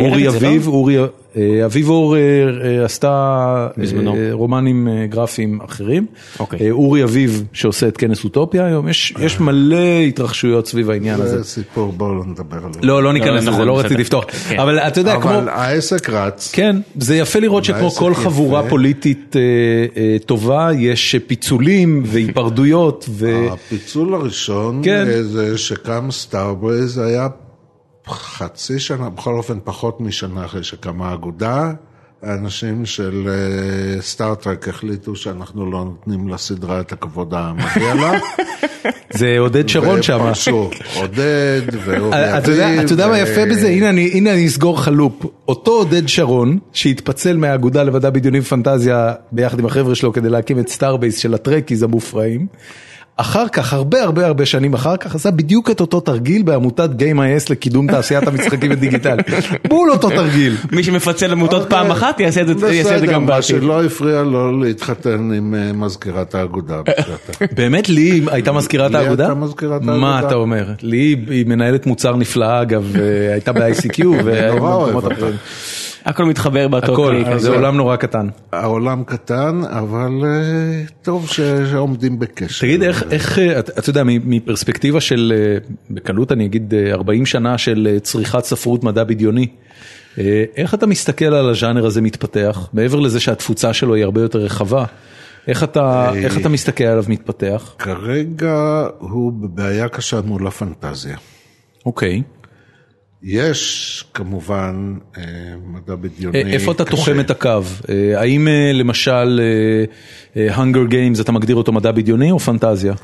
[SPEAKER 1] אביב אור עשתה רומנים גרפיים אחרים, אורי אביב שעושה את כנס אוטופיה היום, יש מלא התרחשויות סביב העניין הזה.
[SPEAKER 3] זה סיפור, בואו לא נדבר עליו.
[SPEAKER 1] לא ניכנס לזה, לא רציתי לפתוח, אבל אתה יודע,
[SPEAKER 3] אבל העסק רץ.
[SPEAKER 1] כן, זה יפה לראות שכמו כל חבורה פוליטית טובה, יש פיצולים והיפרדויות.
[SPEAKER 3] הפיצול הראשון, זה שקם סטארברייז היה חצי שנה, בכל אופן פחות משנה אחרי שקמה האגודה, האנשים של סטארטרק החליטו שאנחנו לא נותנים לסדרה את הכבוד המגיע לה.
[SPEAKER 1] זה עודד שרון שם.
[SPEAKER 3] ופרשו, עודד ואורי אביב.
[SPEAKER 1] אתה יודע מה יפה בזה? הנה אני אסגור חלופ. אותו עודד שרון, שהתפצל מהאגודה למדע בדיוני ופנטזיה, ביחד עם החבר'ה שלו, כדי להקים את סטארבייס של הטרקיז המופרעים, אחר כך, הרבה שנים אחר כך, עשה בדיוק את אותו תרגיל בעמותת Game.is לקידום תעשיית המשחקים הדיגיטל. בול אותו תרגיל.
[SPEAKER 2] מי שמפצל עמותות פעם אחת, יעשה את זה גם בעתיד.
[SPEAKER 3] שלא הפריע לו להתחתן עם מזכירת האגודה.
[SPEAKER 1] באמת, לי הייתה מזכירת האגודה?
[SPEAKER 3] לי הייתה מזכירת האגודה.
[SPEAKER 1] מה אתה אומר? לי היא מנהלת מוצר נפלאה, אגב, הייתה ב-ICQ,
[SPEAKER 3] נורא אוהב אותה.
[SPEAKER 2] הכל מתחבר באותו קליק.
[SPEAKER 1] זה עולם נורא קטן.
[SPEAKER 3] העולם קטן, אבל טוב שעומדים בקשר.
[SPEAKER 1] תגיד, איך, אתה יודע, מפרספקטיבה של, בקלות אני אגיד, 40 שנה של צריכת ספרות מדע בדיוני, איך אתה מסתכל על הז'אנר הזה מתפתח, מעבר לזה שהתפוצה שלו היא הרבה יותר רחבה, איך אתה מסתכל עליו מתפתח?
[SPEAKER 3] כרגע הוא בבעיה קשה מול הפנטזיה.
[SPEAKER 1] אוקיי.
[SPEAKER 3] יש כמובן מדע בדיוני קשה.
[SPEAKER 1] איפה אתה תוחם את הקו? האם למשל Hunger Games אתה מגדיר אותו מדע בדיוני או פנטזיה?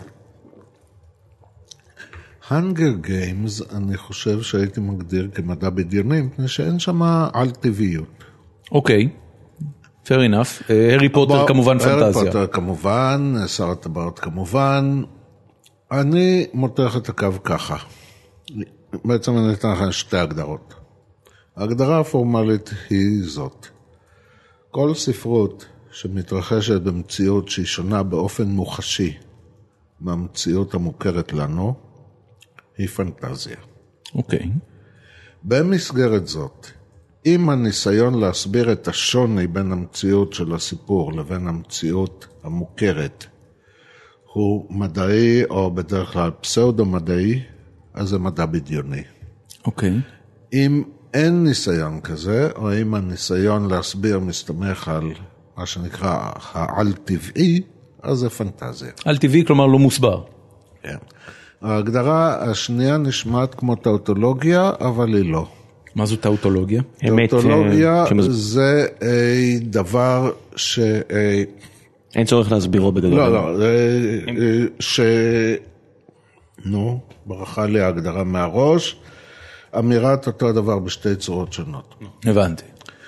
[SPEAKER 3] Hunger Games אני חושב שהייתי מגדיר כמדע בדיוני, מפני שאין שם על טבעיות.
[SPEAKER 1] אוקיי, fair enough. הארי פוטר כמובן פנטזיה.
[SPEAKER 3] הארי פוטר כמובן, שר הטבעות כמובן. אני מותח את הקו ככה. בעצם אני אתן לכם שתי הגדרות. ההגדרה הפורמלית היא זאת. כל ספרות שמתרחשת במציאות שהיא שונה באופן מוחשי מהמציאות המוכרת לנו, היא פנטזיה.
[SPEAKER 1] אוקיי.
[SPEAKER 3] במסגרת זאת, אם הניסיון להסביר את השוני בין המציאות של הסיפור לבין המציאות המוכרת הוא מדעי או בדרך כלל פסאודו-מדעי, אז זה מדע בדיוני.
[SPEAKER 1] אוקיי.
[SPEAKER 3] אם אין ניסיון כזה, או אם הניסיון להסביר מסתמך על מה שנקרא העל-טבעי, אז זה פנטזיה.
[SPEAKER 1] על-טבעי, כלומר לא מוסבר.
[SPEAKER 3] כן. ההגדרה השנייה נשמעת כמו טאוטולוגיה, אבל היא לא.
[SPEAKER 1] מה זו טאוטולוגיה?
[SPEAKER 3] טאוטולוגיה זה דבר ש...
[SPEAKER 2] אין צורך להסבירו בגדול.
[SPEAKER 3] לא, נו, ברכה לי ההגדרה מהראש, אמירת אותו הדבר בשתי צורות שונות.
[SPEAKER 1] הבנתי.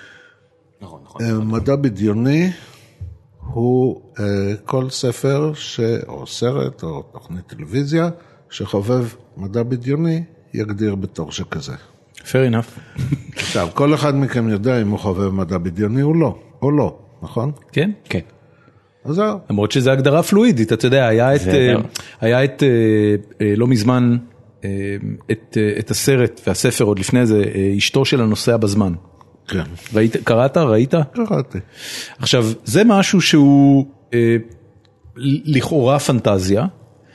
[SPEAKER 3] מדע בדיוני הוא כל ספר או סרט או תוכנית טלוויזיה שחובב מדע בדיוני יגדיר בתור שכזה.
[SPEAKER 1] fair enough.
[SPEAKER 3] עכשיו, כל אחד מכם יודע אם הוא חובב מדע בדיוני או לא, נכון?
[SPEAKER 1] כן?
[SPEAKER 2] כן.
[SPEAKER 3] אז זהו.
[SPEAKER 1] למרות שזו הגדרה פלואידית, אתה יודע, היה לא מזמן את הסרט והספר עוד לפני זה, אשתו של הנוסע בזמן.
[SPEAKER 3] כן.
[SPEAKER 1] קראת? ראית?
[SPEAKER 3] קראתי.
[SPEAKER 1] עכשיו, זה משהו שהוא לכאורה פנטזיה,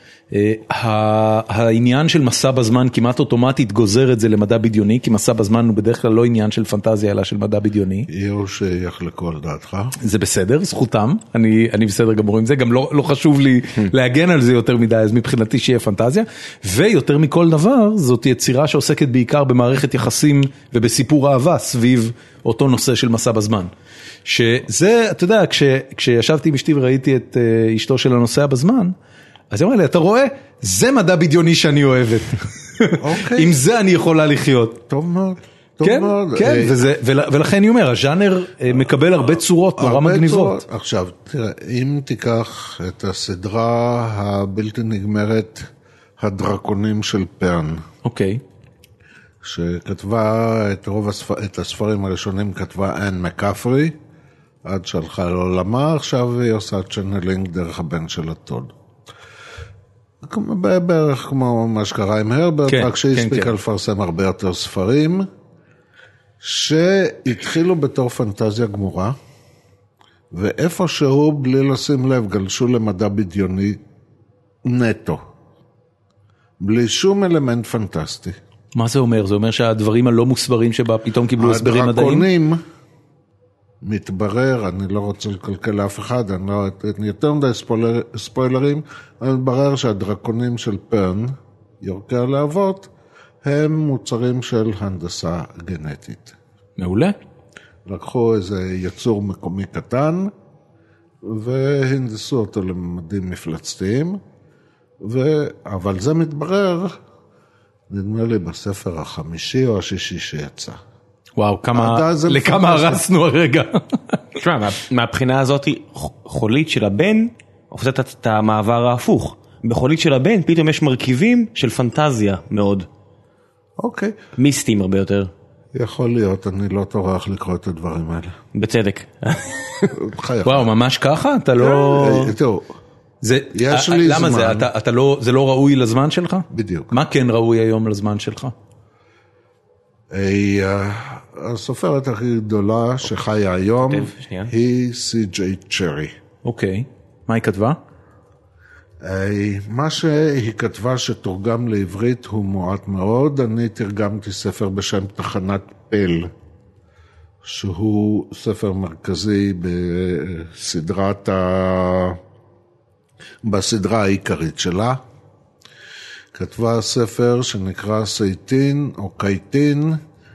[SPEAKER 1] העניין של מסע בזמן כמעט אוטומטית גוזר את זה למדע בדיוני, כי מסע בזמן הוא בדרך כלל לא עניין של פנטזיה, אלא של מדע בדיוני.
[SPEAKER 3] יהיו שיחלקו על דעתך.
[SPEAKER 1] זה בסדר, זכותם, אני בסדר גמור עם זה, גם לא חשוב לי להגן על זה יותר מדי, אז מבחינתי שיהיה פנטזיה, ויותר מכל דבר, זאת יצירה שעוסקת בעיקר במערכת יחסים ובסיפור אהבה סביב אותו נושא של מסע בזמן. שזה, אתה יודע, כשישבתי עם אשתי וראיתי את אשתו של הנוסע בזמן, אז היא אמרה לי, אתה רואה? זה מדע בדיוני שאני אוהבת. עם זה אני יכולה לחיות.
[SPEAKER 3] טוב מאוד.
[SPEAKER 1] כן, כן, ולכן אני אומר, הז'אנר מקבל הרבה צורות נורא מגניבות.
[SPEAKER 3] עכשיו, תראה, אם תיקח את הסדרה הבלתי נגמרת, הדרקונים של פרן.
[SPEAKER 1] אוקיי.
[SPEAKER 3] שכתבה את הספרים הראשונים, כתבה אן מקפרי, עד שהלכה לעולמה, עכשיו היא עושה צ'נלינג דרך הבן של הטוד. בערך כמו מה שקרה עם הרברט, רק שהספיקה לפרסם הרבה יותר ספרים, שהתחילו בתור פנטזיה גמורה, ואיפשהו בלי לשים לב גלשו למדע בדיוני נטו, בלי שום אלמנט פנטסטי.
[SPEAKER 1] מה זה אומר? זה אומר שהדברים הלא מוסברים שבה פתאום קיבלו הסברים מדעיים?
[SPEAKER 3] הדרקונים, מתברר, אני לא רוצה לקלקל לאף אחד, אני לא אתן יותר מדי ספוילרים, אבל מתברר שהדרקונים של פרן, יורקי הלהבות, הם מוצרים של הנדסה גנטית.
[SPEAKER 1] מעולה.
[SPEAKER 3] לקחו איזה יצור מקומי קטן, והנדסו אותו לממדים מפלצתיים, אבל זה מתברר, נדמה לי בספר החמישי או השישי שיצא.
[SPEAKER 1] וואו, לכמה הרסנו הרגע.
[SPEAKER 2] תשמע, מהבחינה הזאת, חולית של הבן, עושה את המעבר ההפוך. בחולית של הבן, פתאום יש מרכיבים של פנטזיה מאוד.
[SPEAKER 3] אוקיי.
[SPEAKER 2] מיסטיים הרבה יותר.
[SPEAKER 3] יכול להיות, אני לא טורח לקרוא את הדברים האלה.
[SPEAKER 2] בצדק.
[SPEAKER 1] וואו, ממש ככה? אתה לא...
[SPEAKER 3] תראו,
[SPEAKER 1] יש לי זמן. למה זה? זה לא ראוי לזמן שלך?
[SPEAKER 3] בדיוק.
[SPEAKER 1] מה כן ראוי היום לזמן שלך?
[SPEAKER 3] הסופרת הכי גדולה שחיה היום היא סי.ג'יי צ'רי.
[SPEAKER 1] אוקיי. מה היא כתבה?
[SPEAKER 3] מה שהיא כתבה שתורגם לעברית הוא מועט מאוד. אני תרגמתי ספר בשם תחנת פל, שהוא ספר מרכזי בסדרה העיקרית שלה. כתבה ספר שנקרא סייטין או קייטין,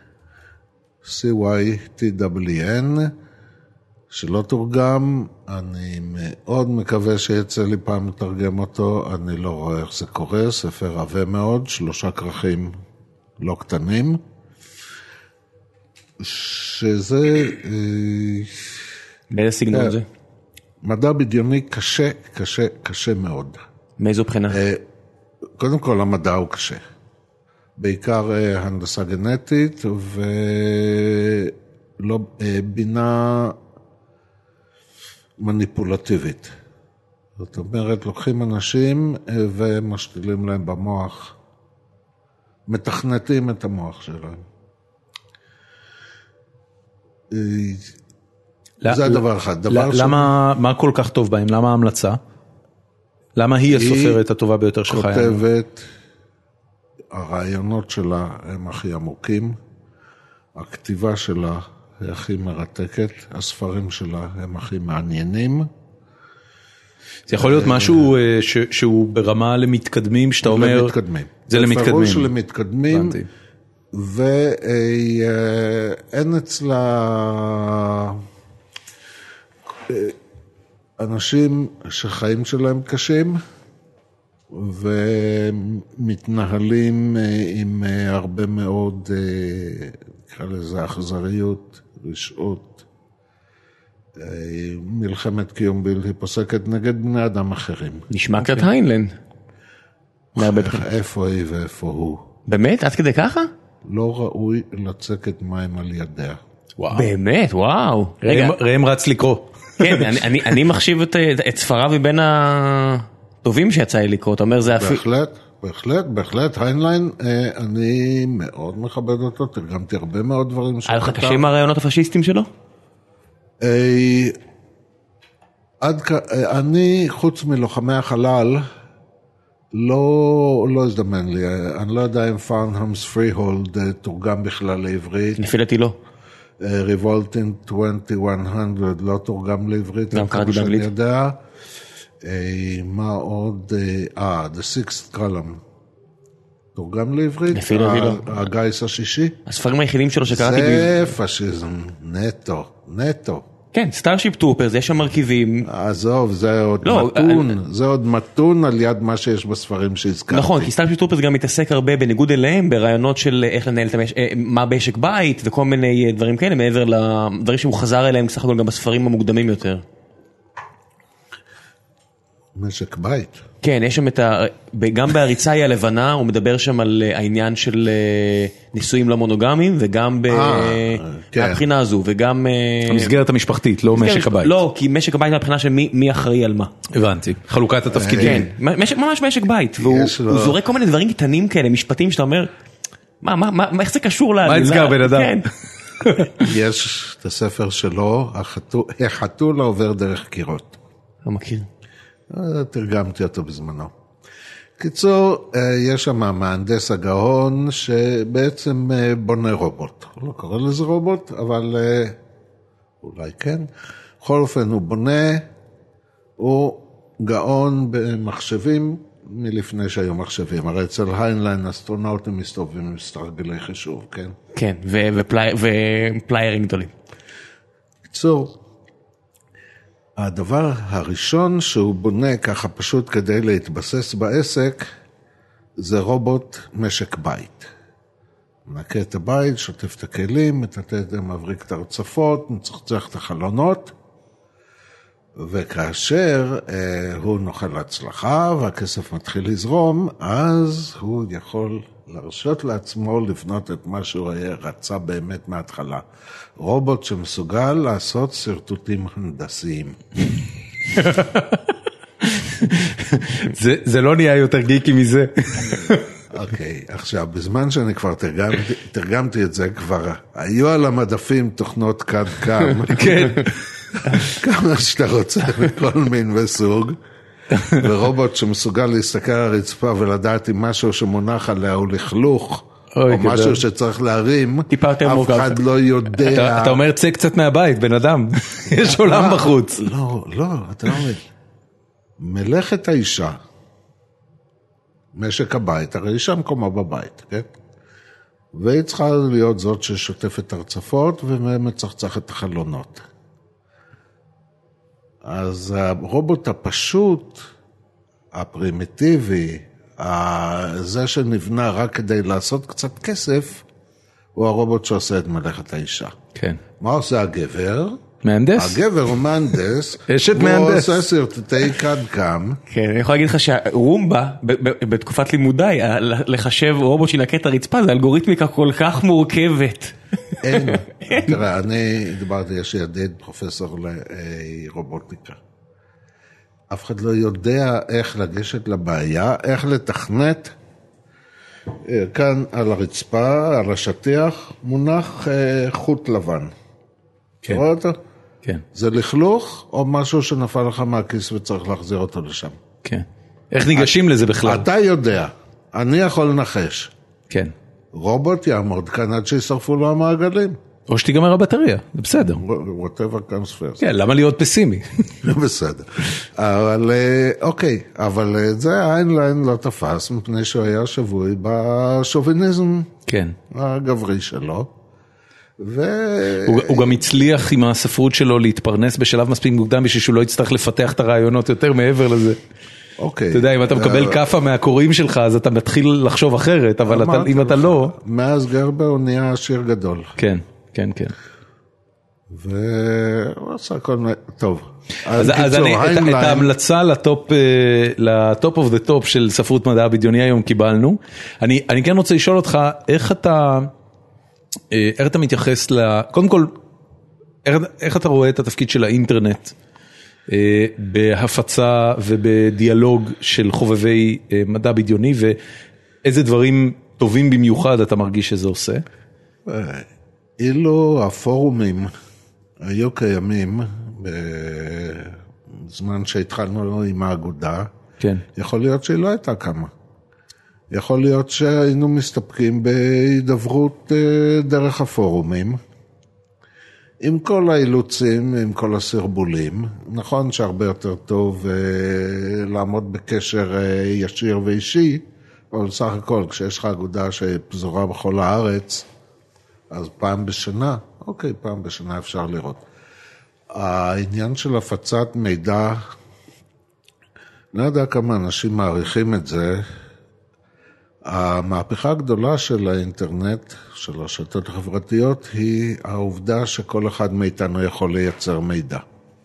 [SPEAKER 3] CYTWN, שלא תורגם. אני מאוד מקווה שיצא לי פעם לתרגם אותו, אני לא רואה איך זה קורה, ספר עבה מאוד, 3 כרכים לא קטנים, שזה...
[SPEAKER 2] באיזה סגנון זה?
[SPEAKER 3] מדע בדיוני קשה, קשה, קשה מאוד.
[SPEAKER 2] מאיזו בחינה?
[SPEAKER 3] קודם כל המדע הוא קשה. בעיקר הנדסה גנטית ולא בינה מניפולטיבית. זאת אומרת, לוקחים אנשים ומשתילים להם במוח, מתכנתים את המוח שלהם. זה הדבר אחד.
[SPEAKER 1] מה כל כך טוב בהם? למה ההמלצה? למה היא הסופרת הטובה ביותר שלך?
[SPEAKER 3] היא כותבת, הרעיונות שלה הם הכי עמוקים, הכתיבה שלה היא הכי מרתקת, הספרים שלה הם הכי מעניינים.
[SPEAKER 1] זה יכול להיות משהו שהוא ברמה למתקדמים, שאתה אומר...
[SPEAKER 3] למתקדמים.
[SPEAKER 1] זה למתקדמים.
[SPEAKER 3] בפירוש למתקדמים, ואין אצלה אנשים שחיים שלהם קשים, ומתנהלים עם הרבה מאוד, נקרא לזה אכזריות, רשעות, מלחמת קיום בלתי פוסקת נגד בני אדם אחרים.
[SPEAKER 2] נשמע קצת היינלנד.
[SPEAKER 3] איפה היא ואיפה הוא.
[SPEAKER 2] באמת? עד כדי ככה?
[SPEAKER 3] לא ראוי לצקת מים על ידיה.
[SPEAKER 2] באמת? וואו.
[SPEAKER 1] ראם רץ לקרוא.
[SPEAKER 2] כן, אני מחשיב את ספריו מבין הטובים שיצא לי לקרוא. אתה אומר זה אפילו...
[SPEAKER 3] בהחלט, היינליין, אני מאוד מכבד אותו, תרגמתי הרבה מאוד דברים
[SPEAKER 2] היה לך קשה עם הרעיונות הפשיסטיים שלו?
[SPEAKER 3] אני, חוץ מלוחמי החלל, לא הזדמן לי, אני לא יודע אם פארנהמס פריהולד תורגם בכלל לעברית.
[SPEAKER 2] לפי דעתי לא.
[SPEAKER 3] ריבולטין 2100 לא תורגם לעברית.
[SPEAKER 2] גם קראתי באנגלית.
[SPEAKER 3] שאני יודע. מה עוד? The Sixth Column. תורגם לעברית?
[SPEAKER 2] לפי דעתי לא.
[SPEAKER 3] הגיס השישי?
[SPEAKER 2] הספרים היחידים שלו שקראתי...
[SPEAKER 3] זה פשיזם, נטו.
[SPEAKER 2] כן, סטארשיפ טרופרס, יש שם מרכיבים.
[SPEAKER 3] עזוב, זה עוד מתון, זה עוד מתון על יד מה שיש בספרים שהזכרתי.
[SPEAKER 2] נכון, כי סטארשיפ טרופרס גם מתעסק הרבה בניגוד אליהם, ברעיונות של איך לנהל מה משק בית, וכל מיני דברים כאלה, מעבר לדברים שהוא חזר אליהם, סך הכל גם בספרים המוקדמים יותר.
[SPEAKER 3] משק בית.
[SPEAKER 2] כן, יש שם גם בהריצה היא הלבנה, הוא מדבר שם על העניין של נישואים לא מונוגמיים, וגם מהבחינה הזו, וגם...
[SPEAKER 1] המסגרת המשפחתית, לא משק הבית.
[SPEAKER 2] לא, כי משק הבית מהבחינה של מי אחראי על מה.
[SPEAKER 1] הבנתי, חלוקת התפקידים.
[SPEAKER 2] כן, ממש משק בית, והוא זורק כל מיני דברים קטנים כאלה, משפטים שאתה אומר, איך זה קשור
[SPEAKER 1] מה נסגר בן אדם?
[SPEAKER 3] יש את הספר שלו, החתול העובר דרך קירות.
[SPEAKER 2] לא מכיר.
[SPEAKER 3] תרגמתי אותו בזמנו. קיצור, יש שם מהנדס הגאון שבעצם בונה רובוט. לא קורא לזה רובוט, אבל אולי כן. בכל אופן הוא בונה, הוא גאון במחשבים מלפני שהיו מחשבים. הרי אצל היינליין אסטרונאוטים מסתובבים עם סטרגלי חישוב, כן?
[SPEAKER 2] כן, ופליירים גדולים.
[SPEAKER 3] קיצור, הדבר הראשון שהוא בונה ככה פשוט כדי להתבסס בעסק, זה רובוט משק בית. מנקה את הבית, שוטף את הכלים, מטטט, מבריק את הרצפות, מצחצח את החלונות, וכאשר הוא נוכל הצלחה והכסף מתחיל לזרום, אז הוא יכול להרשות לעצמו לבנות את מה שהוא רצה באמת מההתחלה. רובוט שמסוגל לעשות סרטוטים הנדסיים.
[SPEAKER 1] זה לא נהיה יותר גיקי מזה.
[SPEAKER 3] אוקיי, עכשיו, בזמן שאני כבר תרגמתי את זה, כבר היו על המדפים תוכנות קד קם.
[SPEAKER 1] כן.
[SPEAKER 3] כמה שאתה רוצה, מכל מין וסוג. ורובוט שמסוגל להסתכל על הרצפה ולדעת אם משהו שמונח עליה הוא לכלוך, או משהו שצריך להרים, אף אחד לא יודע.
[SPEAKER 1] אתה אומר צא קצת מהבית, בן אדם, יש עולם בחוץ.
[SPEAKER 3] לא, אתה לא אומר. מלאכת האישה, משק הבית, הרי אישה מקומה בבית, כן? והיא צריכה להיות זאת ששוטפת הרצפות ומצחצח את החלונות. אז הרובוט הפשוט, הפרימיטיבי, זה שנבנה רק כדי לעשות קצת כסף, הוא הרובוט שעושה את מלאכת האישה.
[SPEAKER 1] כן.
[SPEAKER 3] מה עושה הגבר?
[SPEAKER 1] מהנדס.
[SPEAKER 3] הגבר הוא מהנדס.
[SPEAKER 1] אשת מהנדס.
[SPEAKER 3] הוא עושה סרטוטי קד-קם.
[SPEAKER 2] כן, אני יכול להגיד לך שהרומבה, בתקופת לימודיי, לחשב רובוט שינקה את הרצפה, זה אלגוריתמיקה כל כך מורכבת.
[SPEAKER 3] אין. תראה, אני דיברתי, יש לי ידיד פרופסור לרובוטיקה. אף אחד לא יודע איך לגשת לבעיה, איך לתכנת. כאן על הרצפה, על השטיח, מונח חוט לבן.
[SPEAKER 1] כן.
[SPEAKER 3] רואה אותו?
[SPEAKER 1] כן.
[SPEAKER 3] זה לכלוך או משהו שנפל לך מהכיס וצריך להחזיר אותו לשם?
[SPEAKER 1] כן. איך ניגשים לזה בכלל?
[SPEAKER 3] אתה יודע, אני יכול לנחש.
[SPEAKER 1] כן.
[SPEAKER 3] רובוט יעמוד כאן עד שישרפו לו המעגלים.
[SPEAKER 1] או שתיגמר הבטריה, זה בסדר.
[SPEAKER 3] whatever comes first.
[SPEAKER 1] כן, למה להיות פסימי?
[SPEAKER 3] בסדר. אבל, אוקיי, אבל זה העין לעין לא תפס, מפני שהוא היה שבוי בשוביניזם הגברי שלו.
[SPEAKER 1] הוא גם הצליח עם הספרות שלו להתפרנס בשלב מספיק מוקדם, בשביל שהוא לא יצטרך לפתח את הרעיונות יותר מעבר לזה.
[SPEAKER 3] אוקיי.
[SPEAKER 1] אתה יודע, אם אתה מקבל קפה מהקוראים שלך, אז אתה מתחיל לחשוב אחרת, אבל אם אתה לא...
[SPEAKER 3] מאז גרבר הוא נהיה עשיר גדול.
[SPEAKER 1] כן, כן, כן.
[SPEAKER 3] והוא עשה כל מיני... טוב.
[SPEAKER 1] אז את ההמלצה לטופ אוף דה טופ של ספרות מדע בדיוני היום קיבלנו. אני כן רוצה לשאול אותך, איך אתה מתייחס קודם כל, איך אתה רואה את התפקיד של האינטרנט בהפצה ובדיאלוג של חובבי מדע בדיוני, ואיזה דברים טובים במיוחד אתה מרגיש שזה עושה?
[SPEAKER 3] אילו הפורומים היו קיימים בזמן שהתחלנו עם האגודה, כן. יכול להיות שהיא לא הייתה כמה. יכול להיות שהיינו מסתפקים בהידברות דרך הפורומים, עם כל האילוצים, עם כל הסרבולים. נכון שהרבה יותר טוב לעמוד בקשר ישיר ואישי, אבל סך הכל, כשיש לך אגודה שפזורה בכל הארץ, אז פעם בשנה, אוקיי, פעם בשנה אפשר לראות. העניין של הפצת מידע, לא יודע כמה אנשים מעריכים את זה, המהפכה הגדולה של האינטרנט, של הרשתות החברתיות, היא העובדה שכל אחד מאיתנו יכול לייצר מידע.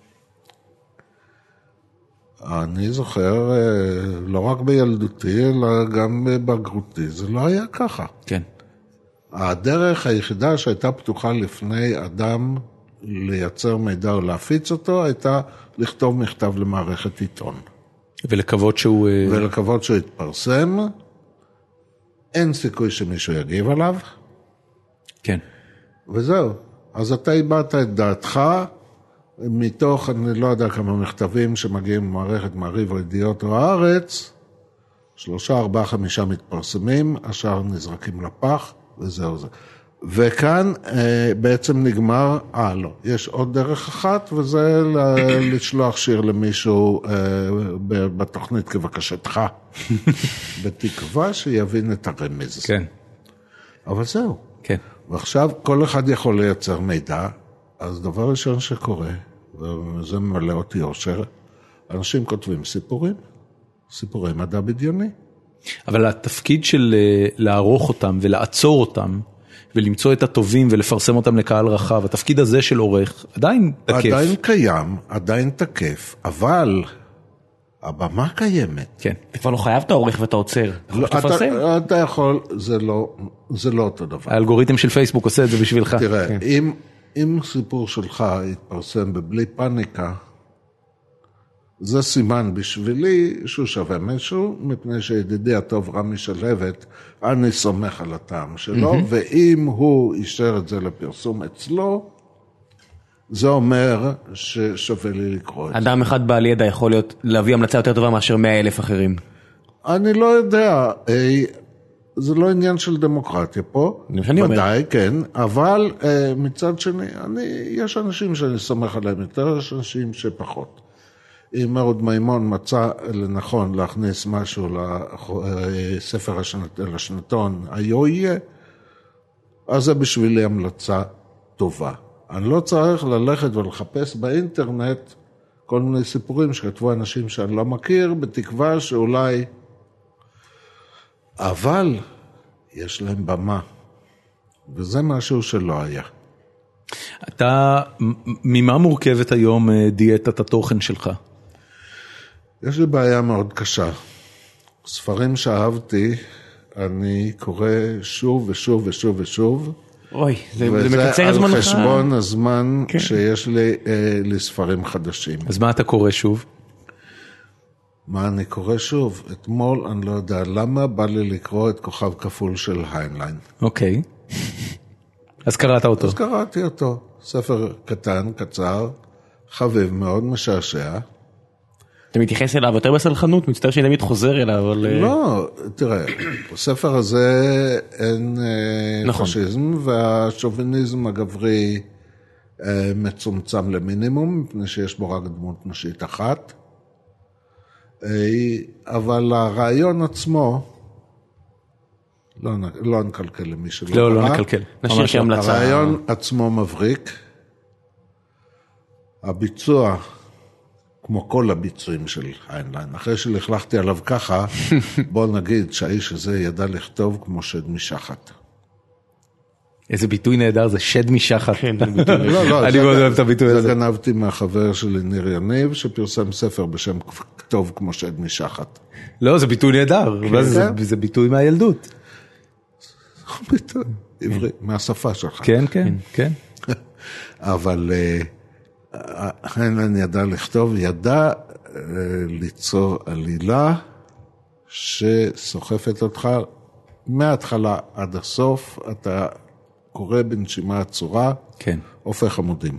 [SPEAKER 3] אני זוכר, לא רק בילדותי, אלא גם בבגרותי, זה לא היה ככה.
[SPEAKER 1] כן.
[SPEAKER 3] הדרך היחידה שהייתה פתוחה לפני אדם לייצר מידע או להפיץ אותו, הייתה לכתוב מכתב למערכת עיתון.
[SPEAKER 1] ולקוות שהוא
[SPEAKER 3] יתפרסם, אין סיכוי שמישהו יגיב עליו.
[SPEAKER 1] כן.
[SPEAKER 3] וזהו. אז אתה הבאת את דעתך, מתוך, אני לא יודע כמה מכתבים שמגיעים למערכת מעריב או ידיעות או הארץ, 3, 4, 5 מתפרסמים, השאר נזרקים לפח, וזהו זה. וכאן בעצם נגמר, לא, יש עוד דרך אחת, וזה לשלוח שיר למישהו בתוכנית כבקשתך, בתקווה שיבין את הרמז.
[SPEAKER 1] כן.
[SPEAKER 3] אבל זהו.
[SPEAKER 1] כן.
[SPEAKER 3] ועכשיו כל אחד יכול לייצר מידע, אז דבר ראשון שקורה, וזה ממלא אותי אושר, אנשים כותבים סיפורי מדע בדיוני.
[SPEAKER 1] אבל התפקיד של לערוך אותם ולעצור אותם, ולמצוא את הטובים ולפרסם אותם לקהל רחב, התפקיד הזה של עורך עדיין תקף.
[SPEAKER 3] עדיין קיים, עדיין תקף, אבל הבמה קיימת.
[SPEAKER 2] כן. אתה כבר לא חייב את העורך ואתה עוצר.
[SPEAKER 3] אתה יכול, זה לא אותו דבר.
[SPEAKER 1] האלגוריתם של פייסבוק עושה את זה בשבילך.
[SPEAKER 3] תראה, אם סיפור שלך יתפרסם בבלי פאניקה, זה סימן בשבילי שהוא שווה משהו, מפני שידידי הטוב רמי שלהבת, אני סומך על הטעם שלו, ואם הוא אישר את זה לפרסום אצלו, זה אומר ששווה לי לקרוא את זה.
[SPEAKER 2] אדם אחד בעל ידע יכול להביא המלצה יותר טובה מאשר 100,000 אחרים.
[SPEAKER 3] אני לא יודע, זה לא עניין של דמוקרטיה פה, ודאי, כן, אבל מצד שני, יש אנשים שאני סומך עליהם יותר, יש אנשים שפחות. אם אהוד מימון מצא לנכון להכניס משהו לספר לשנתון, יהיה, אז זה בשבילי המלצה טובה. אני לא צריך ללכת ולחפש באינטרנט כל מיני סיפורים שכתבו אנשים שאני לא מכיר, בתקווה שאולי... אבל יש להם במה, וזה משהו שלא היה.
[SPEAKER 1] ממה מורכבת היום דיאטת התוכן שלך?
[SPEAKER 3] יש לי בעיה מאוד קשה. ספרים שאהבתי, אני קורא שוב ושוב ושוב ושוב.
[SPEAKER 2] אוי, זה מקצר זמנך.
[SPEAKER 3] וזה על חשבון הזמן שיש לי לספרים חדשים.
[SPEAKER 1] אז מה אתה קורא שוב?
[SPEAKER 3] מה אני קורא שוב? אתמול, אני לא יודע למה, בא לי לקרוא את כוכב כפול של היינליין.
[SPEAKER 1] אוקיי. אז קראת אותו.
[SPEAKER 3] אז קראתי אותו. ספר קטן, קצר, חביב מאוד, משעשע.
[SPEAKER 2] אתה מתייחס אליו יותר בסלחנות, מצטער שאני תמיד חוזר אליו, אבל...
[SPEAKER 3] לא, תראה, בספר הזה אין פשיזם, והשוביניזם הגברי מצומצם למינימום, מפני שיש בו רק דמות נשית אחת. אבל הרעיון עצמו, לא נקלקל למי שלא קרא.
[SPEAKER 1] לא נקלקל.
[SPEAKER 2] נשאיר שהמלצה.
[SPEAKER 3] הרעיון עצמו מבריק. הביצוע, כמו כל הביצועים של היינליין, אחרי שלכלכתי עליו ככה, בוא נגיד שהאיש הזה ידע לכתוב כמו שד משחת.
[SPEAKER 1] איזה ביטוי נהדר, זה שד משחת.
[SPEAKER 3] לא,
[SPEAKER 1] אני מאוד אוהב את הביטוי הזה.
[SPEAKER 3] זה גנבתי מהחבר שלי ניר יניב, שפרסם ספר בשם כתוב כמו שד משחת.
[SPEAKER 1] לא, זה ביטוי נהדר, זה ביטוי מהילדות.
[SPEAKER 3] ביטוי עברי, מהשפה שלך.
[SPEAKER 1] כן, כן, כן.
[SPEAKER 3] אבל היינליין ידע לכתוב, ידע ליצור עלילה שסוחפת אותך מההתחלה עד הסוף, אתה קורא בנשימה עצורה,
[SPEAKER 1] כן.
[SPEAKER 3] הופך עמודים.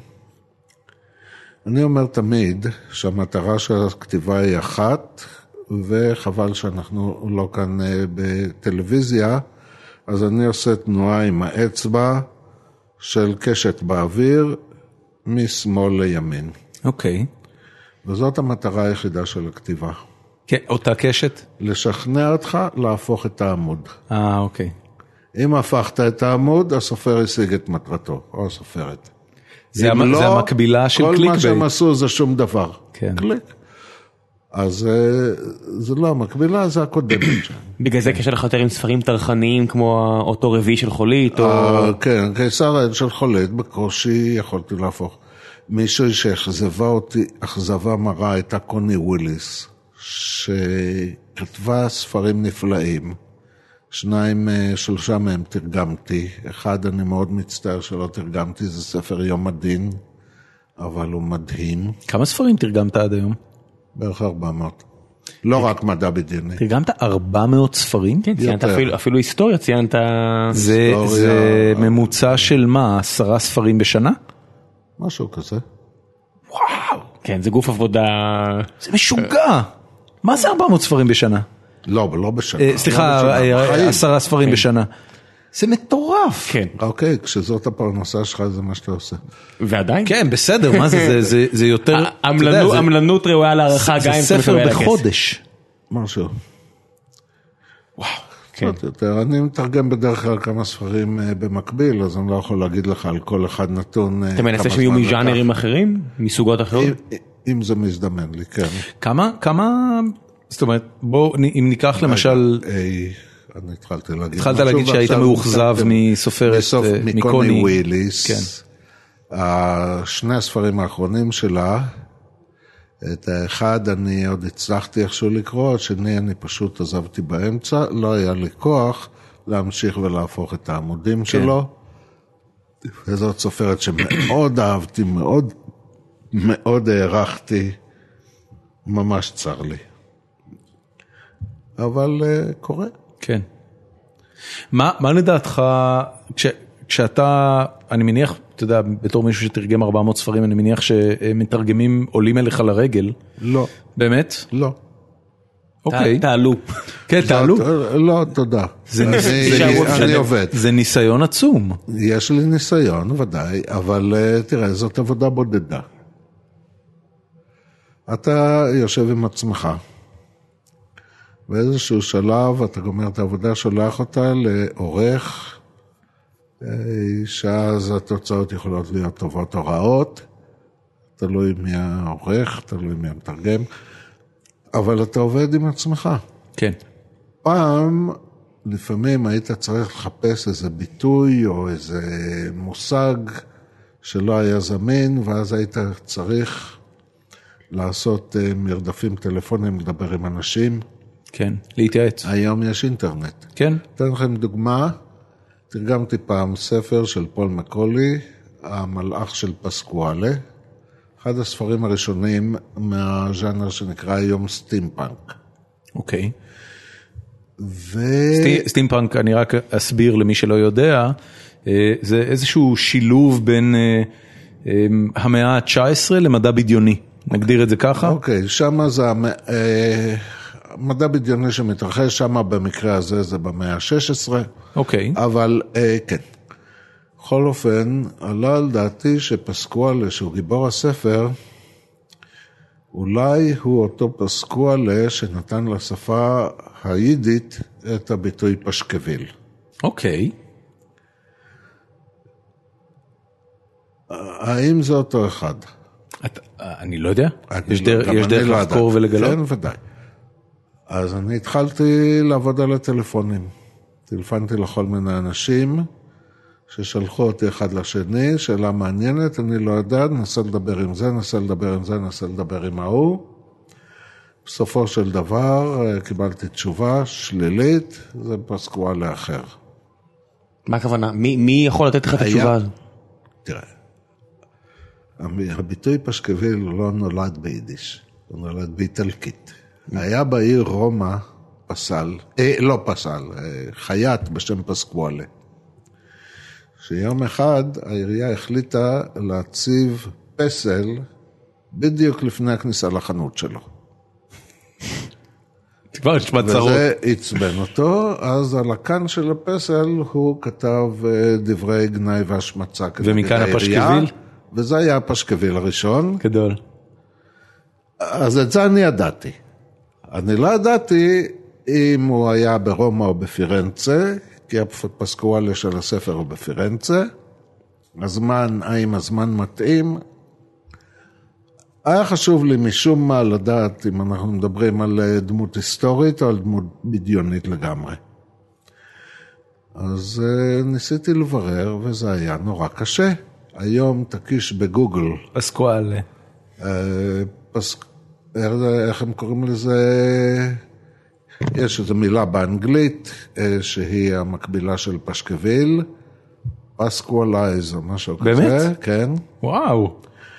[SPEAKER 3] אני אומר תמיד שהמטרה של הכתיבה היא אחת, וחבל שאנחנו לא כאן בטלוויזיה, אז אני עושה תנועה עם האצבע של קשת באוויר, משמאל לימין.
[SPEAKER 1] אוקיי.
[SPEAKER 3] וזאת המטרה היחידה של הכתיבה.
[SPEAKER 1] כן, אותה קשת?
[SPEAKER 3] לשכנע אותך להפוך את העמוד.
[SPEAKER 1] אוקיי.
[SPEAKER 3] אם הפכת את העמוד, הסופר השיג את מטרתו, או הסופרת.
[SPEAKER 1] זה המקבילה של קליק בייט.
[SPEAKER 3] כל מה שהם עשו זה שום דבר.
[SPEAKER 1] כן.
[SPEAKER 3] קליק. אז זה לא המקבילה, זה הקודמת שם.
[SPEAKER 2] בגלל זה קשה לך יותר עם ספרים טרחניים, כמו אותו רביעי של חולית, או...
[SPEAKER 3] כן, קיסר העד של חולית, בקושי יכולתי להפוך. מישהו שאכזבה אותי, אכזבה מרה, הייתה קוני וויליס, שכתבה ספרים נפלאים. 2-3 מהם תרגמתי. אחד אני מאוד מצטער שלא תרגמתי, זה ספר יום הדין, אבל הוא מדהים.
[SPEAKER 1] כמה ספרים תרגמת עד היום?
[SPEAKER 3] בערך 400. לא רק מדע בדיוני.
[SPEAKER 1] תרגמת 400 ספרים?
[SPEAKER 2] כן, ציינת אפילו היסטוריה, ציינת...
[SPEAKER 1] זה ממוצע של מה? 10 ספרים בשנה?
[SPEAKER 3] משהו כזה.
[SPEAKER 1] וואו.
[SPEAKER 2] כן, זה גוף עבודה...
[SPEAKER 1] זה משוגע. מה זה 400 ספרים בשנה?
[SPEAKER 3] לא בשנה.
[SPEAKER 1] סליחה, 10 ספרים בשנה. זה מטורף.
[SPEAKER 2] כן.
[SPEAKER 3] אוקיי, כשזאת הפרנסה שלך זה מה שאתה עושה.
[SPEAKER 2] ועדיין?
[SPEAKER 1] כן, בסדר, מה זה יותר...
[SPEAKER 2] עמלנות ראויה להערכה גם אם
[SPEAKER 1] זה ספר בחודש.
[SPEAKER 3] משהו.
[SPEAKER 2] וואו. כן.
[SPEAKER 3] יותר, אני מתרגם בדרך כלל כמה ספרים במקביל, אז אני לא יכול להגיד לך על כל אחד נתון...
[SPEAKER 2] אתה מנסה שיהיו מז'אנרים אחרים? מסוגות אחרות?
[SPEAKER 3] אם זה מזדמן לי, כן.
[SPEAKER 1] כמה... זאת אומרת, בוא, אם ניקח למשל...
[SPEAKER 3] אני התחלתי להגיד...
[SPEAKER 1] התחלת להגיד שהיית מאוכזב מסופרת
[SPEAKER 3] מקוני וויליס. שני הספרים האחרונים שלה, את האחד אני עוד הצלחתי איכשהו לקרוא, השני אני פשוט עזבתי באמצע, לא היה לי כוח להמשיך ולהפוך את העמודים שלו. וזאת סופרת שמאוד אהבתי, מאוד מאוד הערכתי, ממש צר לי. אבל קורה.
[SPEAKER 1] כן. מה לדעתך, כשאתה, אני מניח, אתה יודע, בתור מישהו שתרגם 400 ספרים, אני מניח שמתרגמים עולים אליך לרגל.
[SPEAKER 3] לא.
[SPEAKER 1] באמת?
[SPEAKER 3] לא.
[SPEAKER 1] אוקיי.
[SPEAKER 2] תעלו.
[SPEAKER 1] כן, תעלו.
[SPEAKER 3] לא, תודה. אני עובד.
[SPEAKER 1] זה ניסיון עצום.
[SPEAKER 3] יש לי ניסיון, ודאי, אבל תראה, זאת עבודה בודדה. אתה יושב עם עצמך, באיזשהו שלב אתה גומר את העבודה, שולח אותה לעורך, שאז התוצאות יכולות להיות טובות או רעות, תלוי מי העורך, תלוי מי המתרגם, אבל אתה עובד עם עצמך.
[SPEAKER 1] כן.
[SPEAKER 3] פעם, לפעמים היית צריך לחפש איזה ביטוי או איזה מושג שלא היה זמין, ואז היית צריך לעשות מרדפים טלפונים, לדבר עם אנשים.
[SPEAKER 1] כן, להתייעץ.
[SPEAKER 3] היום יש אינטרנט.
[SPEAKER 1] כן.
[SPEAKER 3] אתן לכם דוגמה, תרגמתי פעם ספר של פול מקולי, המלאך של פסקואלה, אחד הספרים הראשונים מהז'אנר שנקרא היום סטימפאנק.
[SPEAKER 1] אוקיי. סטימפאנק, אני רק אסביר למי שלא יודע, זה איזשהו שילוב בין המאה ה-19 למדע בדיוני. נגדיר את זה ככה?
[SPEAKER 3] אוקיי, שמה זה מדע בדיוני שמתרחש, שמה במקרה הזה זה במאה ה-16.
[SPEAKER 1] אוקיי.
[SPEAKER 3] אבל כן. בכל אופן, עלה על דעתי שפסקואלה, שהוא גיבור הספר, אולי הוא אותו פסקואלה שנתן לשפה היידית את הביטוי פשקוויל.
[SPEAKER 1] אוקיי.
[SPEAKER 3] האם זה אותו אחד?
[SPEAKER 1] אני לא יודע. יש דרך לחקור ולגלות?
[SPEAKER 3] כן, ודאי. אז אני התחלתי לעבוד על הטלפונים. טלפנתי לכל מיני אנשים ששלחו אותי אחד לשני, שאלה מעניינת, אני לא יודע, ננסה לדבר עם זה, ננסה לדבר עם זה, ננסה לדבר עם ההוא. בסופו של דבר קיבלתי תשובה שלילית, זה פסקואלה אחר.
[SPEAKER 2] מה הכוונה? מי יכול לתת לך את התשובה הזו?
[SPEAKER 3] תראה, הביטוי פשקוויל לא נולד ביידיש, הוא נולד באיטלקית. היה בעיר רומא חייט בשם פסקואלה. שיום אחד העירייה החליטה להציב פסל בדיוק לפני הכניסה לחנות שלו.
[SPEAKER 1] כבר יש מצרות.
[SPEAKER 3] וזה עצבן אותו, אז על הכאן של הפסל הוא כתב דברי גנאי והשמצה.
[SPEAKER 1] ומכאן הפשקוויל?
[SPEAKER 3] וזה היה הפשקוויל הראשון.
[SPEAKER 1] גדול.
[SPEAKER 3] אז את זה אני ידעתי. אני לא ידעתי אם הוא היה ברומא או בפירנצה, כי הפסקואלה של הספר הוא בפירנצה. האם הזמן מתאים? היה חשוב לי משום מה לדעת אם אנחנו מדברים על דמות היסטורית או על דמות בדיונית לגמרי. אז ניסיתי לברר וזה היה נורא קשה. היום תקיש בגוגל.
[SPEAKER 1] פסקואלה.
[SPEAKER 3] איך הם קוראים לזה? יש איזו מילה באנגלית שהיא המקבילה של פשקוויל. פסקואלייז או משהו כזה.
[SPEAKER 1] באמת?
[SPEAKER 3] כן.
[SPEAKER 1] וואו.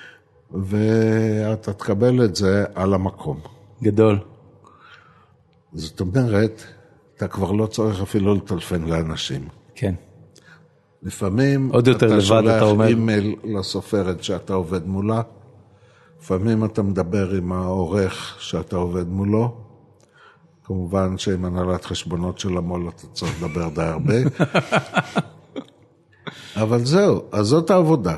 [SPEAKER 3] ואתה תקבל את זה על המקום.
[SPEAKER 1] גדול.
[SPEAKER 3] זאת אומרת, אתה כבר לא צריך אפילו לטלפן לאנשים.
[SPEAKER 1] כן.
[SPEAKER 3] לפעמים
[SPEAKER 1] עוד יותר
[SPEAKER 3] אתה
[SPEAKER 1] לבד,
[SPEAKER 3] שולח
[SPEAKER 1] אתה אומר.
[SPEAKER 3] אימייל לסופרת שאתה עובד מולה, לפעמים אתה מדבר עם העורך שאתה עובד מולו, כמובן שעם הנהלת חשבונות של המול אתה צריך לדבר די הרבה, אבל זהו, אז זאת העבודה.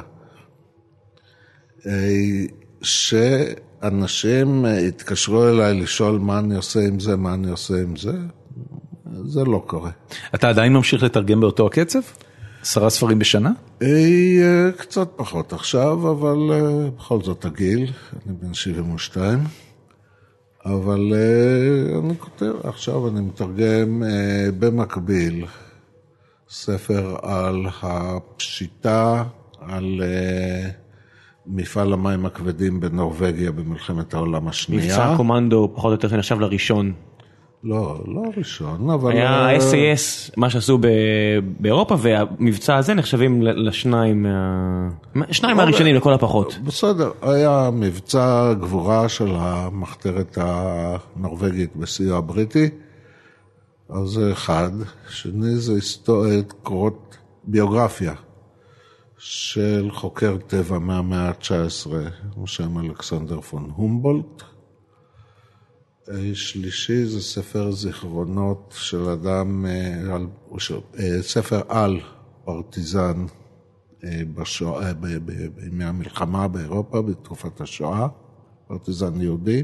[SPEAKER 3] שאנשים התקשרו אליי לשאול מה אני עושה עם זה, מה אני עושה עם זה, זה לא קורה.
[SPEAKER 1] אתה עדיין ממשיך לתרגם באותו הקצב? 10 ספרים בשנה?
[SPEAKER 3] קצת פחות עכשיו, אבל בכל זאת הגיל, אני בן 72, אבל אני כותב, עכשיו אני מתרגם במקביל ספר על הפשיטה, על מפעל המים הכבדים בנורווגיה במלחמת העולם השנייה.
[SPEAKER 2] מבצע קומנדו פחות או יותר שנחשב לראשון.
[SPEAKER 3] לא ראשון, אבל...
[SPEAKER 2] היה SAS, מה שעשו באירופה, והמבצע הזה נחשבים לשניים מהראשונים לכל הפחות.
[SPEAKER 3] בסדר, היה מבצע גבורה של המחתרת הנורווגית בסיוע הבריטי, אז זה אחד. שני זה קורות ביוגרפיה של חוקר טבע מהמאה ה-19, בשם אלכסנדר פון הומבולט. שלישי זה ספר זיכרונות של אדם, ספר על פרטיזן בשואה, בימי המלחמה באירופה, בתקופת השואה, פרטיזן יהודי.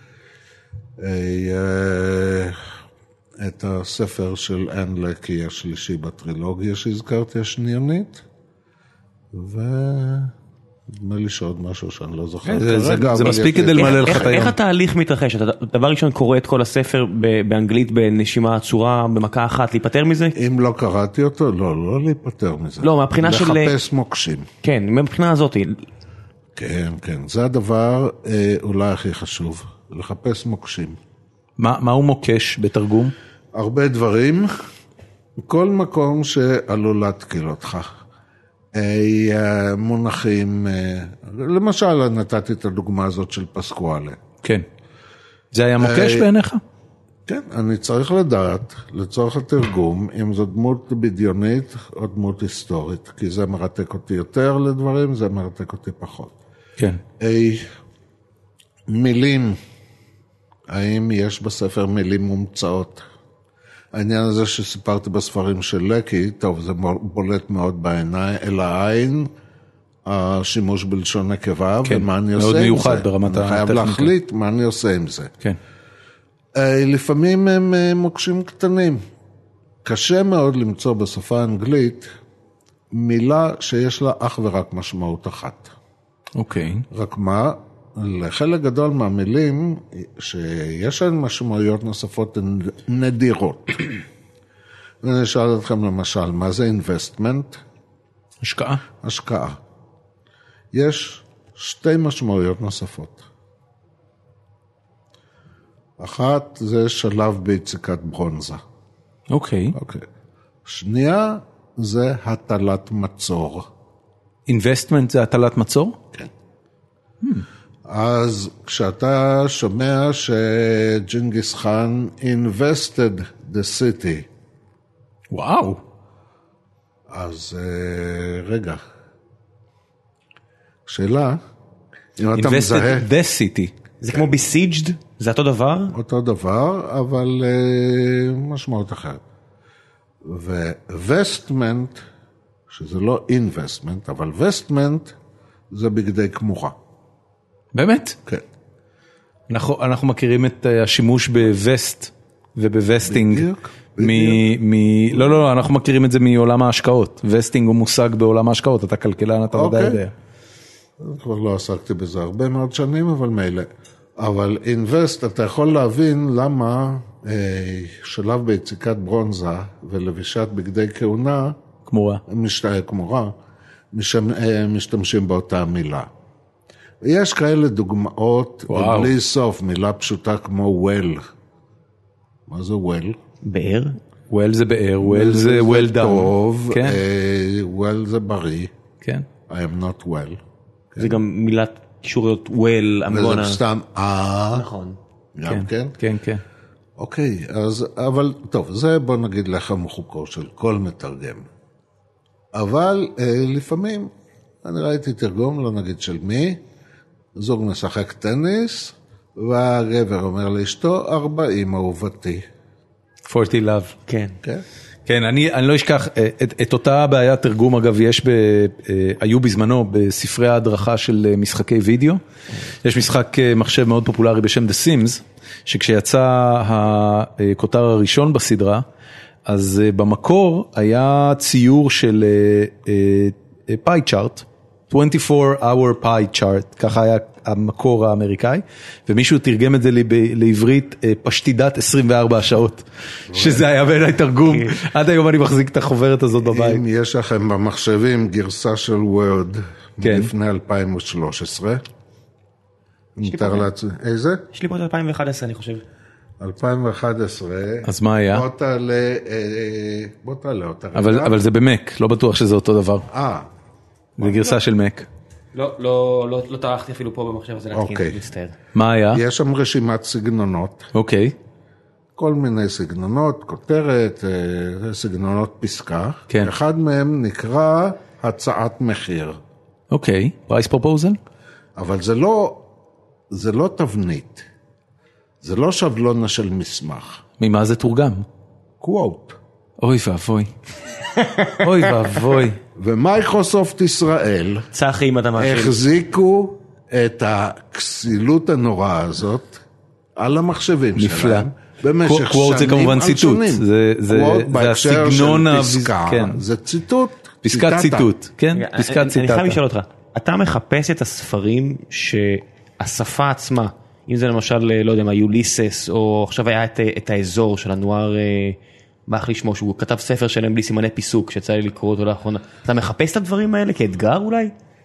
[SPEAKER 3] את הספר של אן לקי השלישי בטרילוגיה שהזכרתי, השניונית, נדמה לי שעוד משהו שאני לא זוכר כרגע.
[SPEAKER 1] זה מספיק כדי למלא לך את היום.
[SPEAKER 2] איך התהליך מתרחש? אתה דבר ראשון קורא את כל הספר באנגלית בנשימה עצורה, במכה אחת, להיפטר מזה?
[SPEAKER 3] אם לא קראתי אותו, לא להיפטר מזה.
[SPEAKER 2] לא, מהבחינה של...
[SPEAKER 3] לחפש מוקשים.
[SPEAKER 2] כן, מבחינה הזאת.
[SPEAKER 3] כן, כן, זה הדבר אולי הכי חשוב, לחפש מוקשים.
[SPEAKER 1] מה הוא מוקש בתרגום?
[SPEAKER 3] הרבה דברים, כל מקום שעלול להתקיל אותך. מונחים, למשל נתתי את הדוגמה הזאת של פסקואלה.
[SPEAKER 1] כן. זה היה מוקש בעיניך?
[SPEAKER 3] כן, אני צריך לדעת, לצורך התרגום, אם זו דמות בדיונית או דמות היסטורית, כי זה מרתק אותי יותר לדברים, זה מרתק אותי פחות.
[SPEAKER 1] כן.
[SPEAKER 3] מילים, האם יש בספר מילים מומצאות? העניין הזה שסיפרתי בספרים של לקי, טוב, זה בולט מאוד בעיניי, אל העין, השימוש בלשון נקבה,
[SPEAKER 1] כן,
[SPEAKER 3] ומה אני עושה
[SPEAKER 1] מאוד
[SPEAKER 3] עם
[SPEAKER 1] מיוחד
[SPEAKER 3] זה.
[SPEAKER 1] ברמת
[SPEAKER 3] אני חייב
[SPEAKER 1] הטכניקה.
[SPEAKER 3] להחליט מה אני עושה עם זה.
[SPEAKER 1] כן.
[SPEAKER 3] לפעמים הם מוקשים קטנים. קשה מאוד למצוא בשפה האנגלית מילה שיש לה אך ורק משמעות אחת.
[SPEAKER 1] אוקיי.
[SPEAKER 3] רק מה? לחלק גדול מהמילים שיש להן משמעויות נוספות נדירות. אני אשאל אתכם למשל, מה זה investment?
[SPEAKER 1] השקעה.
[SPEAKER 3] השקעה. יש שתי משמעויות נוספות. אחת זה שלב ביציקת ברונזה.
[SPEAKER 1] אוקיי.
[SPEAKER 3] אוקיי. שנייה זה הטלת מצור.
[SPEAKER 1] investment זה הטלת מצור?
[SPEAKER 3] כן. אז כשאתה שומע שג'ינגיס חאן invested the city,
[SPEAKER 1] וואו.
[SPEAKER 3] אז רגע. שאלה, אם אתה מזהה...
[SPEAKER 1] invested the city.
[SPEAKER 2] זה כמו besieged? זה אותו דבר?
[SPEAKER 3] אותו דבר, אבל משמעות אחרת. ו-vestment, שזה לא investment, אבל vestment זה בגדי כמורה.
[SPEAKER 1] באמת?
[SPEAKER 3] כן.
[SPEAKER 1] אנחנו מכירים את השימוש בווסט ובווסטינג.
[SPEAKER 3] בדיוק.
[SPEAKER 1] לא, אנחנו מכירים את זה מעולם ההשקעות. וסטינג הוא מושג בעולם ההשקעות, אתה כלכלן, אתה ודאי יודע.
[SPEAKER 3] כבר לא עסקתי בזה הרבה מאוד שנים, אבל מילא. אבל invest, אתה יכול להבין למה שלב ביציקת ברונזה ולבישת בגדי כהונה, כמורה, משתמשים באותה מילה. יש כאלה דוגמאות, בלי סוף, מילה פשוטה כמו well. מה זה well?
[SPEAKER 2] באר?
[SPEAKER 1] well זה באר, well זה well done.
[SPEAKER 3] טוב, well זה בריא.
[SPEAKER 1] כן.
[SPEAKER 3] I am not well.
[SPEAKER 2] זה גם מילת קישוריות well, אמגונה.
[SPEAKER 3] וזה סתם
[SPEAKER 2] נכון.
[SPEAKER 3] גם כן?
[SPEAKER 1] כן, כן.
[SPEAKER 3] אוקיי, אז, אבל טוב, זה בוא נגיד לך מחוקו של כל מתרגם. אבל לפעמים, אני ראיתי תרגום, לא נגיד של מי, זוג משחק טניס, והגבר אומר לאשתו, 40 אהובתי.
[SPEAKER 1] 40 love.
[SPEAKER 2] כן.
[SPEAKER 3] כן?
[SPEAKER 1] כן, אני לא אשכח, את אותה בעיה תרגום אגב, היו בזמנו בספרי ההדרכה של משחקי וידאו, יש משחק מחשב מאוד פופולרי בשם The Sims, שכשיצא הכותר הראשון בסדרה, אז במקור היה ציור של פאי צ'ארט, 24-hour pie chart, ככה היה המקור האמריקאי, ומישהו תרגם את זה לעברית פשטידת 24 השעות, שזה היה בעיניי תרגום, עד היום אני מחזיק את החוברת הזאת בבית.
[SPEAKER 3] אם יש לכם במחשבים גרסה של וורד, לפני 2013, נתאר לעצמי, איזה?
[SPEAKER 2] יש לי פה את 2011 אני חושב.
[SPEAKER 3] 2011.
[SPEAKER 1] אז מה היה?
[SPEAKER 3] בוא תעלה אותה.
[SPEAKER 1] אבל זה במק, לא בטוח שזה אותו דבר. זה גרסה של מק.
[SPEAKER 2] לא טרחתי אפילו פה במחשב הזה להתקין, מצטער.
[SPEAKER 1] מה היה?
[SPEAKER 3] יש שם רשימת סגנונות.
[SPEAKER 1] אוקיי.
[SPEAKER 3] כל מיני סגנונות, כותרת, סגנונות פסקה.
[SPEAKER 1] כן.
[SPEAKER 3] אחד מהם נקרא הצעת מחיר.
[SPEAKER 1] אוקיי, פרייס פרופוזל?
[SPEAKER 3] אבל זה לא תבנית. זה לא שבלונה של מסמך.
[SPEAKER 1] ממה זה תורגם?
[SPEAKER 3] קוואט.
[SPEAKER 1] אוי ואבוי. אוי ואבוי.
[SPEAKER 3] ומייקרוסופט ישראל
[SPEAKER 2] צחי אם אתה משהו.
[SPEAKER 3] החזיקו את הכסילות הנוראה הזאת על המחשבים שלהם. במשך
[SPEAKER 1] קוואט זה כמובן ציטוט. זה הסגנון
[SPEAKER 3] פסקה. זה ציטוט.
[SPEAKER 1] פסקת ציטוט. כן, פסקת ציטטה.
[SPEAKER 2] אני חייב לשאול אותך. אתה מחפש את הספרים שהשפה עצמה, אם זה למשל, לא יודע מה, יוליסס, או עכשיו היה את האזור של הנוער, מה איך לשמו, שהוא כתב ספר שלהם בלי סימני פיסוק, שיצא לי לקרוא אותו לאחרונה. אתה מחפש את הדברים האלה כאתגר אולי?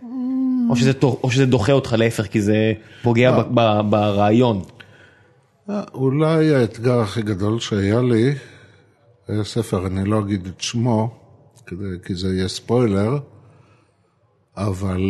[SPEAKER 2] או שזה דוחה אותך להפך, כי זה פוגע ברעיון?
[SPEAKER 3] אולי האתגר הכי גדול שהיה לי, היה ספר, אני לא אגיד את שמו, כי זה יהיה ספוילר, אבל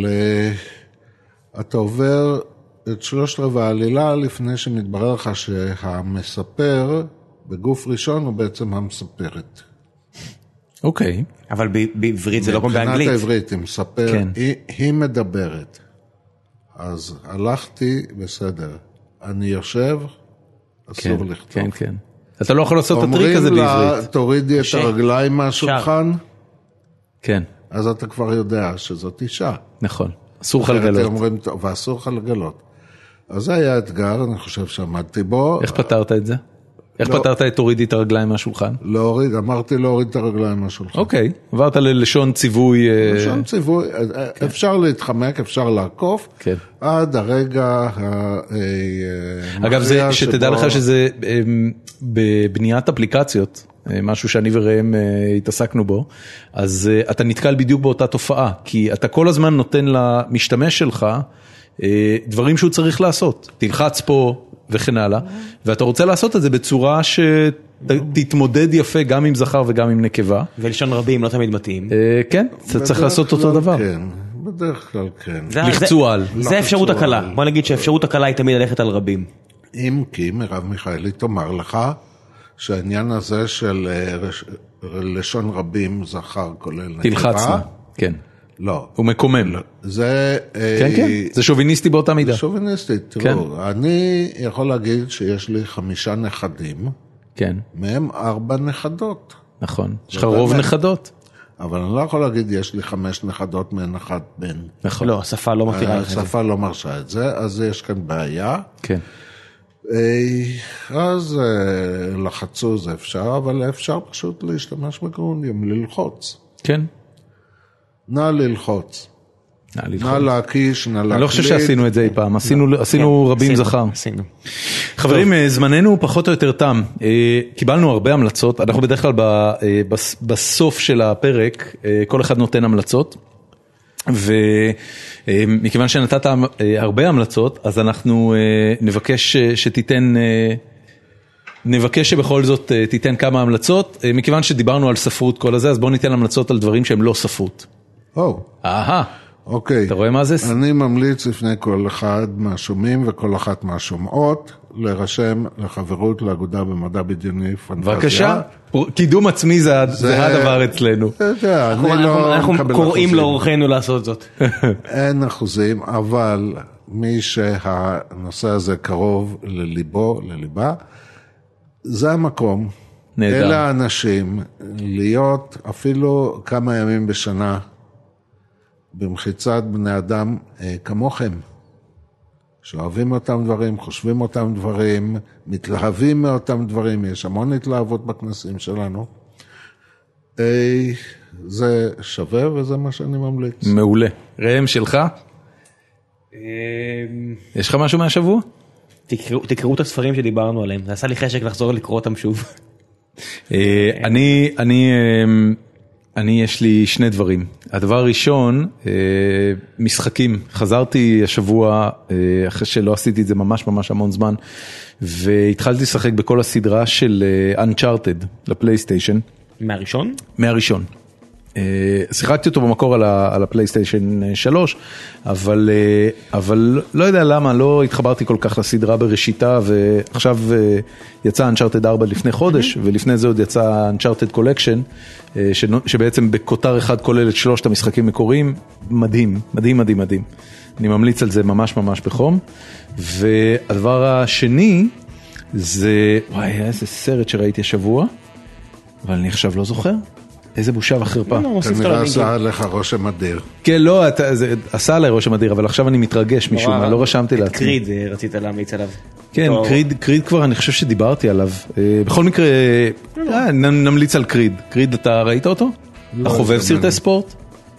[SPEAKER 3] אתה עובר את 3/4 העלילה לפני שמתברר לך שהמספר בגוף ראשון הוא בעצם המספרת.
[SPEAKER 1] אוקיי.
[SPEAKER 2] אבל בעברית זה לא כמו באנגלית.
[SPEAKER 3] מבחינת העברית היא מספרת, היא מדברת. אז הלכתי בסדר. אני יושב, אסור לכתוב.
[SPEAKER 1] כן, כן. אתה לא יכול לעשות את הטריק הזה בעברית.
[SPEAKER 3] אומרים לה, תורידי את הרגליים מהשולחן.
[SPEAKER 1] כן.
[SPEAKER 3] אז אתה כבר יודע שזאת אישה.
[SPEAKER 1] נכון. אסור לך לגלות.
[SPEAKER 3] ואסור לך לגלות. אז זה היה אתגר, אני חושב שעמדתי בו.
[SPEAKER 1] איך פתרת את זה? איך פתרת את תורידי את הרגליים מהשולחן?
[SPEAKER 3] להוריד, אמרתי להוריד את הרגליים מהשולחן.
[SPEAKER 1] אוקיי, עברת ללשון ציווי.
[SPEAKER 3] לשון ציווי, אפשר להתחמק, אפשר לעקוף, עד הרגע
[SPEAKER 1] אגב, שתדע לך שזה בבניית אפליקציות, משהו שאני וראם התעסקנו בו, אז אתה נתקל בדיוק באותה תופעה, כי אתה כל הזמן נותן למשתמש שלך דברים שהוא צריך לעשות. תלחץ פה וכן הלאה, ואתה רוצה לעשות את זה בצורה שתתמודד יפה גם עם זכר וגם עם נקבה.
[SPEAKER 2] ולשון רבים לא תמיד מתאים.
[SPEAKER 1] כן, אתה צריך לעשות אותו דבר.
[SPEAKER 3] כן, בדרך כלל כן.
[SPEAKER 1] לחצו על.
[SPEAKER 2] זה אפשרות הקלה. בוא נגיד שאפשרות הקלה היא תמיד ללכת על רבים.
[SPEAKER 3] אם כי מרב מיכאלי תאמר לך שהעניין הזה של לשון רבים זכר כולל נקבה.
[SPEAKER 1] תלחצנו, כן.
[SPEAKER 3] לא.
[SPEAKER 1] הוא מקומם.
[SPEAKER 3] זה...
[SPEAKER 1] כן, כן, זה שוביניסטי באותה מידה.
[SPEAKER 3] זה שוביניסטי, תראו, אני יכול להגיד שיש לי 5 נכדים,
[SPEAKER 1] כן.
[SPEAKER 3] מהם 4 נכדות.
[SPEAKER 1] נכון, יש לך רוב נכדות.
[SPEAKER 3] אבל אני לא יכול להגיד, יש לי 5 נכדות מהן 1 בן.
[SPEAKER 1] נכון.
[SPEAKER 2] לא, השפה לא מתירה.
[SPEAKER 3] השפה לא מרשה את זה, אז יש כאן בעיה.
[SPEAKER 1] כן.
[SPEAKER 3] אז לחצו זה אפשר, אבל אפשר פשוט להשתמש בגרונדים, ללחוץ.
[SPEAKER 1] כן.
[SPEAKER 3] נא ללחוץ. נא להקיש, נא להקליט.
[SPEAKER 1] אני לא חושב שעשינו את זה אי פעם, עשינו רבים זכר. חברים, זמננו פחות או יותר תם. קיבלנו הרבה המלצות, אנחנו בדרך כלל בסוף של הפרק, כל אחד נותן המלצות, ומכיוון שנתת הרבה המלצות, אז אנחנו נבקש שתיתן... נבקש שבכל זאת תיתן כמה המלצות, מכיוון שדיברנו על ספרות כל הזה, אז בואו ניתן המלצות על דברים שהם לא ספרות.
[SPEAKER 3] אוקיי.
[SPEAKER 1] אתה רואה מה זה?
[SPEAKER 3] אני ממליץ לפני כל אחד מהשומעים וכל אחת מהשומעות, להירשם לחברות לאגודה במדע בדיוני פנטזיה.
[SPEAKER 1] בבקשה, קידום עצמי זה הדבר אצלנו.
[SPEAKER 2] אנחנו קוראים לאורחנו לעשות זאת.
[SPEAKER 3] אין אחוזים, אבל מי שהנושא הזה קרוב לליבו, לליבה, זה המקום. נהדר. אלה האנשים להיות אפילו כמה ימים בשנה במחיצת בני אדם כמוכם. שאוהבים אותם דברים, חושבים אותם דברים, מתלהבים מאותם דברים, יש המון התלהבות בכנסים שלנו. זה שווה וזה מה שאני ממליץ.
[SPEAKER 1] מעולה. ראם שלך? יש לך משהו מהשבוע?
[SPEAKER 2] תקראו את הספרים שדיברנו עליהם, זה עשה לי חשק לחזור לקרוא אותם שוב.
[SPEAKER 1] אני יש לי 2 דברים. הדבר הראשון, משחקים. חזרתי השבוע, אחרי שלא עשיתי את זה ממש ממש המון זמן, והתחלתי לשחק בכל הסדרה של Uncharted לפלייסטיישן.
[SPEAKER 2] מהראשון?
[SPEAKER 1] מהראשון. שיחקתי אותו במקור על הפלייסטיישן 3, אבל לא יודע למה, לא התחברתי כל כך לסדרה בראשיתה, ועכשיו יצא Uncharted 4 לפני חודש, ולפני זה עוד יצא Uncharted Collection, שבעצם בכותר אחד כולל את 3 המשחקים מקוריים, מדהים, מדהים, מדהים, מדהים. אני ממליץ על זה ממש ממש בחום. והדבר השני, זה, וואי, איזה סרט שראיתי השבוע, אבל אני עכשיו לא זוכר. איזה בושה וחרפה.
[SPEAKER 3] כנראה עשה עליך רושם אדיר.
[SPEAKER 1] כן, לא, זה עשה עליי רושם אדיר, אבל עכשיו אני מתרגש משום מה, לא רשמתי לעצמי.
[SPEAKER 2] את קריד רצית להמליץ עליו.
[SPEAKER 1] כן, קריד כבר, אני חושב שדיברתי עליו. בכל מקרה, נמליץ על קריד. קריד, אתה ראית אותו? אתה חובב סרטי ספורט?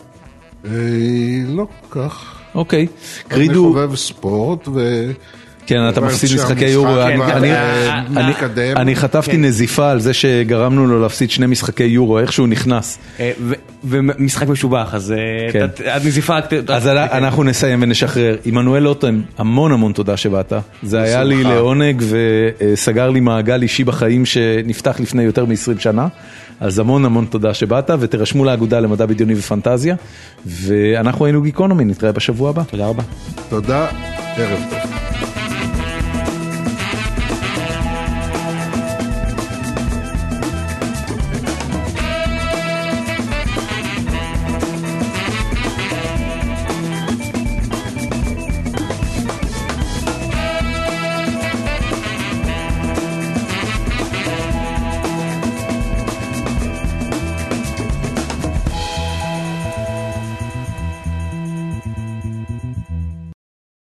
[SPEAKER 3] לא כך.
[SPEAKER 1] אוקיי.
[SPEAKER 3] אני חובב ספורט
[SPEAKER 1] כן, אתה מפסיד משחקי יורו. אני חטפתי נזיפה על זה שגרמנו לו להפסיד 2 משחקי יורו, איך שהוא נכנס.
[SPEAKER 2] ומשחק משובח, אז הנזיפה...
[SPEAKER 1] אז אנחנו נסיים ונשחרר. עמנואל לוטם, המון תודה שבאת. זה היה לי לעונג וסגר לי מעגל אישי בחיים שנפתח לפני יותר מ-20 שנה. אז המון תודה שבאת, ותרשמו לאגודה למדע בדיוני ופנטזיה. ואנחנו היינו גיקונומי, נתראה בשבוע הבא.
[SPEAKER 2] תודה רבה.
[SPEAKER 3] תודה, ערב טוב.